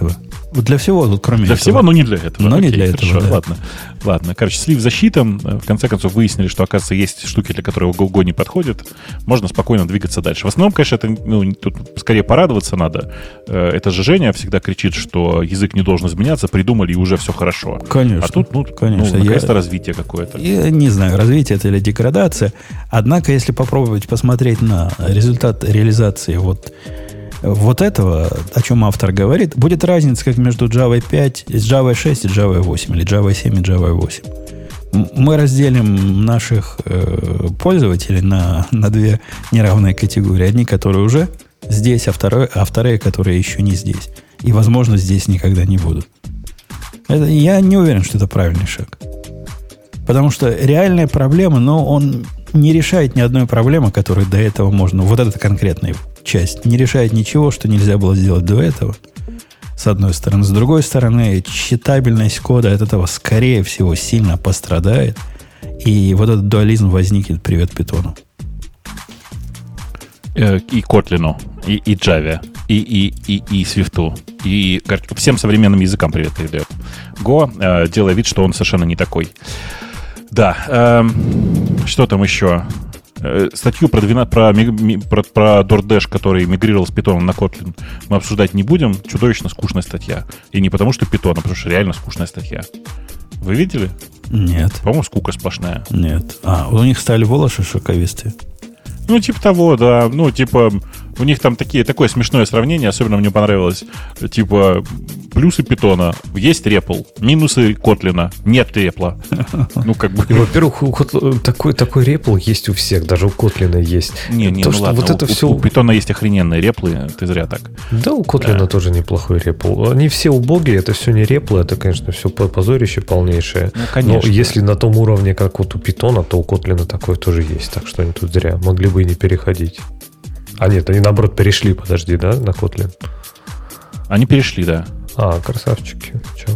Для всего тут, кроме Для этого. всего, но не для этого. Но Окей, не для этого, хорошо, да. ладно. Ладно, короче, слив засчитан. В конце концов, выяснили, что, оказывается, есть штуки, для которых Go не подходят. Можно спокойно двигаться дальше. В основном, конечно, это, ну, тут скорее порадоваться надо. Это же Женя всегда кричит, что язык не должен изменяться, придумали, и уже все хорошо. Конечно. А тут, ну, конечно. ну наконец-то Я... развитие какое-то. Я не знаю, развитие это или деградация. Однако, если попробовать посмотреть на результат реализации вот, вот этого, о чем автор говорит, будет разница как между Java пять, Java шесть и Java восемь, или Java семь и Java восемь. Мы разделим наших э, пользователей на, на две неравные категории. Одни, которые уже здесь, а, второй, а вторые, которые еще не здесь. И, возможно, здесь никогда не будут. Это, я не уверен, что это правильный шаг. Потому что реальная проблема, но он не решает ни одной проблемы, которую до этого можно... Вот эта конкретная часть не решает ничего, что нельзя было сделать до этого. С одной стороны. С другой стороны, читабельность кода от этого, скорее всего, сильно пострадает. И вот этот дуализм возникнет. Привет Питону. И Kotlin, и, и Java, и, и, и, и Swift, и всем современным языкам привет передает. Go, э, делая вид, что он совершенно не такой. Да, э, что там еще? Э, статью про, двенадцать, про, про, про DoorDash, который мигрировал с Python на Kotlin, мы обсуждать не будем. Чудовищно скучная статья. И не потому, что Python, а потому, что реально скучная статья. Вы видели? Нет. По-моему, скука сплошная. Нет. А, у них стали волосы шоковистые. Ну, типа того, да. Ну, типа, у них там такие, такое смешное сравнение, особенно мне понравилось. Типа, плюсы Питона, есть репл, минусы Котлина, нет репла. Ну, как бы... И, во-первых, такой, такой репл есть у всех, даже у Котлина есть. Не, не, То, ну что ладно, вот это у, все... у Питона есть охрененные реплы, ты зря так. Да, у Котлина да. тоже неплохой репл. Они все убогие, это все не реплы, это, конечно, все позорище полнейшее. Ну, конечно. Но если на том уровне, как вот у Питона, то у Котлина такое тоже есть. Так что они тут зря. Могли бы и не переходить. А нет, они наоборот перешли, подожди, да, на Kotlin? Они перешли, да. А, красавчики.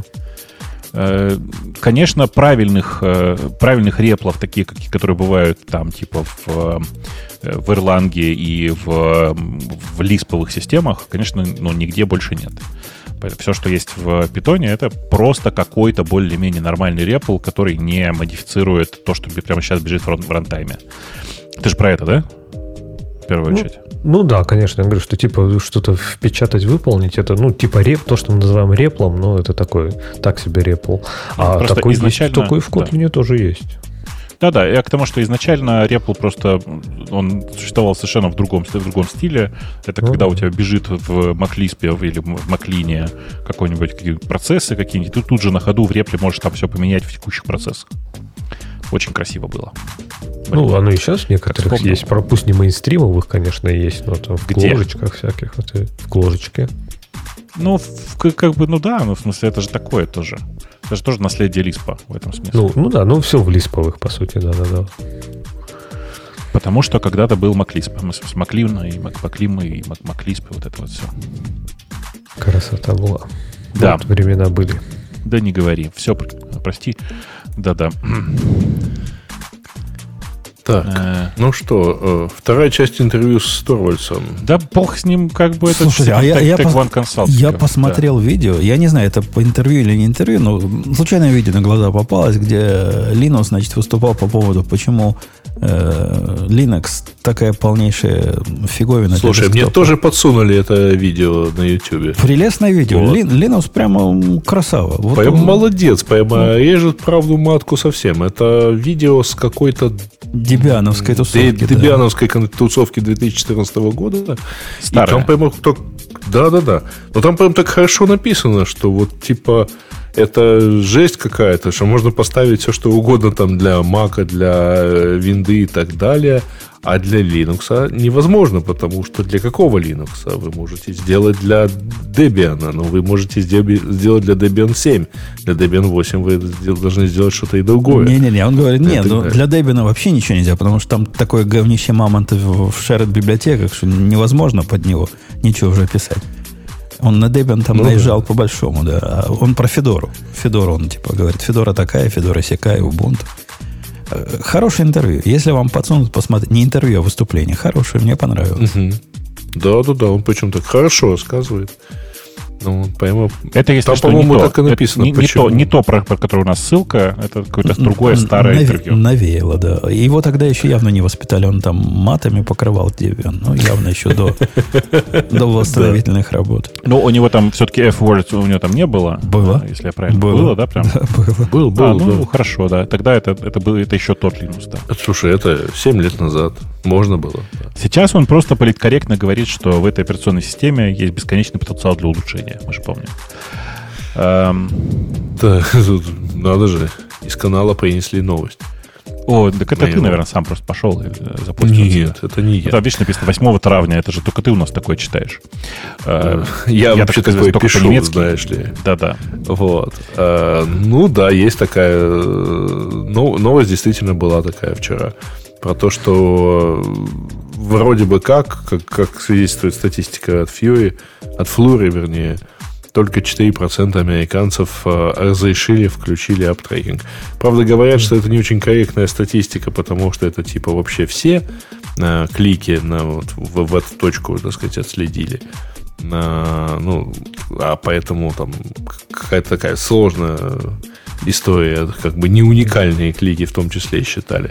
Че? Конечно, правильных, правильных реплов, такие, которые бывают там, типа в, в Erlang и в, в лисповых системах, конечно, ну, нигде больше нет. Все, что есть в Python, это просто какой-то более-менее нормальный репл, который не модифицирует то, что прямо сейчас бежит в рантайме. Ты же про это, да? В первую ну, очередь. Ну да, конечно. Я говорю, что типа что-то впечатать, выполнить, это, ну, типа реп, то, что мы называем реплом, но это такой, так себе репл. А просто такой изначально, есть, такой в Kotlin да. тоже есть. Да-да, я к тому, что изначально репл просто, он существовал совершенно в другом, в другом стиле. Это ну, когда да. у тебя бежит в MacLisp или в MacLean какой-нибудь какие процессы какие-нибудь, ты тут же на ходу в репле можешь там все поменять в текущих процессах. Очень красиво было. Ну, Блин, оно и сейчас в некоторых есть. Пусть не мейнстримовых, конечно, есть, но там в Где? Гложечках всяких. Вот, в гложечке. Ну, в, как бы, ну да, ну, в смысле, это же такое тоже. Это же тоже наследие Лиспа в этом смысле. Ну, ну да, ну все в лисповых, по сути, да-да-да. Потому что когда-то был MacLisp. С Маклин и Маклим и MacLisp, и вот это вот все. Красота была. Да. Вот времена были. Да не говори. Все, прости. Да-да. Так, а... ну что, вторая часть интервью с Торвальдсом. Да бог с ним, как бы это... Слушайте, а я, я, пос... я посмотрел да. видео, я не знаю, это по интервью или не интервью, но случайное видео на глаза попалось, где Линус, значит, выступал по поводу, почему э, Linux такая полнейшая фиговина. Слушай, мне тоже подсунули это видео на YouTube. Прелестное видео. Вот. Линус прямо красава. Вот прям он... молодец, прямо режет правду матку совсем. Это видео с какой-то... Дебиановской тусовки. Дебиановской да. тусовки две тысячи четырнадцатого года. Старая. И там прямо так... Да-да-да. Но там прям так хорошо написано, что вот типа это жесть какая-то, что можно поставить все, что угодно там для Мака, для Винды и так далее. А для Linux невозможно, потому что для какого Linux вы можете сделать для Debian, но вы можете сделать для Debian семь. Для Debian восемь вы должны сделать что-то и другое. Не-не-не, он говорит, нет, ну, для Debian вообще ничего нельзя, потому что там такое говнище мамонт в shared библиотеках, что невозможно под него ничего уже писать. Он на Debian там ну, наезжал да. по-большому, да. А он про Федору. Федору он типа говорит, Федора такая, Федора сякая, Ubuntu. Хорошее интервью. Если вам подсунут, посмотрите. Не интервью, а выступление. Хорошее, мне понравилось. Угу. Да, да, да. Он причем так хорошо рассказывает. Ну, по-моему, это, если там, что, по-моему, не так то. и написано. Не, не, то, не то, про, про которое у нас ссылка, это какое-то другое старое Наве- интервью. Навеяло, да. Его тогда еще явно не воспитали. Он там матами покрывал Debian. Ну, явно еще до, до восстановительных работ. Ну, у него там все-таки F-word у него там не было. Было. Если я правильно. Было, было да, прям? Да, было. Был, был, а, ну, да. хорошо, да. Тогда это, это, был, это еще тот Linux, да. Слушай, это семь лет назад. Можно было. Да. Сейчас он просто политкорректно говорит, что в этой операционной системе есть бесконечный потенциал для улучшения. Мы же помним. Эм... Да, тут надо же. Из канала принесли новость. О, так это Я ты, не наверное, сам просто пошел и запустил. Нет, это не я. Это обычно написано восьмого травня. Это же только ты у нас такое читаешь. Я, я вообще так, такое только пишу, по-немецки. знаешь ли. Да-да. Вот. Ну да, есть такая... Новость действительно была такая вчера. Про то, что вроде бы как, как, как свидетельствует статистика от Fury, от Flury, вернее, только четыре процента американцев разрешили, включили аптрекинг. Правда, говорят, что это не очень корректная статистика, потому что это типа вообще все э, клики на, вот, в, в эту точку, так сказать, отследили. На, ну, а поэтому там какая-то такая сложная история, как бы не уникальные клики в том числе считали.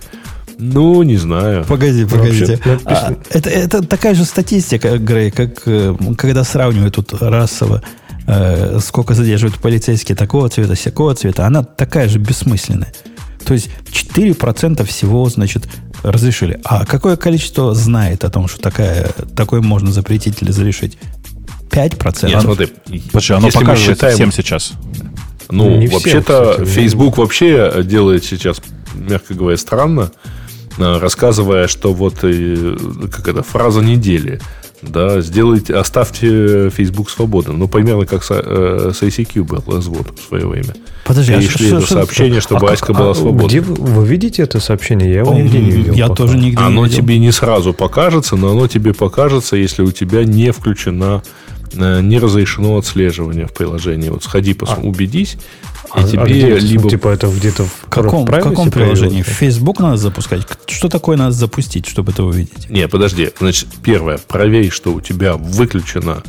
Ну, не знаю. Погоди, погодите. Вообще, А, это, это такая же статистика, Грей, как э, когда сравнивают тут расово, э, сколько задерживают полицейские такого цвета, сякого цвета, она такая же бессмысленная. То есть четыре процента всего, значит, разрешили. А какое количество знает о том, что такая, такое можно запретить или разрешить? пять процентов. Нет, смотри, Слушай, оно если мы показывает считаем- всем сейчас. Ну, Не всем, вообще-то, кстати, Facebook вообще делает сейчас, мягко говоря, странно, э, рассказывая, что вот э, как это, фраза недели. Да, сделайте, оставьте Facebook свободным. Ну, примерно как с, э, с ай си кью был развод в свое время. Подожди, а Перешли что- это что- сообщение, что- чтобы а Аська как- была а свободна. Где вы, вы видите это сообщение? Я его нигде не видел. Я пока. тоже нигде Оно не видел. тебе не сразу покажется, но оно тебе покажется, если у тебя не включена, э, не разрешено отслеживание в приложении. Вот сходи, пос... А. убедись, и А- а тебе где, либо... типа это где-то в В каком, в privacy каком приложении? В появилось? Facebook надо запускать? Что такое надо запустить, чтобы это увидеть? Не, подожди. Значит, первое, проверь, что у тебя выключено,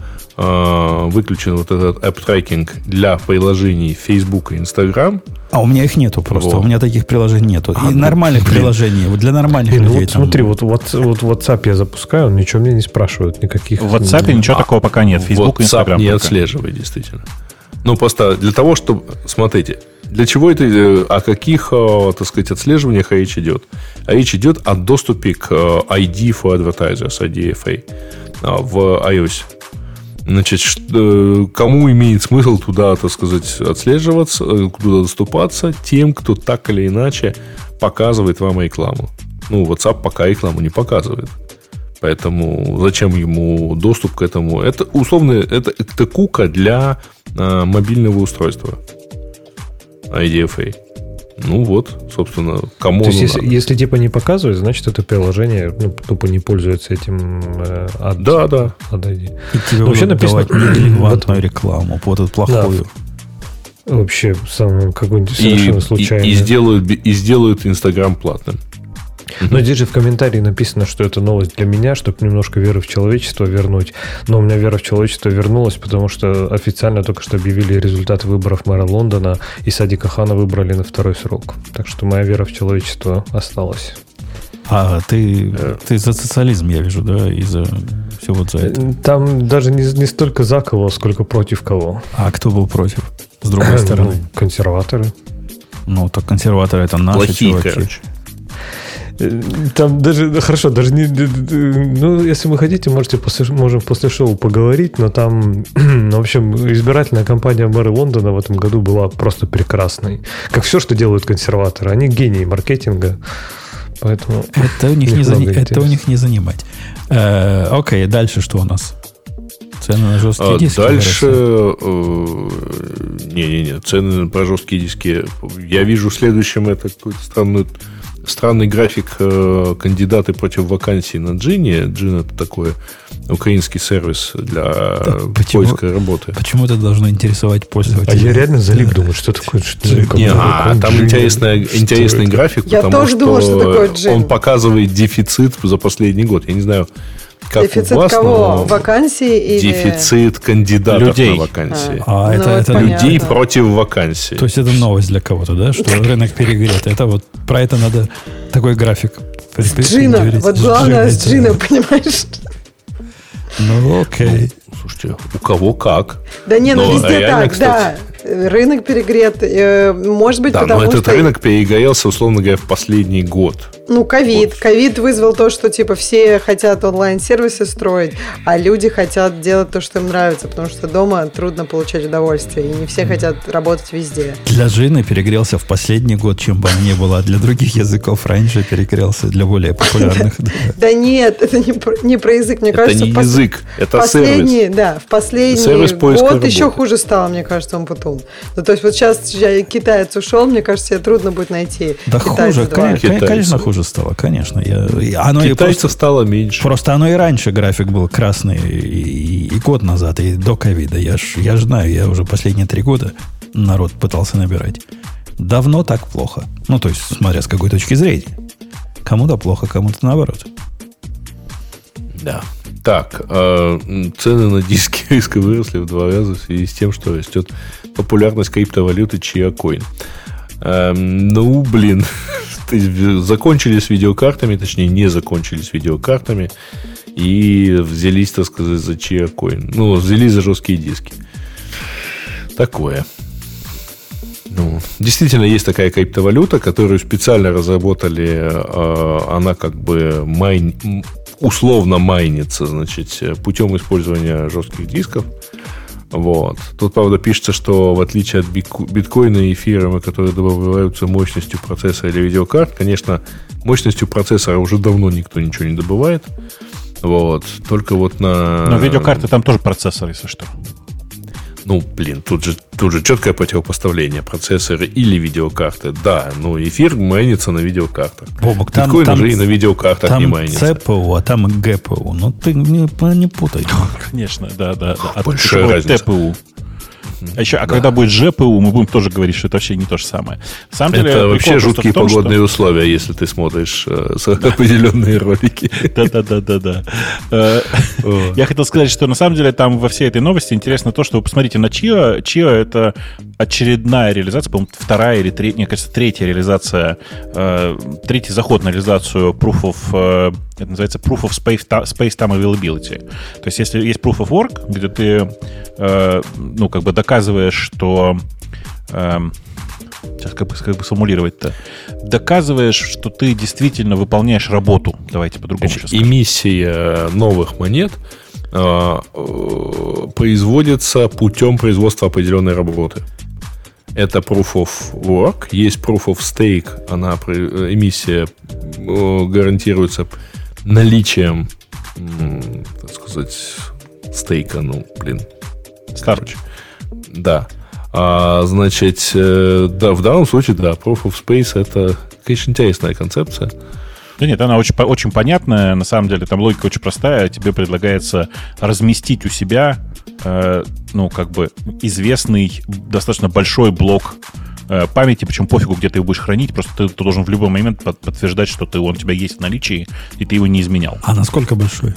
э, выключен вот этот app-tracking для приложений Facebook и Instagram. А у меня их нету просто. Вот. У меня таких приложений нету. А, И ну, нормальных блин. приложений. Вот для нормальных Не, ну людей. вот там- смотри, вот, вот, вот WhatsApp я запускаю, он ничего мне не спрашивает, никаких... В WhatsApp ничего такого пока нет. Facebook и WhatsApp Instagram не только. отслеживай, действительно. Ну, просто для того, чтобы... Смотрите, для чего это... э, О каких, э, так сказать, отслеживаниях речь идет? А речь идет о доступе к э, ай ди for Advertisers, ай ди эф эй, э, в iOS. Значит, ш- э, кому имеет смысл туда, так сказать, отслеживаться, э, туда доступаться? Тем, кто так или иначе показывает вам рекламу. Ну, WhatsApp пока рекламу не показывает. Поэтому зачем ему доступ к этому? Это условно, это, это кука для э, мобильного устройства. ай ди эф эй. Ну вот, собственно, кому То есть, оно если, надо. если типа не показывает, значит, это приложение ну, тупо не пользуется этим э, ад- Да, да. ад ай ди. И тебе Вообще будут написано- давать нерелевантную вот- рекламу. Вот эту плохую. Вообще, самую какую-нибудь И, совершенно и, случайную. и сделают, би- и сделают Инстаграм платным. Но здесь же в комментарии написано, что это новость для меня, чтобы немножко веры в человечество вернуть. Но у меня вера в человечество вернулась, потому что официально только что объявили результаты выборов мэра Лондона, и Садика Хана выбрали на второй срок. Так что моя вера в человечество осталась. А ты, ты за социализм, я вижу, да? И за все вот за это. Там даже не, не столько за кого, сколько против кого. А кто был против? С другой стороны. Ну, консерваторы. Ну, так консерваторы это наши Плохие, чуваки. короче. Там даже, хорошо, даже не... Ну, если вы хотите, можете после, можем после шоу поговорить, но там, в общем, избирательная кампания мэра Лондона в этом году была просто прекрасной. Как все, что делают консерваторы. Они гении маркетинга. Поэтому... Это у них, Их не, зани- много это у интересного. них не занимать. Э, окей, дальше что у нас? Цены на жесткие А диски. дальше... выросли. э, Не-не-не, цены про жесткие диски. Я вижу следующим это какой-то странный, странный график э, кандидаты против вакансий на Джине. Джин это такой украинский сервис для почему? поиска работы. Почему это должно интересовать А пользователя? я реально залип, думаю, что такое? Что такое? Не, Какой а, там джин? интересный, Что интересный это? график, Я потому тоже что, думала, что такое джин. он показывает дефицит за последний год. Я не знаю, Как дефицит у вас, кого? Вакансий или... Дефицит кандидатов людей. на вакансии. А, а ну, это, это людей против вакансий. То есть это новость для кого-то, да? Что рынок перегрет. Это вот про это надо такой график. С Джина. Вот главное с Джина, понимаешь? Ну, окей. Ну, слушайте, у кого как. Да не, ну но везде реально, так, кстати, да. Рынок перегрет. Может быть, да, потому но этот что... рынок перегорелся, условно говоря, в последний год. Ну, ковид. Ковид вызвал то, что, типа, все хотят онлайн-сервисы строить, а люди хотят делать то, что им нравится, потому что дома трудно получать удовольствие, и не все хотят работать везде. Для Джина перегрелся в последний год, чем бы он ни был, а для других языков раньше перегрелся, для более популярных. Да нет, это не про язык, мне кажется. Это не язык, это сервис. Да, в последний год еще хуже стало, мне кажется, он потом. Ну, то есть вот сейчас китаец ушел, мне кажется, тебе трудно будет найти. Да хуже, конечно, хуже стало, конечно. Я, оно Китайцев просто, стало меньше. Просто оно и раньше график был красный, и, и год назад, и до ковида. Я ж, я ж знаю, я уже последние три года народ пытался набирать. Давно так плохо. Ну, то есть, смотря с какой точки зрения. Кому-то плохо, кому-то наоборот. Да. Так, э, цены на диски резко выросли в два раза в связи с тем, что растет популярность криптовалюты Chia-Coin. Э, ну, блин, закончились видеокартами, точнее, не закончились видеокартами, и взялись, так сказать, за Chia-Coin. Ну, взялись за жесткие диски. Такое. Ну, действительно, есть такая криптовалюта, которую специально разработали. Э, она как бы майн... условно майнится, значит, путем использования жестких дисков. Вот. Тут, правда, пишется, что в отличие от биткоина и эфириума, которые добываются мощностью процессора или видеокарт, конечно, мощностью процессора уже давно никто ничего не добывает. Вот. Только вот на... Но видеокарты там тоже процессор, если что. Ну, блин, тут же, тут же четкое противопоставление. Процессоры или видеокарты. Да, ну, эфир майнится на видеокартах. Бобок, биткоин там, уже там, и на видеокартах там не майнится. Там си пи ю, а там джи пи ю. Ну, ты не, не путай. Конечно, да, да. да. А большая разница. ти пи ю. А, еще, а да. когда будет джи пи ю, мы будем тоже говорить, что это вообще не то же самое. На самом деле, это вообще жуткие том, погодные что... условия, если ты смотришь э, определенные ролики. Да-да-да-да-да. Я хотел сказать, что на самом деле там во всей этой новости интересно то, что вы посмотрите на Chia. Chia — это очередная реализация, по-моему, вторая или третья, мне кажется, третья реализация, третий заход на реализацию Proof of, это называется Proof of Space Time Availability. То есть, если есть Proof of Work, где ты, ну, как бы доказываешь, что... Сейчас как бы, как бы сформулировать-то. Доказываешь, что ты действительно выполняешь работу. Давайте по-другому сейчас скажем. Эмиссия новых монет э, производится путем производства определенной работы. Это Proof of Work. Есть Proof of Stake. Она, эмиссия гарантируется наличием, так сказать, стейка. Ну, блин. Короче. Да. А, значит, да, в данном случае, да, Proof of Space — это, конечно, интересная концепция. Да нет, она очень, очень понятная. На самом деле, там логика очень простая. Тебе предлагается разместить у себя, э, ну, как бы, известный, достаточно большой блок э, памяти, причем пофигу, где ты его будешь хранить, просто ты, ты должен в любой момент под, подтверждать, что ты, он у тебя есть в наличии, и ты его не изменял. А насколько большой?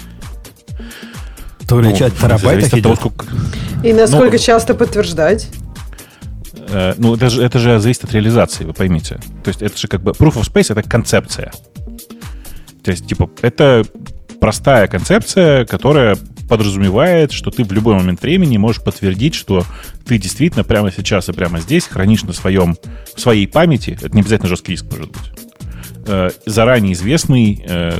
То ли ну, терабайтах идет? Того, сколько... И насколько ну, часто подтверждать? Ну, это же, это же зависит от реализации, вы поймите. То есть это же как бы Proof of Space — это концепция. То есть, типа, это простая концепция, которая подразумевает, что ты в любой момент времени можешь подтвердить, что ты действительно прямо сейчас и прямо здесь хранишь на своем, в своей памяти, это не обязательно жесткий диск может быть, заранее известный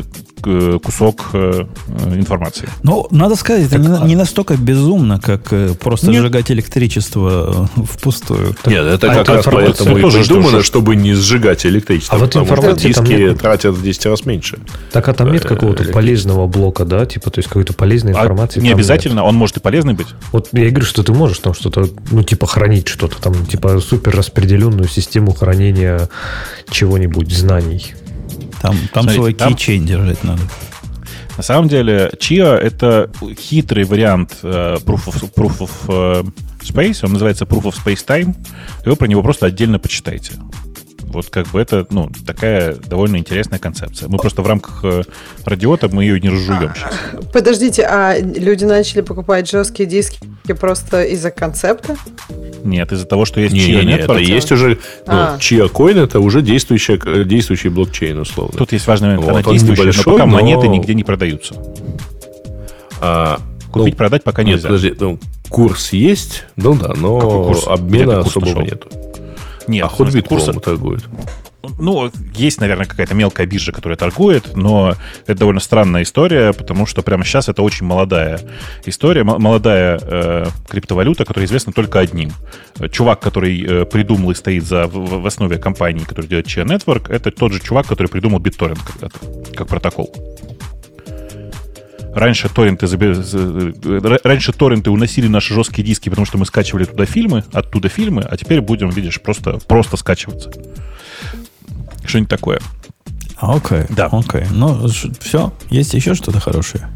кусок информации. Ну, надо сказать, это не, не настолько безумно, как просто Нет. сжигать электричество впустую. Нет, это а как раз поэтому и придумано, чтобы не сжигать электричество. А вот потому что диски тратят в десять раз меньше. Так, а там нет какого-то полезного блока, да? Типа, то есть какой-то полезной информации? А не обязательно, нет. Он может и полезный быть. Вот я говорю, что ты можешь там что-то, ну, типа, хранить что-то там, типа, супер распределенную систему хранения чего-нибудь, знаний. Там, там Смотрите, свой кейчейн держать надо. На самом деле, Chia — это хитрый вариант uh, Proof of, proof of uh, Space. Он называется Proof of Space Time. И вы про него просто отдельно почитайте. Вот как бы это, ну, такая довольно интересная концепция. Мы просто в рамках э, радиота мы ее не разжуем сейчас. Подождите, а люди начали покупать жесткие диски просто из-за концепта? Нет, из-за того, что есть не, Chia не, не, это есть уже, ну, а. Chia Coin это уже действующий, действующий блокчейн, условно. Тут есть важный момент, вот, она действующая, но пока но... монеты нигде не продаются. А, Купить, ну, продать пока нет, нельзя. Подожди, ну, курс есть, ну да, но курс? обмена Курс особого пошел? нету. Нет, а Hotbit, курса... по-моему, торгует. Ну, есть, наверное, какая-то мелкая биржа, которая торгует, но это довольно странная история, потому что прямо сейчас это очень молодая история, м- молодая э, криптовалюта, которая известна только одним. Чувак, который э, придумал и стоит за, в, в основе компании, которая делает Chia Network, это тот же чувак, который придумал BitTorrent когда-то, как протокол. Раньше торренты, раньше торренты уносили наши жесткие диски, потому что мы скачивали туда фильмы, оттуда фильмы, а теперь будем, видишь, просто, просто скачиваться. Что-нибудь такое. Окей, okay, да. окей. Okay. Ну, все, есть еще что-то хорошее?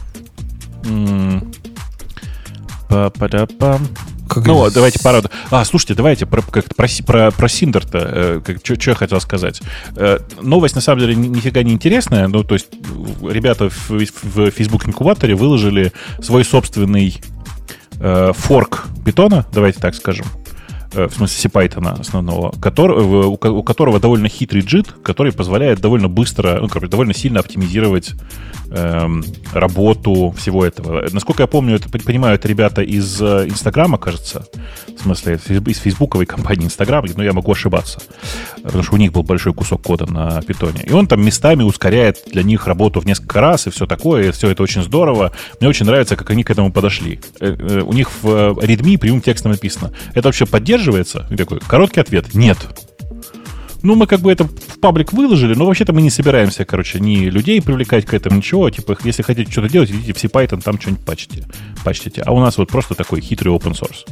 Па-па-да-пам. Как ну, из... давайте пару... А, слушайте, давайте про, как про, про, про Синдер-то. Э, что я хотел сказать. Э, новость, на самом деле, ни, нифига не интересная. Ну, то есть, ребята в, в Facebook-инкубаторе выложили свой собственный э, форк питона, давайте так скажем. Э, в смысле, CPython основного, который, у, у которого довольно хитрый джит, который позволяет довольно быстро, ну, короче, довольно сильно оптимизировать э, работу всего этого. Насколько я помню, это понимаю, это ребята из Инстаграма, кажется, в смысле, из фейсбуковой компании Инстаграм, но я могу ошибаться, потому что у них был большой кусок кода на питоне. И он там местами ускоряет для них работу в несколько раз, и все такое, и все это очень здорово. Мне очень нравится, как они к этому подошли. У них в readme прямым текстом написано: это вообще поддерживается? И такой короткий ответ: нет. Ну, мы как бы это в паблик выложили, но вообще-то мы не собираемся, короче, ни людей привлекать к этому, ничего. Типа, если хотите что-то делать, идите в CPython, там что-нибудь пачтите. пачтите. А у нас вот просто такой хитрый open source.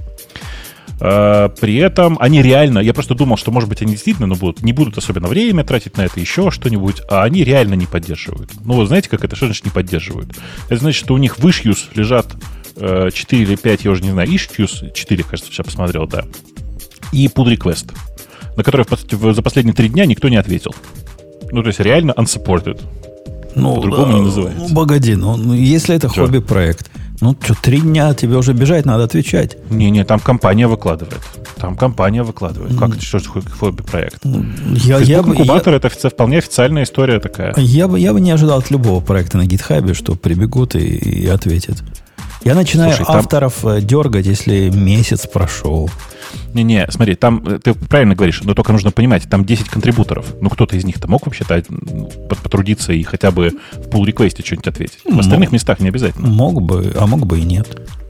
А, при этом они реально... Я просто думал, что, может быть, они действительно ну, будут, не будут особенно время тратить на это, еще что-нибудь, а они реально не поддерживают. Ну, вот знаете, как это? Что значит не поддерживают? Это значит, что у них в issues лежат э, четыре или пять, я уже не знаю, issues, четыре, кажется, сейчас посмотрел, да, и pull request, на который за последние три дня никто не ответил. Ну, то есть реально unsupported. Ну, по-другому да, не называется. Ну, погоди, ну, если это что? Хобби-проект, ну, что, три дня тебе уже бежать, надо отвечать. Не-не, там компания выкладывает. Там компания выкладывает. Как это, что же хобби-проект? Я, я бы, инкубатор — это офици- вполне официальная история такая. Я бы, я бы не ожидал от любого проекта на GitHub, что прибегут и, и ответят. Я начинаю Слушай, авторов там... дергать, если месяц прошел. Не-не, смотри, там, ты правильно говоришь, но только нужно понимать, там десять контрибуторов. Ну, кто-то из них-то мог вообще-то потрудиться и хотя бы в pull-реквесте что-нибудь ответить. В остальных мог, местах не обязательно. Мог бы, а мог бы и нет.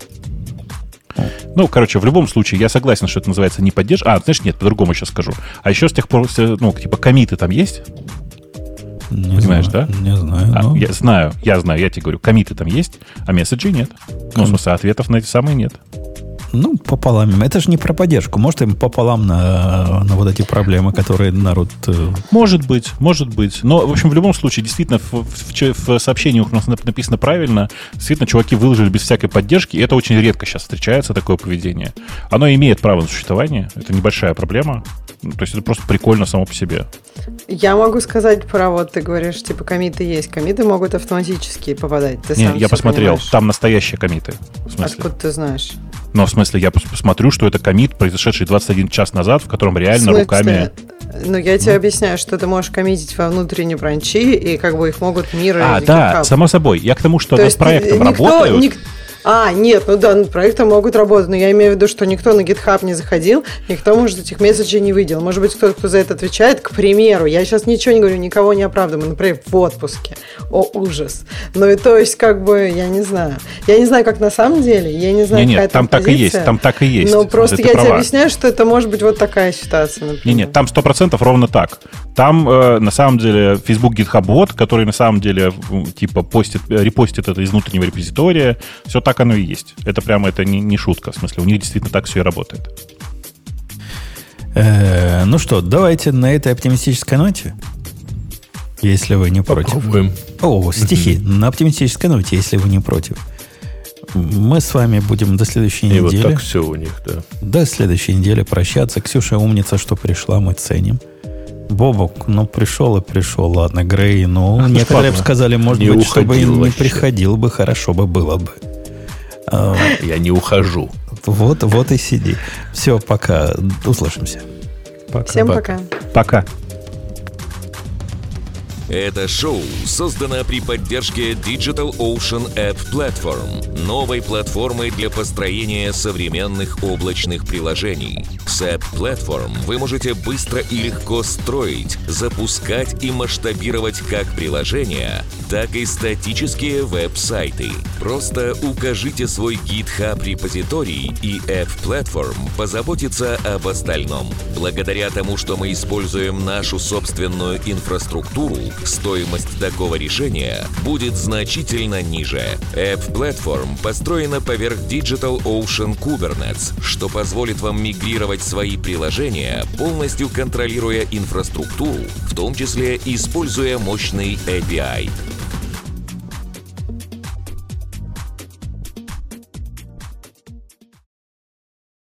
Ну, короче, в любом случае, я согласен, что это называется не поддержка. А, знаешь, нет, по-другому сейчас скажу. А еще с тех пор, ну, типа, коммиты там есть? Не Понимаешь, знаю, да? Не знаю. А, но... Я знаю, я знаю, я тебе говорю, коммиты там есть, а месседжей нет. Ну, в смысле, ответов на эти самые нет. Ну, пополам. Это же не про поддержку. Может, им пополам на, на вот эти проблемы, которые народ... Может быть, может быть. Но, в общем, в любом случае, действительно, в, в, в сообщениях у нас написано правильно. Действительно, чуваки выложили без всякой поддержки. И это очень редко сейчас встречается, такое поведение. Оно имеет право на существование. Это небольшая проблема. То есть это просто прикольно само по себе. Я могу сказать про, вот ты говоришь, типа, коммиты есть. Коммиты могут автоматически попадать. Ты Не, сам я посмотрел. понимаешь. Там настоящие коммиты. В смысле? Откуда ты знаешь? Но в смысле, я посмотрю, что это коммит, произошедший двадцать один час назад, в котором реально в смысле? руками... Ну, я тебе ну. объясняю, что ты можешь коммитить во внутренние бранчи, и как бы их могут мир... А, да, GitHub. Само собой. Я к тому, что То над проектом никто, работают... Ник... А, нет, ну да, над проектом могут работать, но я имею в виду, что никто на GitHub не заходил, никто, может, этих месседжей не видел. Может быть, кто-то, кто за это отвечает, к примеру. Я сейчас ничего не говорю, никого не оправдываю. Например, в отпуске. О, ужас. Ну и то есть, как бы, я не знаю. Я не знаю, как на самом деле, я не знаю, не, какая нет, там позиция, так и есть, там так и есть. Но просто ты я права. тебе объясняю, что это может быть вот такая ситуация, например. Не, нет, там сто процентов ровно так. Там, э, на самом деле, Facebook GitHub бот, который на самом деле, типа, постит, репостит это из внутреннего репозитория. Все так оно и есть. Это прямо это не, не шутка. В смысле, у них действительно так все и работает. Э, ну что, давайте на этой оптимистической ноте, если вы не против. Попробуем. О, стихи. Mm-hmm. На оптимистической ноте, если вы не против. Мы с вами будем до следующей и недели. И вот так все у них, да. До следующей недели прощаться. Ксюша умница, что пришла, мы ценим. Бобок, ну пришел и пришел, ладно, Грей, ну а некоторые бы сказали, может не быть, чтобы и не приходил бы, хорошо бы было бы. Я не ухожу. Вот, вот и сиди. Все, пока, услышимся. Пока. Всем пока. Пока. Это шоу создано при поддержке Digital Ocean App Platform, новой платформы для построения современных облачных приложений. С App Platform вы можете быстро и легко строить, запускать и масштабировать как приложения, так и статические веб-сайты. Просто укажите свой GitHub репозиторий, и App Platform позаботится об остальном. Благодаря тому, что мы используем нашу собственную инфраструктуру, стоимость такого решения будет значительно ниже. App Platform построена поверх Digital Ocean Kubernetes, что позволит вам мигрировать свои приложения, полностью контролируя инфраструктуру, в том числе используя мощный эй пи ай.